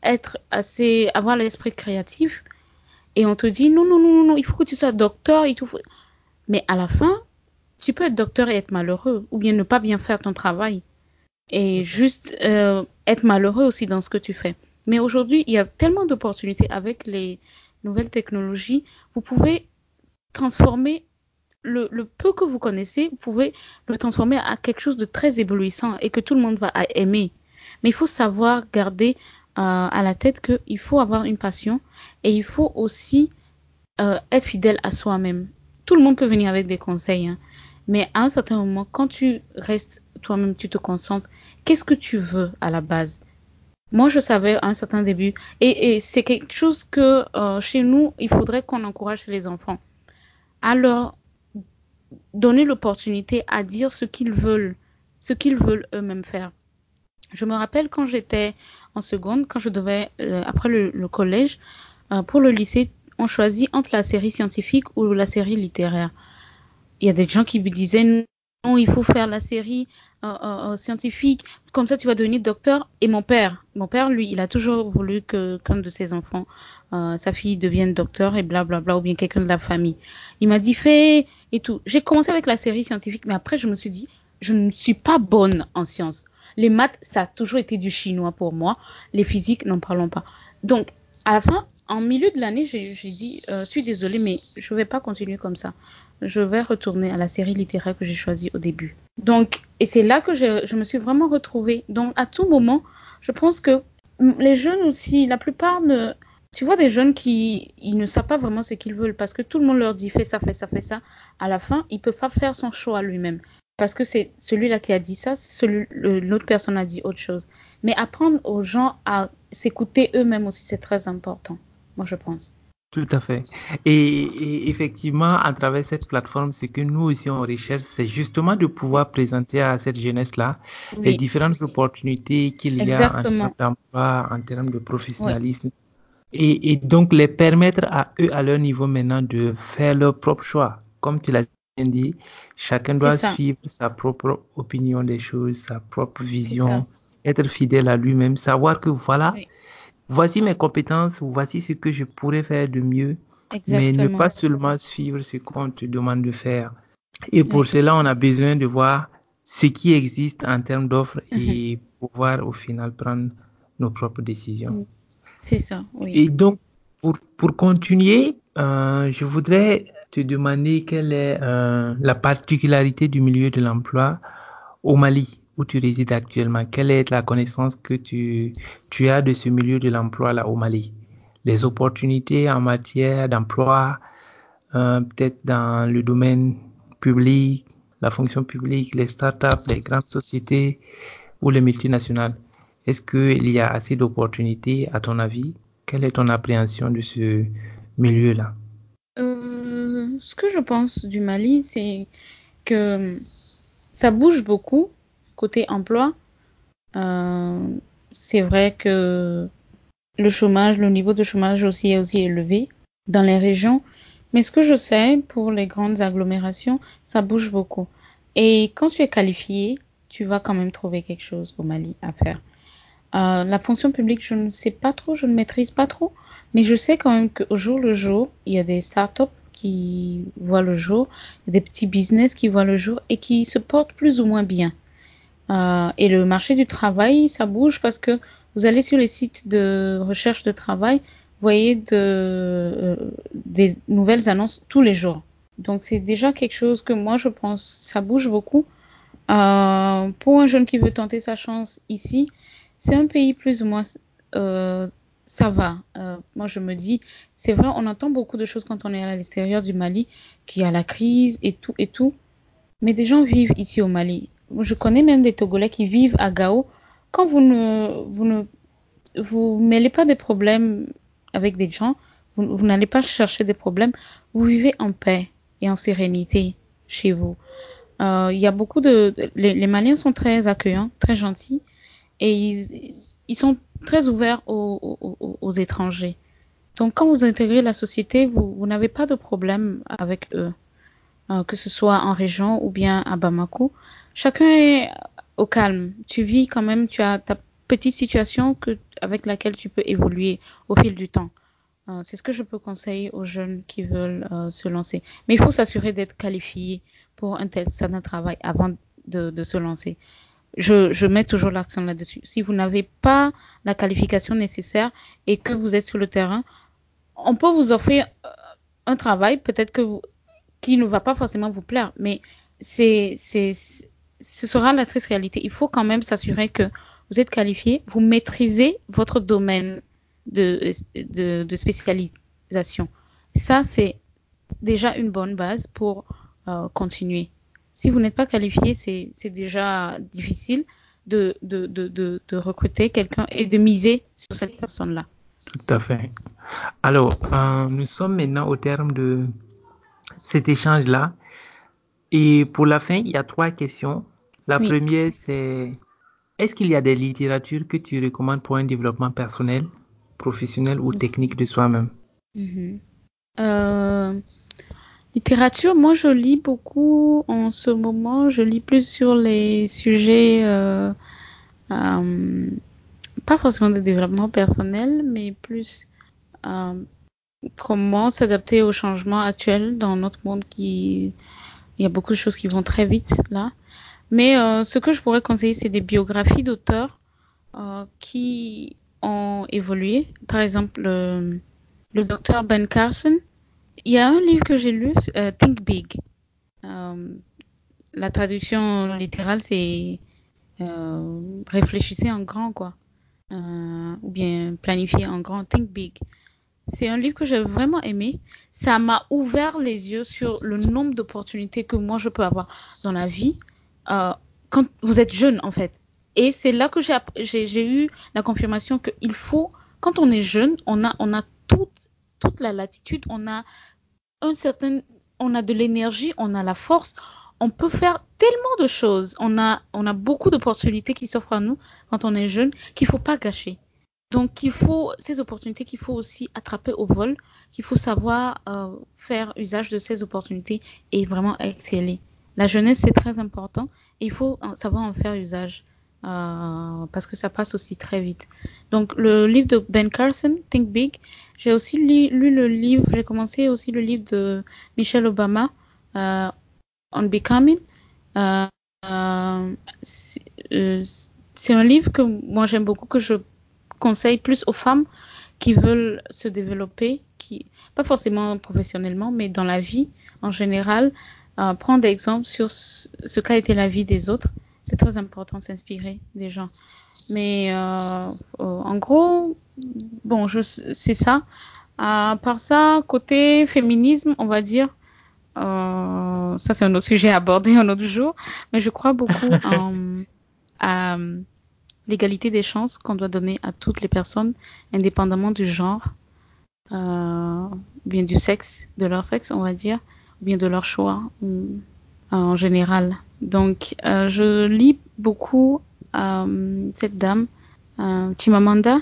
avoir l'esprit créatif et on te dit non, non, non, non, non, il faut que tu sois docteur et tout. Mais à la fin, tu peux être docteur et être malheureux, ou bien ne pas bien faire ton travail, C'est et ça. juste être malheureux aussi dans ce que tu fais. Mais aujourd'hui, il y a tellement d'opportunités avec les nouvelles technologies. Vous pouvez transformer le peu que vous connaissez, vous pouvez le transformer à quelque chose de très éblouissant et que tout le monde va aimer. Mais il faut savoir garder à la tête qu'il faut avoir une passion et il faut aussi être fidèle à soi-même. Tout le monde peut venir avec des conseils, hein, mais à un certain moment, quand tu restes toi-même, tu te concentres, qu'est-ce que tu veux à la base? Moi, je savais à un certain début, et c'est quelque chose que chez nous, il faudrait qu'on encourage les enfants. Alors, donner l'opportunité à dire ce qu'ils veulent eux-mêmes faire. Je me rappelle quand j'étais en seconde, quand je devais, après le collège, pour le lycée, on choisit entre la série scientifique ou la série littéraire. Il y a des gens qui me disaient non, il faut faire la série scientifique, comme ça tu vas devenir docteur. Et mon père, lui, il a toujours voulu que qu'un de ses enfants, sa fille devienne docteur et blablabla, bla bla, ou bien quelqu'un de la famille. Il m'a dit fais et tout. J'ai commencé avec la série scientifique, mais après je me suis dit, je ne suis pas bonne en sciences. Les maths, ça a toujours été du chinois pour moi. Les physiques, n'en parlons pas. Donc, à la fin, en milieu de l'année, j'ai dit, je suis désolée, mais je ne vais pas continuer comme ça. Je vais retourner à la série littéraire que j'ai choisie au début. Donc, et c'est là que je me suis vraiment retrouvée. Donc, à tout moment, je pense que les jeunes aussi, la plupart ne... Tu vois des jeunes qui ils ne savent pas vraiment ce qu'ils veulent parce que tout le monde leur dit fais ça, fais ça, fais ça. À la fin, ils ne peuvent pas faire son choix lui-même. Parce que c'est celui-là qui a dit ça, l'autre personne a dit autre chose. Mais apprendre aux gens à s'écouter eux-mêmes aussi, c'est très important. moi je pense. Tout à fait. Et effectivement, à travers cette plateforme, ce que nous aussi on recherche, c'est justement de pouvoir présenter à cette jeunesse-là les Oui, différentes opportunités qu'il y a en termes exactement. d'emploi, en termes de Oui, professionnalisme, et donc les permettre à eux, à leur niveau maintenant, de faire leur propre choix. Comme tu l'as bien dit, chacun c'est doit ça, suivre sa propre opinion des choses, sa propre c'est ça. vision, être fidèle à lui-même, savoir que voilà, Oui, voici mes compétences, voici ce que je pourrais faire de mieux, mais ne exactement. pas seulement suivre ce qu'on te demande de faire. Et pour Oui. cela, on a besoin de voir ce qui existe en termes d'offres Mhm. et pouvoir au final prendre nos propres décisions. C'est ça, oui. Et donc, pour continuer, je voudrais te demander quelle est la particularité du milieu de l'emploi au Mali, où tu résides actuellement. Quelle est la connaissance que tu as de ce milieu de l'emploi là au Mali? Les opportunités en matière d'emploi, peut-être dans le domaine public, la fonction publique, les startups, les grandes sociétés ou les multinationales. Est-ce qu'il y a assez d'opportunités à ton avis? Quelle est ton appréhension de ce milieu-là? Ce que je pense du Mali, c'est que ça bouge beaucoup côté emploi. Euh, c'est vrai que le chômage, le niveau de chômage aussi est aussi élevé dans les régions. Mais ce que je sais, pour les grandes agglomérations, ça bouge beaucoup. Et quand tu es qualifié, tu vas quand même trouver quelque chose au Mali à faire. La fonction publique, je ne sais pas trop, je ne maîtrise pas trop, mais je sais quand même qu'au jour le jour, il y a des startups qui voient le jour, des petits business qui voient le jour et qui se portent plus ou moins bien. Et le marché du travail, ça bouge parce que vous allez sur les sites de recherche de travail, vous voyez des nouvelles annonces tous les jours. Donc c'est déjà quelque chose que moi je pense, ça bouge beaucoup. Pour un jeune qui veut tenter sa chance ici, c'est un pays plus ou moins, euh, ça va. Moi, je me dis, c'est vrai, on entend beaucoup de choses quand on est à l'extérieur du Mali, qu'il y a la crise et tout et tout. Mais des gens vivent ici au Mali. Je connais même des Togolais qui vivent à Gao. Quand vous mêlez pas des problèmes avec des gens, vous n'allez pas chercher des problèmes. Vous vivez en paix et en sérénité chez vous. Il y a beaucoup les Maliens sont très accueillants, très gentils et ils sont très ouverts aux étrangers. Donc, quand vous intégrez la société, vous n'avez pas de problème avec eux, que ce soit en région ou bien à Bamako. Chacun est au calme. Tu vis quand même, tu as ta petite situation avec laquelle tu peux évoluer au fil du temps. C'est ce que je peux conseiller aux jeunes qui veulent se lancer. Mais il faut s'assurer d'être qualifié pour un tel certain travail avant de se lancer. Je mets toujours l'accent là-dessus. Si vous n'avez pas la qualification nécessaire et que vous êtes sur le terrain, on peut vous offrir un travail peut-être qui ne va pas forcément vous plaire, mais ce sera la triste réalité. Il faut quand même s'assurer que vous êtes qualifié, vous maîtrisez votre domaine de spécialisation. Ça, c'est déjà une bonne base pour continuer. Si vous n'êtes pas qualifié, c'est déjà difficile de recruter quelqu'un et de miser sur cette personne-là. Tout à fait. Alors, nous sommes maintenant au terme de cet échange-là. Et pour la fin, il y a trois questions. La Oui. première, c'est est-ce qu'il y a des littératures que tu recommandes pour un développement personnel, professionnel ou technique de soi-même? Mhm. Euh, Littérature, moi je lis beaucoup en ce moment. Je lis plus sur les sujets, euh, pas forcément de développement personnel, mais plus euh, comment s'adapter aux changements actuels dans notre monde qui, il y a beaucoup de choses qui vont très vite là. Mais ce que je pourrais conseiller, c'est des biographies d'auteurs qui ont évolué. Par exemple, le docteur Ben Carson. Il y a un livre que j'ai lu, Think Big. Euh, la traduction littérale, c'est réfléchissez en grand, quoi. Ou bien planifier en grand, Think Big. C'est un livre que j'ai vraiment aimé. Ça m'a ouvert les yeux sur le nombre d'opportunités que moi je peux avoir dans la vie euh, quand vous êtes jeune, en fait. Et c'est là que j'ai eu la confirmation qu'il faut, quand on est jeune, on a toutes toute la latitude, on a de l'énergie, on a la force, on peut faire tellement de choses. On a beaucoup d'opportunités qui s'offrent à nous quand on est jeune qu'il faut pas gâcher. Donc, ces opportunités qu'il faut aussi attraper au vol, qu'il faut savoir faire usage de ces opportunités et vraiment exceller. La jeunesse, c'est très important et il faut savoir en faire usage parce que ça passe aussi très vite. Donc, le livre de Ben Carson, Think Big, j'ai aussi lu le livre, j'ai commencé aussi le livre de Michelle Obama, On Becoming. Euh, c'est un livre que moi j'aime beaucoup, que je conseille plus aux femmes qui veulent se développer, pas forcément professionnellement, mais dans la vie en général, prendre des exemples sur ce qu'a été la vie des autres. C'est très important de s'inspirer des gens. Mais en gros, bon, c'est ça. À part ça, côté féminisme, on va dire, ça c'est un autre sujet à aborder un autre jour, mais je crois beaucoup à l'égalité des chances qu'on doit donner à toutes les personnes, indépendamment du genre, bien du sexe, de leur sexe, on va dire, ou bien de leur choix en général. Donc, je lis beaucoup cette dame, Chimamanda.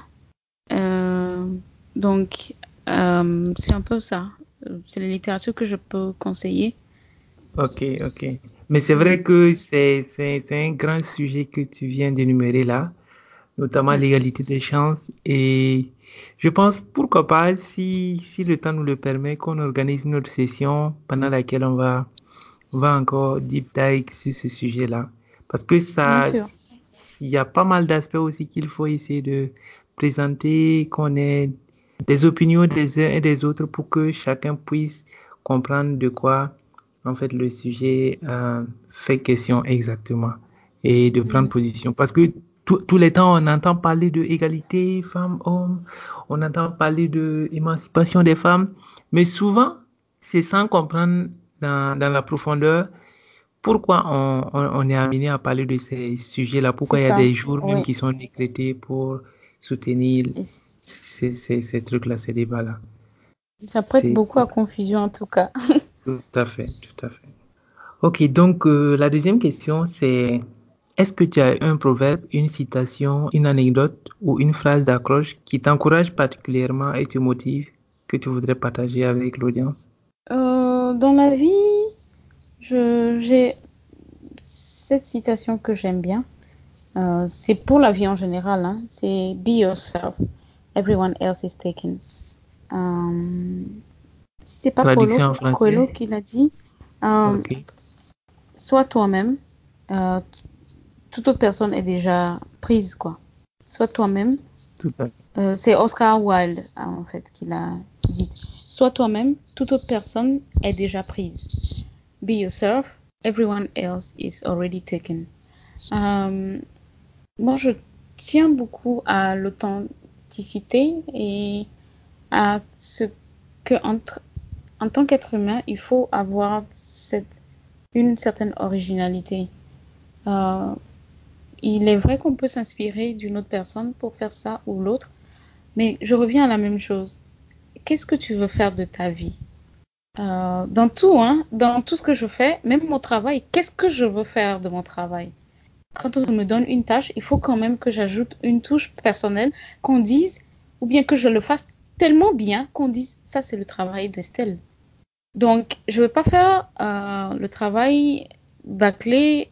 Donc, c'est un peu ça. C'est la littérature que je peux conseiller. Ok, ok. Mais c'est vrai que c'est un grand sujet que tu viens d'énumérer là, notamment Ouais. l'égalité des chances. Et je pense, pourquoi pas, si le temps nous le permet, qu'on organise une autre session pendant laquelle on va encore deep dive sur ce sujet-là. Parce que Bien ça, sûr. il y a pas mal d'aspects aussi qu'il faut essayer de présenter, qu'on ait des opinions des uns et des autres pour que chacun puisse comprendre de quoi, en fait, le sujet fait question exactement et de prendre Mhm. position. Parce que tous les temps, on entend parler de égalité femmes-hommes, on entend parler de émancipation des femmes, mais souvent, c'est sans comprendre dans la profondeur pourquoi on est amené à parler de ces sujets-là, C'est pourquoi il y a ça. des jours même Oui. qui sont décrétés pour soutenir Et ces trucs-là, ces débats-là. ça prête C'est beaucoup à confusion en tout cas. tout à fait, tout à fait. Ok, donc la deuxième question, c'est est-ce que tu as un proverbe, une citation, une anecdote ou une phrase d'accroche qui t'encourage particulièrement et te motive, que tu voudrais partager avec l'audience? Dans la vie, j'ai cette citation que j'aime bien. C'est pour la vie en général, hein. C'est Be yourself. Everyone else is taken. Si c'est pas Traduction en Coelho français? qui l'a dit, euh, Ok, sois toi-même. Euh, Toute autre personne est déjà prise, quoi. Sois toi-même. tout à fait. C'est Oscar Wilde, en fait, qui dit. Sois toi-même. Toute autre personne est déjà prise. Be yourself. Everyone else is already taken. Euh, Moi, je tiens beaucoup à l'authenticité et à ce que en tant qu'être humain, il faut avoir une certaine originalité. Euh, il est vrai qu'on peut s'inspirer d'une autre personne pour faire ça ou l'autre, mais je reviens à la même chose. Qu'est-ce que tu veux faire de ta vie? Dans tout, hein, dans tout ce que je fais, même mon travail, qu'est-ce que je veux faire de mon travail? Quand on me donne une tâche, il faut quand même que j'ajoute une touche personnelle, qu'on dise, ou bien que je le fasse tellement bien qu'on dise, ça c'est le travail d'Estelle. Donc, je ne veux pas faire le travail bâclé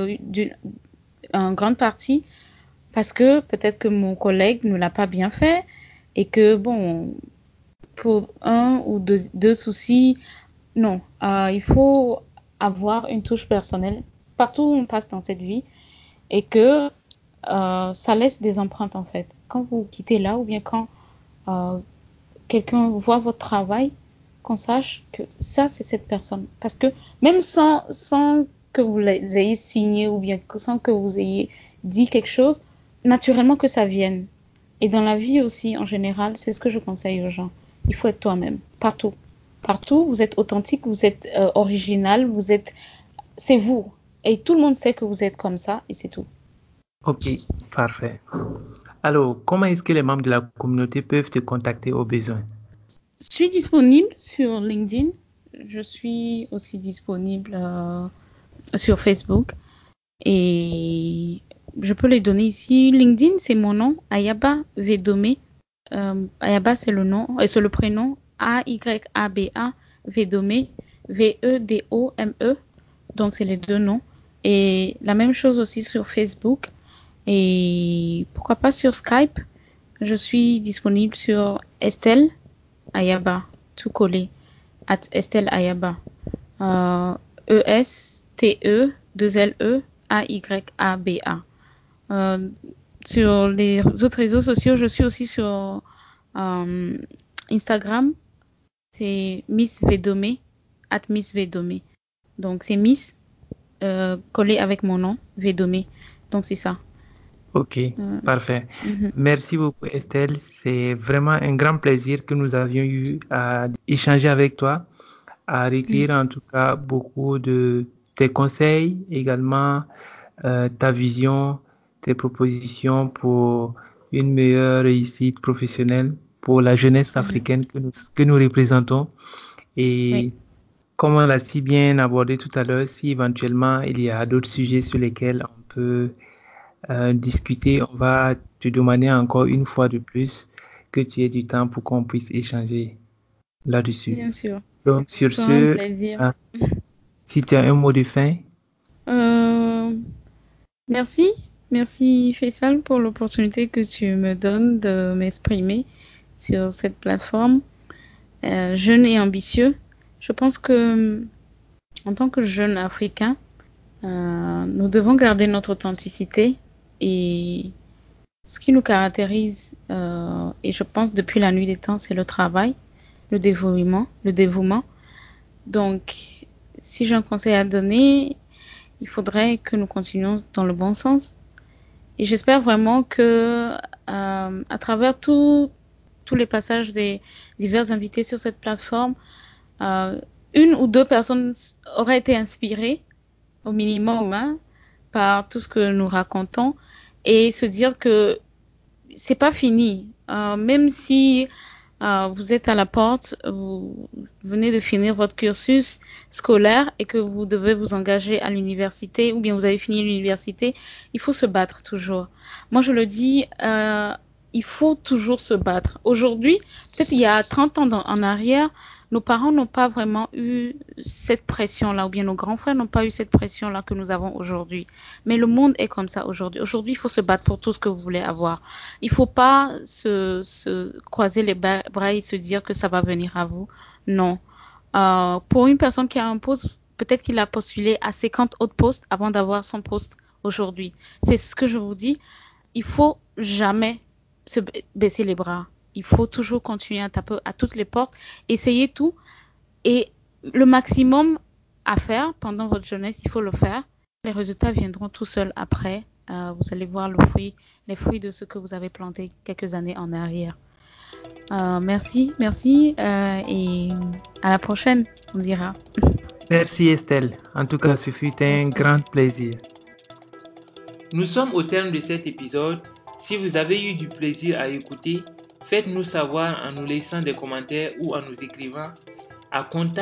en grande partie parce que peut-être que mon collègue ne l'a pas bien fait et que, bon, pour un ou deux soucis, non. Il faut avoir une touche personnelle partout où on passe dans cette vie et que ça laisse des empreintes en fait. Quand vous quittez là ou bien quand euh, quelqu'un voit votre travail, qu'on sache que ça c'est cette personne. Parce que même sans que vous ayez signé ou bien sans que vous ayez dit quelque chose, naturellement que ça vienne. Et dans la vie aussi, en général, c'est ce que je conseille aux gens. Il faut être toi-même, partout. Partout, vous êtes authentique, vous êtes original, c'est vous. Et tout le monde sait que vous êtes comme ça, et c'est tout. Ok, parfait. Alors, comment est-ce que les membres de la communauté peuvent te contacter au besoin? Je suis disponible sur LinkedIn. Je suis aussi disponible sur Facebook. Et je peux les donner ici. LinkedIn, c'est mon nom, Ayaba Vedome. Ayaba, c'est le nom, c'est le prénom. Ayaba Vedome, Vedome. Donc, c'est les deux noms. Et la même chose aussi sur Facebook. Et pourquoi pas sur Skype. Je suis disponible sur Estelle Ayaba, tout collé, at Estelle Ayaba. Estelle-Ayaba. Sur les autres réseaux sociaux, je suis aussi sur Instagram. C'est Miss Vedome, at Miss Vedome. Donc c'est Miss collé avec mon nom, Vedome. Donc c'est ça. Ok, parfait. Merci beaucoup Estelle. C'est vraiment un grand plaisir que nous avions eu à échanger avec toi, à recueillir en tout cas beaucoup de tes conseils, également ta vision, tes propositions pour une meilleure réussite professionnelle pour la jeunesse africaine que nous représentons. Et comme on l'a si bien abordé tout à l'heure, si éventuellement il y a d'autres sujets sur lesquels on peut discuter, on va te demander encore une fois de plus que tu aies du temps pour qu'on puisse échanger là-dessus. Bien sûr. Donc sur C'est un ce, plaisir. si tu as un mot de fin. Merci. Merci Faisal pour l'opportunité que tu me donnes de m'exprimer sur cette plateforme. Jeune et ambitieux. Je pense que en tant que jeunes Africains, nous devons garder notre authenticité et ce qui nous caractérise, et je pense depuis la nuit des temps, c'est le travail, le dévouement. Donc, si j'ai un conseil à donner, il faudrait que nous continuions dans le bon sens. Et j'espère vraiment que, à travers tous les passages des divers invités sur cette plateforme, une ou deux personnes auraient été inspirées, au minimum, hein, par tout ce que nous racontons, et se dire que c'est pas fini. Même si vous êtes à la porte, vous venez de finir votre cursus scolaire et que vous devez vous engager à l'université ou bien vous avez fini l'université, il faut se battre toujours. Moi, je le dis, il faut toujours se battre. Aujourd'hui, peut-être il y a 30 ans en arrière, nos parents n'ont pas vraiment eu cette pression-là, ou bien nos grands frères n'ont pas eu cette pression-là que nous avons aujourd'hui. Mais le monde est comme ça aujourd'hui. Aujourd'hui, il faut se battre pour tout ce que vous voulez avoir. Il ne faut pas se croiser les bras et se dire que ça va venir à vous. Non. Pour une personne qui a un poste, peut-être qu'il a postulé à 50 autres postes avant d'avoir son poste aujourd'hui. C'est ce que je vous dis. Il faut jamais se baisser les bras. Il faut toujours continuer à taper à toutes les portes, essayer tout. Et le maximum à faire pendant votre jeunesse, il faut le faire. Les résultats viendront tout seuls après. Vous allez voir les fruits de ce que vous avez planté quelques années en arrière. Merci et à la prochaine, on dira. Merci Estelle. En tout cas, ce fut un grand plaisir. Nous sommes au terme de cet épisode. Si vous avez eu du plaisir à écouter, faites-nous savoir en nous laissant des commentaires ou en nous écrivant à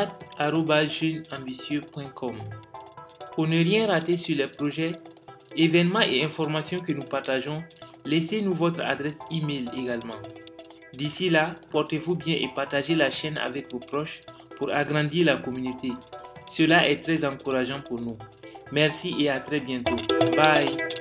contact@jeunesambitieux.com. Pour ne rien rater sur les projets, événements et informations que nous partageons, laissez-nous votre adresse email également. D'ici là, portez-vous bien et partagez la chaîne avec vos proches pour agrandir la communauté. Cela est très encourageant pour nous. Merci et à très bientôt. Bye.